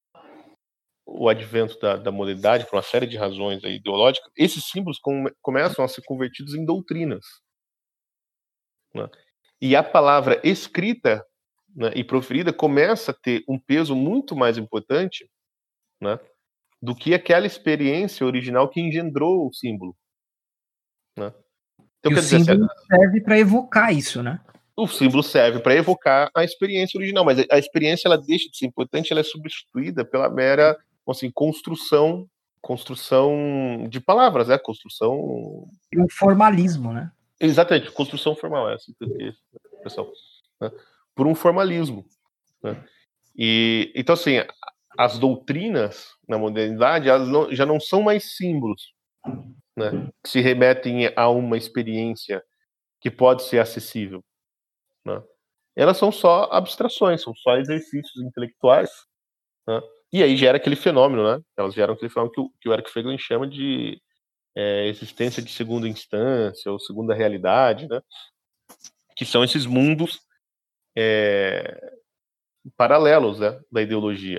o advento da, da modernidade, por uma série de razões aí ideológicas, esses símbolos come, começam a ser convertidos em doutrinas. Né? E a palavra escrita, né, e proferida começa a ter um peso muito mais importante, né, do que aquela experiência original que engendrou o símbolo. Né? Então, e quer o dizer, símbolo assim, serve para evocar isso, né? O símbolo serve para evocar a experiência original, mas a experiência ela deixa de ser importante, ela é substituída pela mera, assim, construção, construção de palavras, né? Construção. E um formalismo, né? Exatamente, construção formal, essa expressão, né? Por um formalismo, né? E então, assim, as doutrinas na modernidade elas não, já não são mais símbolos, né? Que se remetem a uma experiência que pode ser acessível. Né? Elas são só abstrações, são só exercícios intelectuais, né? E aí gera aquele fenômeno, né? Elas geram aquele fenômeno que o, que o Eric Feiglin chama de é, existência de segunda instância ou segunda realidade, né? Que são esses mundos é, paralelos, né, da ideologia.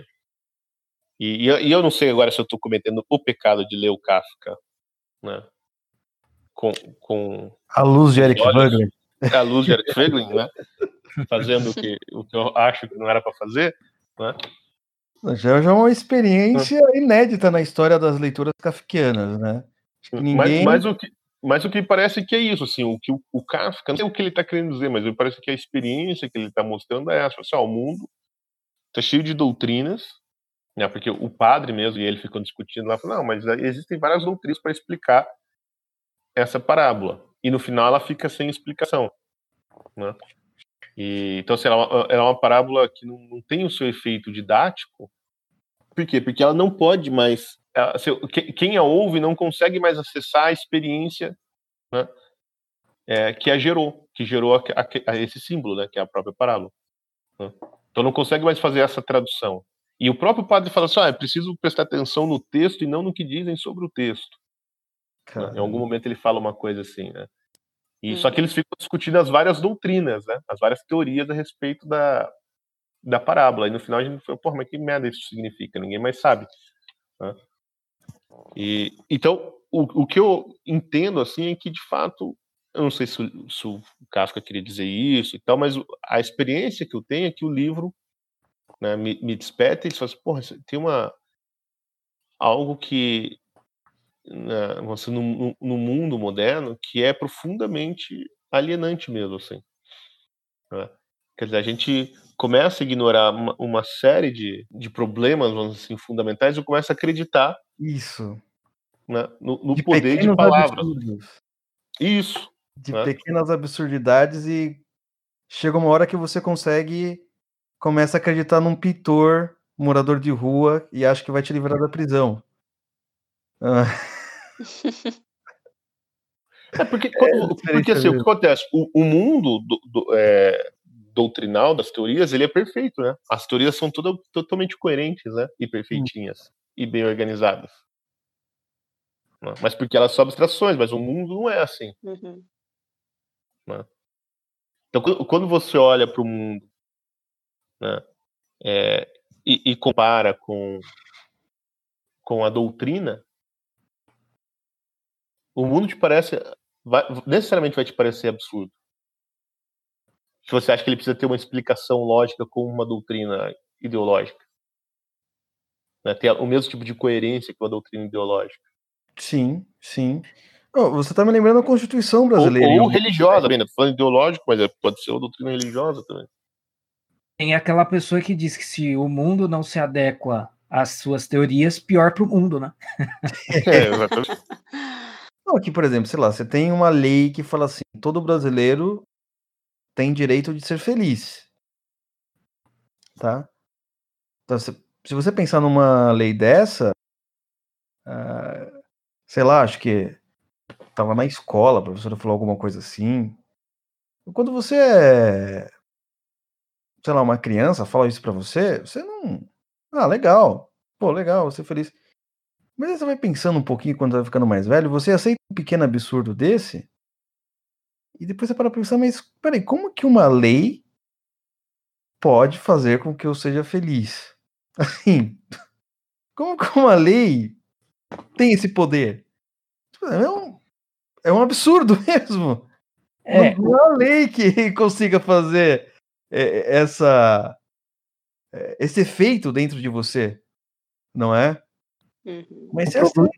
E, e, e eu não sei agora se eu estou cometendo o pecado de ler o Kafka, né? Com, com a luz de Eric Feiglin. A luz de Eric Feiglin, né? Fazendo o que, o que eu acho que não era para fazer, né? Já é uma experiência inédita na história das leituras kafkianas, né? Acho que ninguém... mas, mas, o que, mas o que parece que é isso, assim, o que o, o Kafka, não sei o que ele está querendo dizer, mas me parece que a experiência que ele está mostrando é essa, assim, ó, o mundo está cheio de doutrinas, né? Porque o padre mesmo, e ele ficam discutindo lá, falando, não, mas existem várias doutrinas para explicar essa parábola, e no final ela fica sem explicação, né? E, então, assim, ela, ela é uma parábola que não, não tem o seu efeito didático. Por quê? Porque ela não pode mais... Assim, quem a ouve não consegue mais acessar a experiência, né, é, que a gerou, que gerou a, a, a esse símbolo, né, que é a própria parábola. Né? Então não consegue mais fazer essa tradução. E o próprio padre fala assim, ah, é preciso prestar atenção no texto e não no que dizem sobre o texto. Né? Em algum momento ele fala uma coisa assim, né? E, uhum. Só que eles ficam discutindo as várias doutrinas, né? As várias teorias a respeito da, da parábola. E no final a gente falou, porra, mas que merda isso significa? Ninguém mais sabe. Né? E, então, o, o que eu entendo, assim, é que, de fato, eu não sei se o, se o Kafka queria dizer isso e tal, mas a experiência que eu tenho é que o livro, né, me, me desperta e fala assim, porra, tem uma... algo que... Né, você, no, no mundo moderno que é profundamente alienante mesmo, assim. Né? Quer dizer, a gente começa a ignorar uma, uma série de, de problemas, vamos dizer assim, fundamentais e começa a acreditar isso, né, no, no de poder de palavras. Absurdos. Isso. De né? pequenas absurdidades e chega uma hora que você consegue, começa a acreditar num pintor, morador de rua e acha que vai te livrar da prisão. Ah. É porque, quando, é porque assim, o que acontece? O, o mundo do, do, é, doutrinal das teorias, ele é perfeito, né? As teorias são toda, totalmente coerentes, né? E perfeitinhas. Hum. E bem organizadas. Né? Mas porque elas são abstrações, mas o mundo não é assim. Uhum. Né? Então, quando, quando você olha para o mundo né, é, e, e compara com, com a doutrina, o mundo te parece, vai, necessariamente vai te parecer absurdo. Se você acha que ele precisa ter uma explicação lógica com uma doutrina ideológica, né, ter o mesmo tipo de coerência que uma doutrina ideológica. Sim, sim. Oh, você está me lembrando a Constituição brasileira. Ou, ou religiosa, bem, né? Falando ideológico, mas pode ser uma doutrina religiosa também. Tem aquela pessoa que diz que se o mundo não se adequa às suas teorias, pior para o mundo, né? É, exatamente. Não, aqui, por exemplo, sei lá, você tem uma lei que fala assim, todo brasileiro tem direito de ser feliz. Tá? Então, se, se você pensar numa lei dessa, uh, sei lá, acho que tava na escola, a professora falou alguma coisa assim. Quando você é, sei lá, uma criança fala isso pra você, você não... Ah, legal. Pô, legal, você é feliz. Mas aí você vai pensando um pouquinho quando vai ficando mais velho, você aceita um pequeno absurdo desse, e depois você para pensar, mas peraí, como que uma lei pode fazer com que eu seja feliz? Assim, como que uma lei tem esse poder? É um, é um absurdo mesmo. É. Não é uma lei que consiga fazer essa, esse efeito dentro de você, não é? Uhum. Mas o, problema,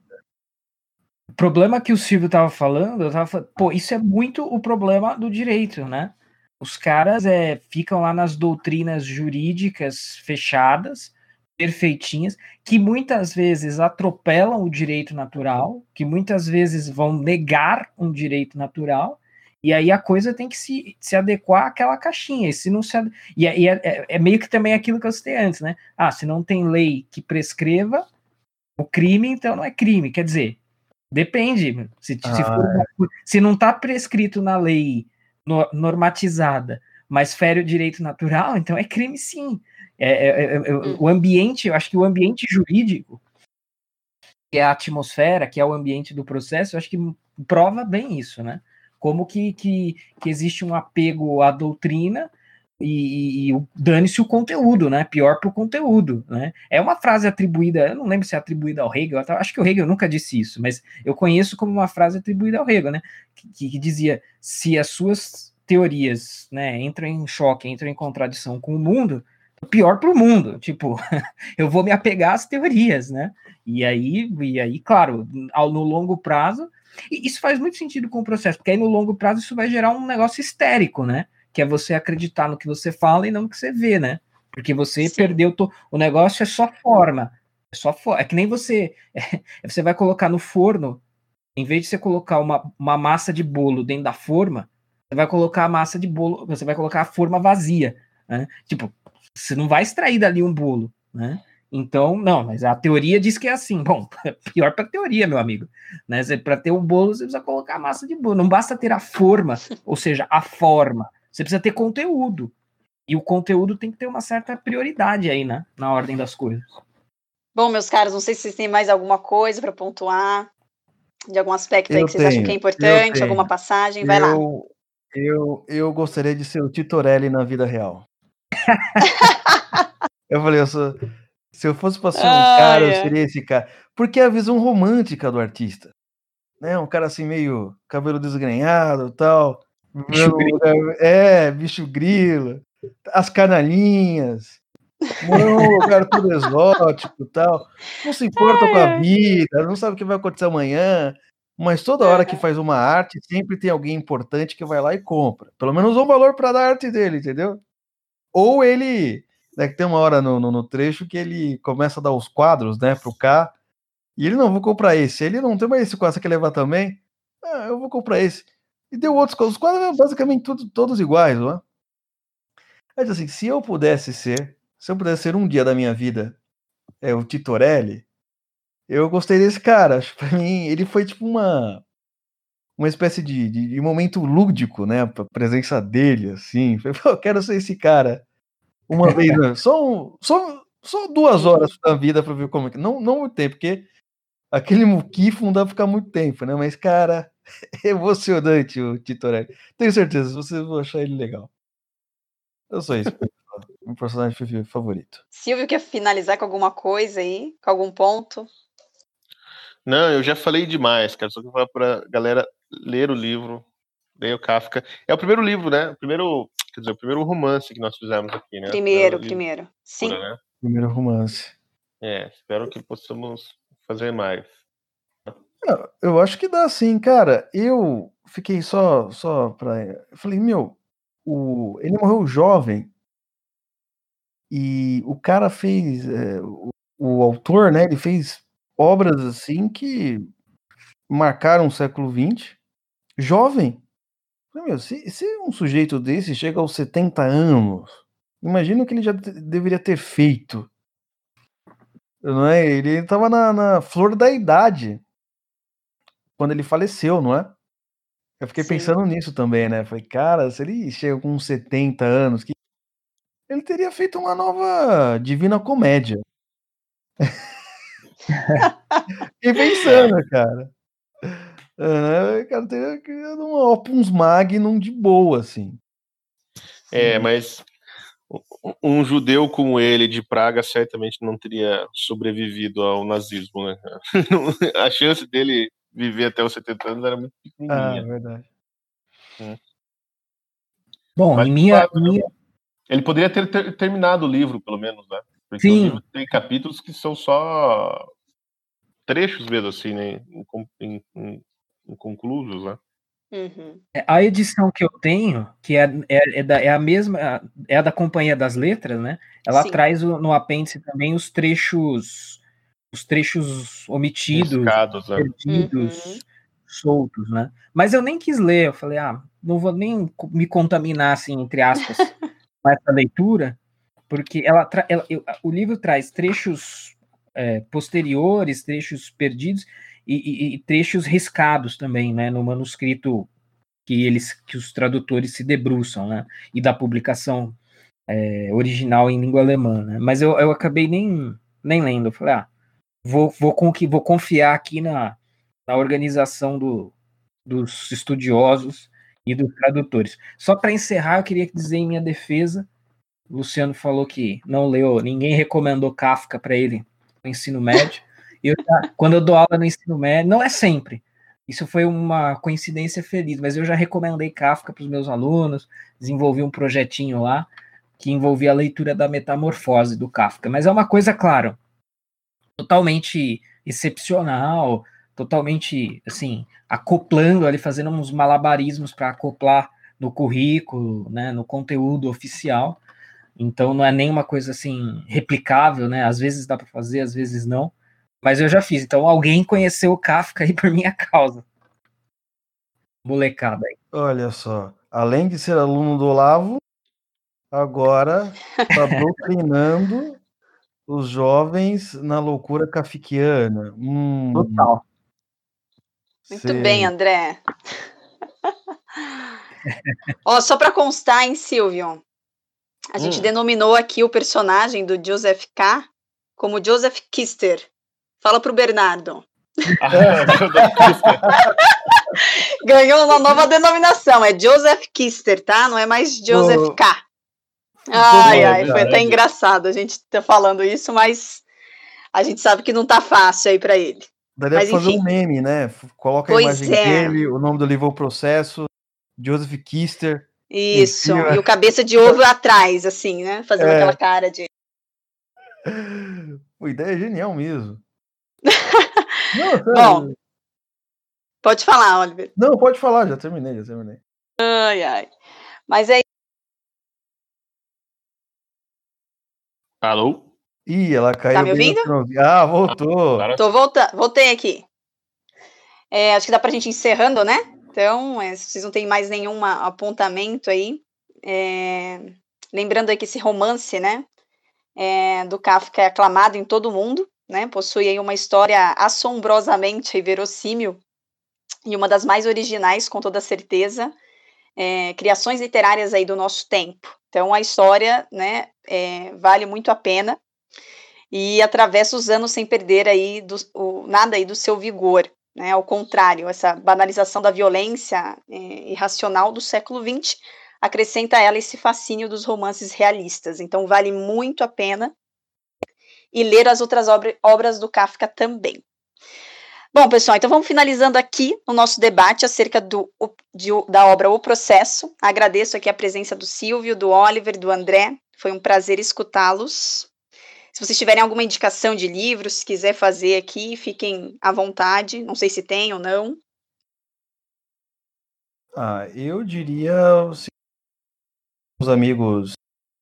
o problema que o Silvio estava falando, eu tava falando, pô, isso é muito o problema do direito, né? Os caras é, ficam lá nas doutrinas jurídicas fechadas, perfeitinhas, que muitas vezes atropelam o direito natural, que muitas vezes vão negar um direito natural, e aí a coisa tem que se, se adequar àquela caixinha. E, se não se ad... e, é, e é, é meio que também aquilo que eu citei antes, né? Ah, se não tem lei que prescreva o crime, então não é crime. Quer dizer, depende. Se, ah, se, for, é. se não está prescrito na lei no, normatizada, mas fere o direito natural, então é crime sim. É, é, é, hum. O ambiente, eu acho que o ambiente jurídico, que é a atmosfera, que é o ambiente do processo, eu acho que prova bem isso, né? Como que, que, que existe um apego à doutrina e, e dane-se o conteúdo, né? Pior para o conteúdo, né? É uma frase atribuída, eu não lembro se é atribuída ao Hegel, acho que o Hegel nunca disse isso, mas eu conheço como uma frase atribuída ao Hegel, né? Que, que dizia, se as suas teorias, né, entram em choque, entram em contradição com o mundo, pior para o mundo, tipo, eu vou me apegar às teorias, né? E aí, e aí, claro, ao, no longo prazo, e isso faz muito sentido com o processo, porque aí no longo prazo isso vai gerar um negócio histérico, né? Que é você acreditar no que você fala e não no que você vê, né? Porque você Sim. perdeu, to... o negócio é só forma, é só for... é que nem você, é... você vai colocar no forno, em vez de você colocar uma, uma massa de bolo dentro da forma, você vai colocar a massa de bolo, você vai colocar a forma vazia, né? Tipo, você não vai extrair dali um bolo, né? Então, não, mas a teoria diz que é assim. Bom, pior para a teoria, meu amigo. Né? Para ter o bolo, você precisa colocar a massa de bolo. Não basta ter a forma, ou seja, a forma. Você precisa ter conteúdo. E o conteúdo tem que ter uma certa prioridade aí, né? Na ordem das coisas. Bom, meus caros, não sei se vocês têm mais alguma coisa para pontuar, de algum aspecto aí eu que vocês tenho, acham que é importante, alguma passagem, vai eu, lá. Eu, eu gostaria de ser o Titorelli na vida real. Eu falei, eu sou, se eu fosse para ser um ah, cara, é. eu seria esse cara. Porque é a visão romântica do artista. Né? Um cara assim, meio cabelo desgrenhado e tal. Bicho grilo. É, bicho grilo. As canalinhas. Morando num lugar todo exótico e tal. Não se importa é. com a vida, não sabe o que vai acontecer amanhã. Mas toda hora que faz uma arte, sempre tem alguém importante que vai lá e compra. Pelo menos um valor para dar a arte dele, entendeu? Ou ele... Né, que tem uma hora no, no, no trecho que ele começa a dar os quadros, né, pro K, e ele, não, vou comprar esse. Ele, não tem mais esse quadro, você quer levar também? Ah, eu vou comprar esse. E deu outros quadros. Os quadros basicamente tudo, todos iguais, não é? Mas assim, se eu pudesse ser, se eu pudesse ser um dia da minha vida, é o Titorelli, eu gostei desse cara. Acho que pra mim, ele foi tipo uma... uma espécie de, de, de momento lúdico, né? A presença dele, assim. Eu quero ser esse cara uma vez, né? só, um, só, só duas horas da vida pra ver como é que. Não, não muito tempo, porque aquele muquifo não dá pra ficar muito tempo, né? Mas, cara, é emocionante o Titorelli. Tenho certeza, vocês vão achar ele legal. Eu sou isso. meu personagem favorito. Silvio, quer finalizar com alguma coisa aí? Com algum ponto? Não, eu já falei demais, cara. Só que eu vou falar pra galera ler o livro. Leia o Kafka. É o primeiro livro, né? O primeiro, quer dizer, o primeiro romance que nós fizemos aqui, né? Primeiro, primeiro. primeiro. Sim. Né? Primeiro romance. É, espero que possamos fazer mais. Eu, eu acho que dá sim, cara. Eu fiquei só, só pra... Eu falei, meu, o... ele morreu jovem e o cara fez... É, o, o autor, né, ele fez obras assim que marcaram o século vinte. Jovem. Meu, se, se um sujeito desse chega aos setenta anos, imagina o que ele já te, deveria ter feito. Não é? Ele estava na, na flor da idade quando ele faleceu, não é? Eu fiquei Sim. pensando nisso também, né? Falei, cara, se ele chega com setenta anos, que ele teria feito uma nova Divina Comédia. Fiquei pensando, cara. É, cara, teria criado um Opus Magnum de boa, assim. É, mas um judeu como ele, de Praga, certamente não teria sobrevivido ao nazismo, né? A chance dele viver até os setenta anos era muito pequenininha. Ah, verdade. Hum. Bom, mas, em minha, claro, minha... Ele poderia ter, ter terminado o livro, pelo menos, né? Porque Sim. o livro tem capítulos que são só trechos mesmo, assim, né? Inconclusos, né? Uhum. A edição que eu tenho, que é, é, é, da, é a mesma, é a da Companhia das Letras, né? Ela Sim. traz o, no apêndice também os trechos, os trechos omitidos, Riscados, né? perdidos, uhum. soltos, né? Mas eu nem quis ler, eu falei, ah, não vou nem me contaminar, assim, entre aspas, com essa leitura, porque ela, tra ela eu, o livro traz trechos é, posteriores, trechos perdidos, E, e, e trechos riscados também, né, no manuscrito que eles, que os tradutores se debruçam, né, e da publicação é, original em língua alemã, né, mas eu, eu acabei nem, nem lendo, eu falei, ah, vou, vou, vou confiar aqui na, na organização do, dos estudiosos e dos tradutores. Só para encerrar, eu queria dizer em minha defesa, o Luciano falou que não leu, ninguém recomendou Kafka para ele no ensino médio. Eu já, quando eu dou aula no ensino médio, não é sempre, isso foi uma coincidência feliz, mas eu já recomendei Kafka para os meus alunos, desenvolvi um projetinho lá que envolvia a leitura da Metamorfose do Kafka, mas é uma coisa, claro, totalmente excepcional, totalmente, assim, acoplando ali, fazendo uns malabarismos para acoplar no currículo, né, no conteúdo oficial, então não é nenhuma coisa, assim, replicável, né, às vezes dá para fazer, às vezes não, mas eu já fiz. Então alguém conheceu o Kafka aí por minha causa. Molecada aí. Olha só. Além de ser aluno do Olavo, agora está doutrinando os jovens na loucura kafkiana. Hum, Total. Muito sei. Bem, André. Ó, só para constar, hein, Silvio? A hum. gente denominou aqui o personagem do Joseph K. como Joseph Kister. Fala pro Bernardo. Ganhou uma nova denominação, é Joseph Kister, tá? Não é mais Joseph oh. K. Ai, ai, foi até engraçado a gente tá falando isso, mas a gente sabe que não tá fácil aí para ele. Daria mas, pra fazer enfim. um meme, né? Coloca a imagem é. dele, o nome do livro é o processo, Joseph Kister. Isso, e o cabeça de ovo atrás, assim, né? Fazendo é. aquela cara de... Pô, ideia é genial mesmo. Não, bom, pode falar, Oliver. Não, pode falar, já terminei, já terminei. Ai, ai. Mas é... Alô? Ih, ela caiu. Tá me ouvindo? Ah, voltou. Ah, Tô voltando, voltei aqui. É, acho que dá pra gente ir encerrando, né? Então, é, se vocês não têm mais nenhum apontamento aí, é, lembrando aí que esse romance, né, é, do Kafka é aclamado em todo o mundo, né, possui aí uma história assombrosamente verossímil e uma das mais originais, com toda certeza, é, criações literárias aí do nosso tempo. Então, a história, né, é, vale muito a pena e atravessa os anos sem perder aí do, o, nada aí do seu vigor. Né, ao contrário, essa banalização da violência é, irracional do século vinte acrescenta a ela esse fascínio dos romances realistas. Então, vale muito a pena e ler as outras obra, obras do Kafka também. Bom, pessoal, então vamos finalizando aqui o nosso debate acerca do, de, da obra O Processo. Agradeço aqui a presença do Silvio, do Oliver e do André. Foi um prazer escutá-los. Se vocês tiverem alguma indicação de livros, se quiser fazer aqui, fiquem à vontade. Não sei se tem ou não. Ah, eu diria os amigos,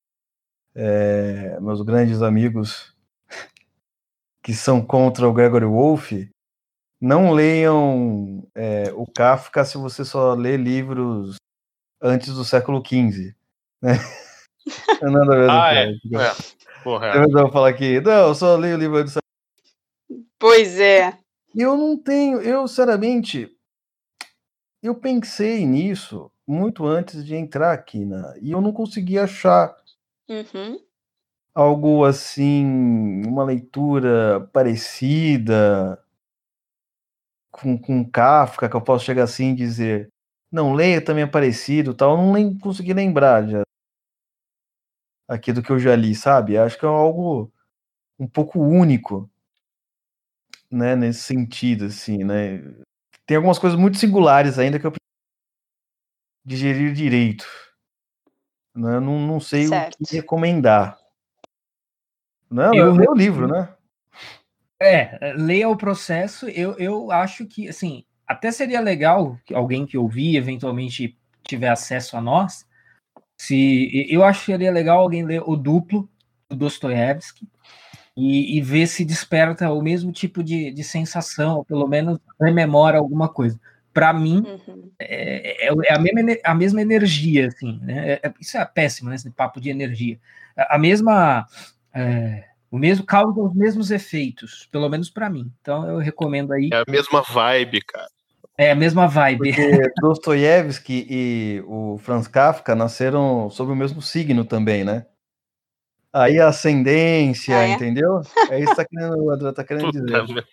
é, meus grandes amigos que são contra o Gregory Wolfe, não leiam é, o Kafka se você só lê livros antes do século quinze. Né? Não, não, ah, é. é. Porra. Eu vou falar aqui, não, eu só leio o livro antes do século quinze. Pois é. Eu não tenho, eu sinceramente, eu pensei nisso muito antes de entrar aqui, né? E eu não consegui achar uhum. algo assim, uma leitura parecida com, com Kafka, que eu posso chegar assim e dizer, não, leia também é parecido, tal. Eu não lem- consegui lembrar já aqui do que eu já li, sabe? Acho que é algo um pouco único, né, nesse sentido, assim, né? Tem algumas coisas muito singulares ainda que eu preciso digerir direito. Né? Não, não sei certo. O que recomendar. Não, eu leio o livro, né? É, leia O Processo. Eu, eu acho que, assim, até seria legal que alguém que ouvir, eventualmente tiver acesso a nós, se eu acho que seria legal alguém ler O Duplo, do Dostoiévski, e, e ver se desperta o mesmo tipo de, de sensação, ou pelo menos rememora alguma coisa. Para mim, uhum. é, é, a, mesma, a mesma energia, assim, né? É, isso é péssimo, né? Esse papo de energia. A mesma... É, o mesmo causa os mesmos efeitos, pelo menos para mim. Então eu recomendo aí. É a mesma vibe, cara. É a mesma vibe. Porque Dostoiévski e o Franz Kafka nasceram sob o mesmo signo também, né? Aí a ascendência, ah, é? Entendeu? É isso que tá querendo, o André tá querendo Puta dizer.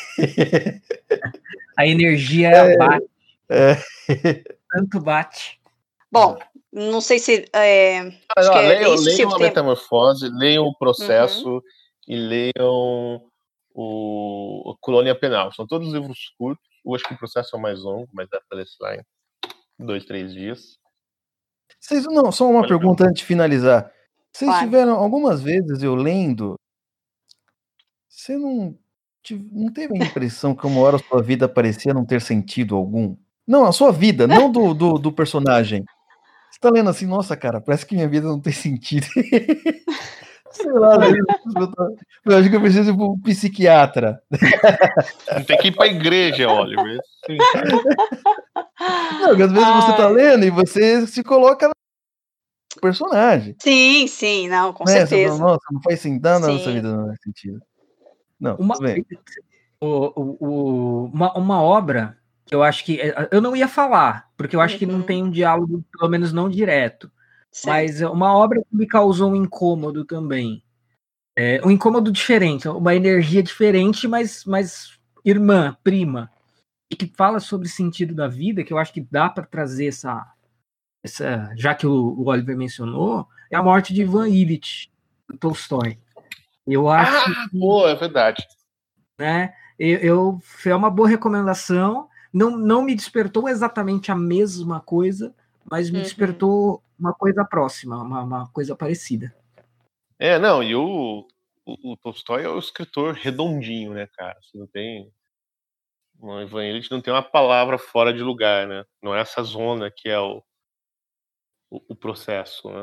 A energia é, bate. É. Tanto bate. Bom, não sei se. É, acho não, que é, leiam, isso, leiam a tem... Metamorfose, leiam O Processo uhum. e leiam o, o Colônia Penal. São todos livros curtos. Eu acho que O Processo é o mais longo, mas dá para ler lá em dois, três dias. Vocês, não, só uma Olha pergunta antes de finalizar. Vocês claro. tiveram algumas vezes eu lendo, você não, não teve a impressão que uma hora a sua vida parecia não ter sentido algum? Não, a sua vida, não do, do, do personagem. Você tá lendo assim, nossa, cara, parece que minha vida não tem sentido. Sei lá, eu acho que eu preciso ir para um psiquiatra. Não tem que ir para a igreja, Oliver. Sim. Não, às vezes Ai. você tá lendo e você se coloca no personagem. Sim, sim, não, com né? certeza. Fala, nossa, não faz sentido, nada na sua vida não faz sentido. Não, uma, o, o, o, uma, uma obra que eu acho que... Eu não ia falar, porque eu acho uhum. que não tem um diálogo, pelo menos não direto. Certo. Mas uma obra que me causou um incômodo também. É, um incômodo diferente, uma energia diferente, mas, mas irmã, prima. E que fala sobre o sentido da vida, que eu acho que dá para trazer essa, essa... Já que o, o Oliver mencionou, é a morte de Ivan Illich, do Tolstói. Eu acho... Ah, pô, é verdade. Né, eu, eu, foi uma boa recomendação. Não, não me despertou exatamente a mesma coisa, mas me uhum. despertou uma coisa próxima, uma, uma coisa parecida. É, não, e o, o, o Tolstói é o escritor redondinho, né, cara? Você não tem... O Ivan Illich não tem uma palavra fora de lugar, né? Não é essa zona que é o, o, o processo, né?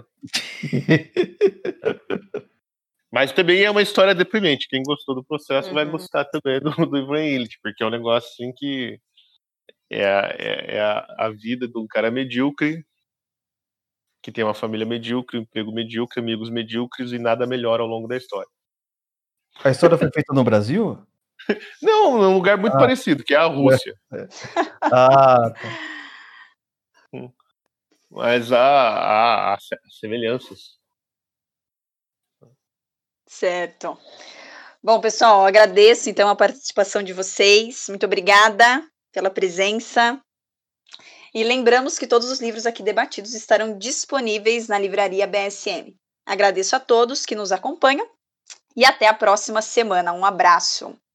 Mas também é uma história deprimente. Quem gostou do processo uhum. vai gostar também do, do Ivan Illich, porque é um negócio assim que é, é, é a, a vida de um cara medíocre, que tem uma família medíocre, um emprego medíocre, amigos medíocres e nada melhor ao longo da história. A história foi feita no Brasil? Não, num lugar muito ah. parecido, que é a Rússia. É, é. Ah, tá. Mas há, há, há semelhanças. Certo. Bom, pessoal, agradeço então a participação de vocês. Muito obrigada pela presença. E lembramos que todos os livros aqui debatidos estarão disponíveis na livraria B S M. Agradeço a todos que nos acompanham e até a próxima semana. Um abraço.